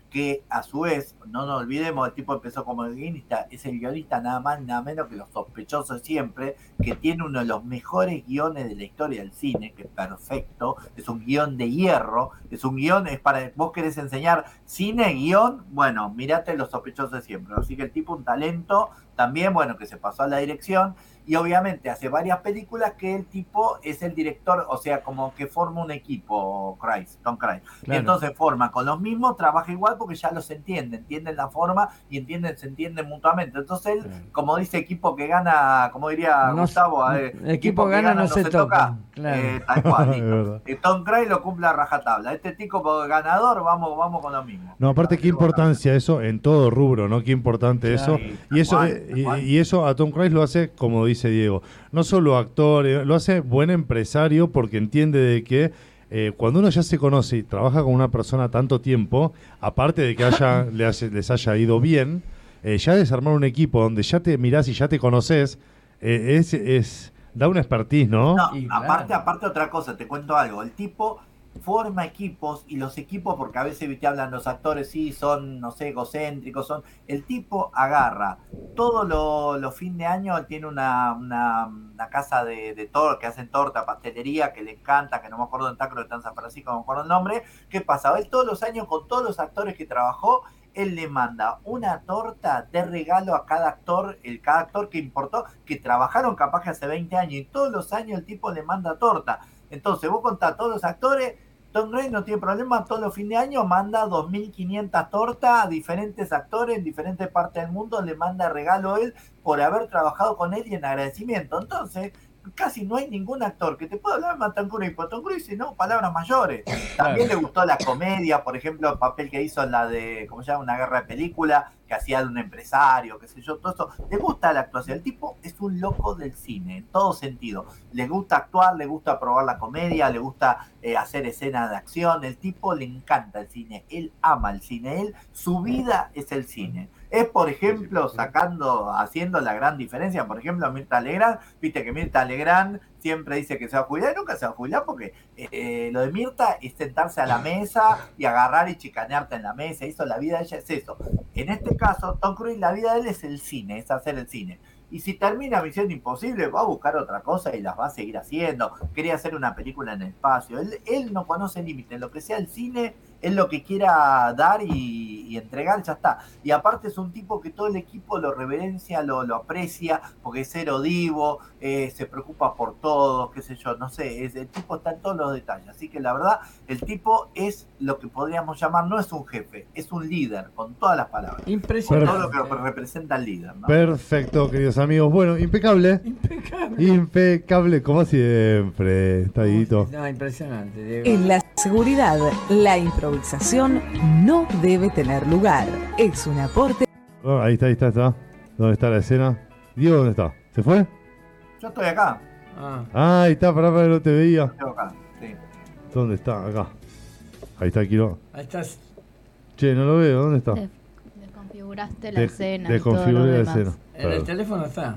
que a su vez, no nos olvidemos, el tipo empezó como guionista, es el guionista nada más nada menos que Los Sospechosos Siempre, que tiene uno de los mejores guiones de la historia del cine, que es perfecto, es un guión de hierro, es un guión, es para, vos querés enseñar cine, guión, bueno, mirate Los Sospechosos Siempre, así que el tipo un talento, también, bueno, que se pasó a la dirección, y obviamente hace varias películas que el tipo es el director, o sea, como que forma un equipo, Cruise, Tom Cruise. Claro. Y entonces forma con los mismos, trabaja igual porque ya los entiende, entienden la forma y entienden, se entienden mutuamente. Entonces él, claro. como dice, equipo que gana, como diría no, Gustavo, eh, equipo, equipo que gana, gana no, no se, se toca. toca. Claro. Eh, tal cual. Y Tom Cruise lo cumple a rajatabla. Este tipo ganador, vamos, vamos con lo mismo. No, aparte, qué importancia eso en todo rubro, ¿no? Qué importante claro. eso. Sí, y eso, cual, eh, y, y eso a Tom Cruise lo hace, como dice Diego, no solo actor, lo hace buen empresario porque entiende de que eh, cuando uno ya se conoce y trabaja con una persona tanto tiempo, aparte de que haya, le haya, les haya ido bien, eh, ya desarmar un equipo donde ya te mirás y ya te conoces, eh, es, es da una expertise, ¿no? No, y aparte, claro. aparte otra cosa, te cuento algo, el tipo forma equipos y los equipos, porque a veces te hablan los actores, sí, son, no sé, egocéntricos, son, el tipo agarra todos los lo fin de año, tiene una, una, una casa de, de torta, que hacen torta, pastelería, que le encanta, que no me acuerdo en Tacro de San Francisco, no me acuerdo el nombre. ¿Qué pasa? Él todos los años con todos los actores que trabajó, él le manda una torta de regalo a cada actor, el cada actor que importó, que trabajaron capaz que hace veinte años, y todos los años el tipo le manda torta. Entonces vos contás a todos los actores, Tom Cruise no tiene problema, todos los fines de año manda dos mil quinientas tortas a diferentes actores en diferentes partes del mundo, le manda regalo a él por haber trabajado con él y en agradecimiento. Entonces, casi no hay ningún actor que te pueda hablar de Tom Cruise, pero Tom Cruise no, palabras mayores. También le gustó la comedia, por ejemplo, el papel que hizo en la de, ¿cómo se llama? Una guerra de película, que hacía de un empresario, qué sé yo, todo eso. Le gusta la actuación. El tipo es un loco del cine, en todo sentido. Le gusta actuar, le gusta probar la comedia, le gusta eh, hacer escenas de acción. El tipo le encanta el cine, él ama el cine, él, su vida es el cine. Es, por ejemplo, sacando, haciendo la gran diferencia, por ejemplo, Mirta Legrand, viste que Mirta Legrand siempre dice que se va a jubilar, y nunca se va a jubilar porque eh, lo de Mirta es sentarse a la mesa y agarrar y chicanearte en la mesa, eso, la vida de ella es eso. En este caso, Tom Cruise, la vida de él es el cine, es hacer el cine. Y si termina Misión Imposible, va a buscar otra cosa y las va a seguir haciendo. Quería hacer una película en el espacio. Él, él no conoce límites. Lo que sea el cine, es lo que quiera dar y, y entregar, ya está. Y aparte es un tipo que todo el equipo lo reverencia, lo, lo aprecia, porque es erodivo, eh, se preocupa por todos, qué sé yo, no sé. Es, el tipo está en todos los detalles. Así que la verdad, el tipo es lo que podríamos llamar, no es un jefe, es un líder, con todas las palabras. Impresionante. Con todo lo que representa el líder, ¿no? Perfecto, queridos amigos. Bueno, impecable. Impecable. Impecable, como siempre. Está Dieguito. No, impresionante, Diego. En la seguridad, la improvisación no debe tener lugar. Es un aporte. Oh, ahí está, ahí está, está. ¿Dónde está la escena? Diego, ¿dónde está? ¿Se fue? Yo estoy acá. Ah, ah ahí está, pará, pará, no te veía. Estoy acá, sí. ¿Dónde está? Acá. Ahí está, Quiro. Ahí estás. Che, no lo veo, ¿dónde está? De, desconfiguraste la de, escena. Desconfiguré la escena. En Perdón. El teléfono está.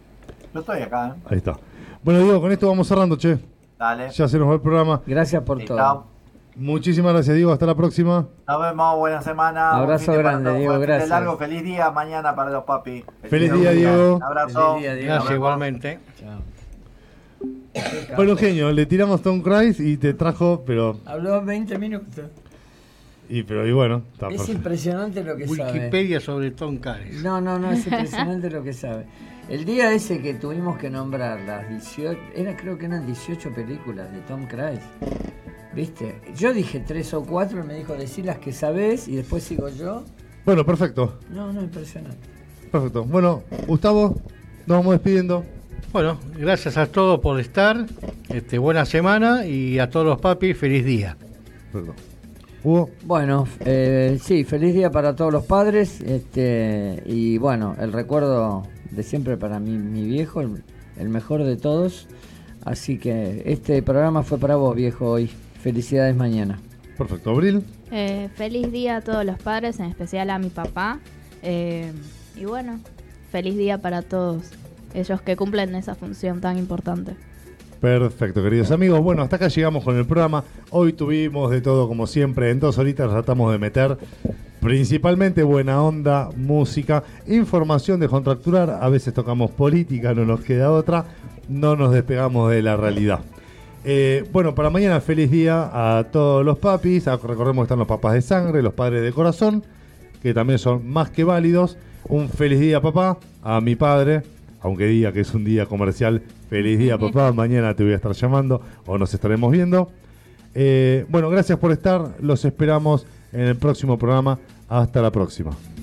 Yo estoy acá, ¿eh? Ahí está. Bueno, Diego, con esto vamos cerrando, che. Dale. Ya se nos va el programa. Gracias por sí, todo. Chao. Muchísimas gracias, Diego. Hasta la próxima. Nos vemos, buena semana. Abrazo grande, todos, Diego, gracias. Largo, feliz día mañana para los papis. Feliz, feliz día, Diego. Un abrazo. Feliz día, Diego. Gracias, igualmente. Chao. Bueno, genio, le tiramos Tom Cruise y te trajo, pero... Habló veinte minutos. Y pero y bueno, está es perfecto. Impresionante lo que Wikipedia sabe. Wikipedia sobre Tom Cruise. No, no, no, es impresionante lo que sabe. El día ese que tuvimos que nombrar las dieciocho, era, creo que eran dieciocho películas de Tom Cruise. ¿Viste? Yo dije tres o cuatro, y me dijo, decí las que sabés y después sigo yo. Bueno, perfecto. No, no, impresionante. Perfecto. Bueno, Gustavo, nos vamos despidiendo. Bueno, gracias a todos por estar. Este, buena semana y a todos los papis, feliz día. Perfecto. Hugo. Bueno, eh, sí, feliz día para todos los padres. Este, y bueno, el recuerdo de siempre para mi, mi viejo, el, el mejor de todos. Así que este programa fue para vos, viejo, hoy. Felicidades mañana. Perfecto. Abril. Eh, feliz día a todos los padres, en especial a mi papá. Eh, y bueno, feliz día para todos ellos que cumplen esa función tan importante. Perfecto, queridos amigos. Bueno, hasta acá llegamos con el programa. Hoy tuvimos de todo como siempre. En dos horitas tratamos de meter Principalmente buena onda, música, información de contracturar. A veces tocamos política, no nos queda otra. No nos despegamos de la realidad. Eh, bueno, para mañana feliz día a todos los papis. Recordemos que están los papás de sangre, los padres de corazón, que también son más que válidos. Un feliz día, papá, a mi padre, aunque diga que es un día comercial. Feliz día, papá, mañana te voy a estar llamando o nos estaremos viendo. Eh, bueno, gracias por estar, los esperamos en el próximo programa. Hasta la próxima.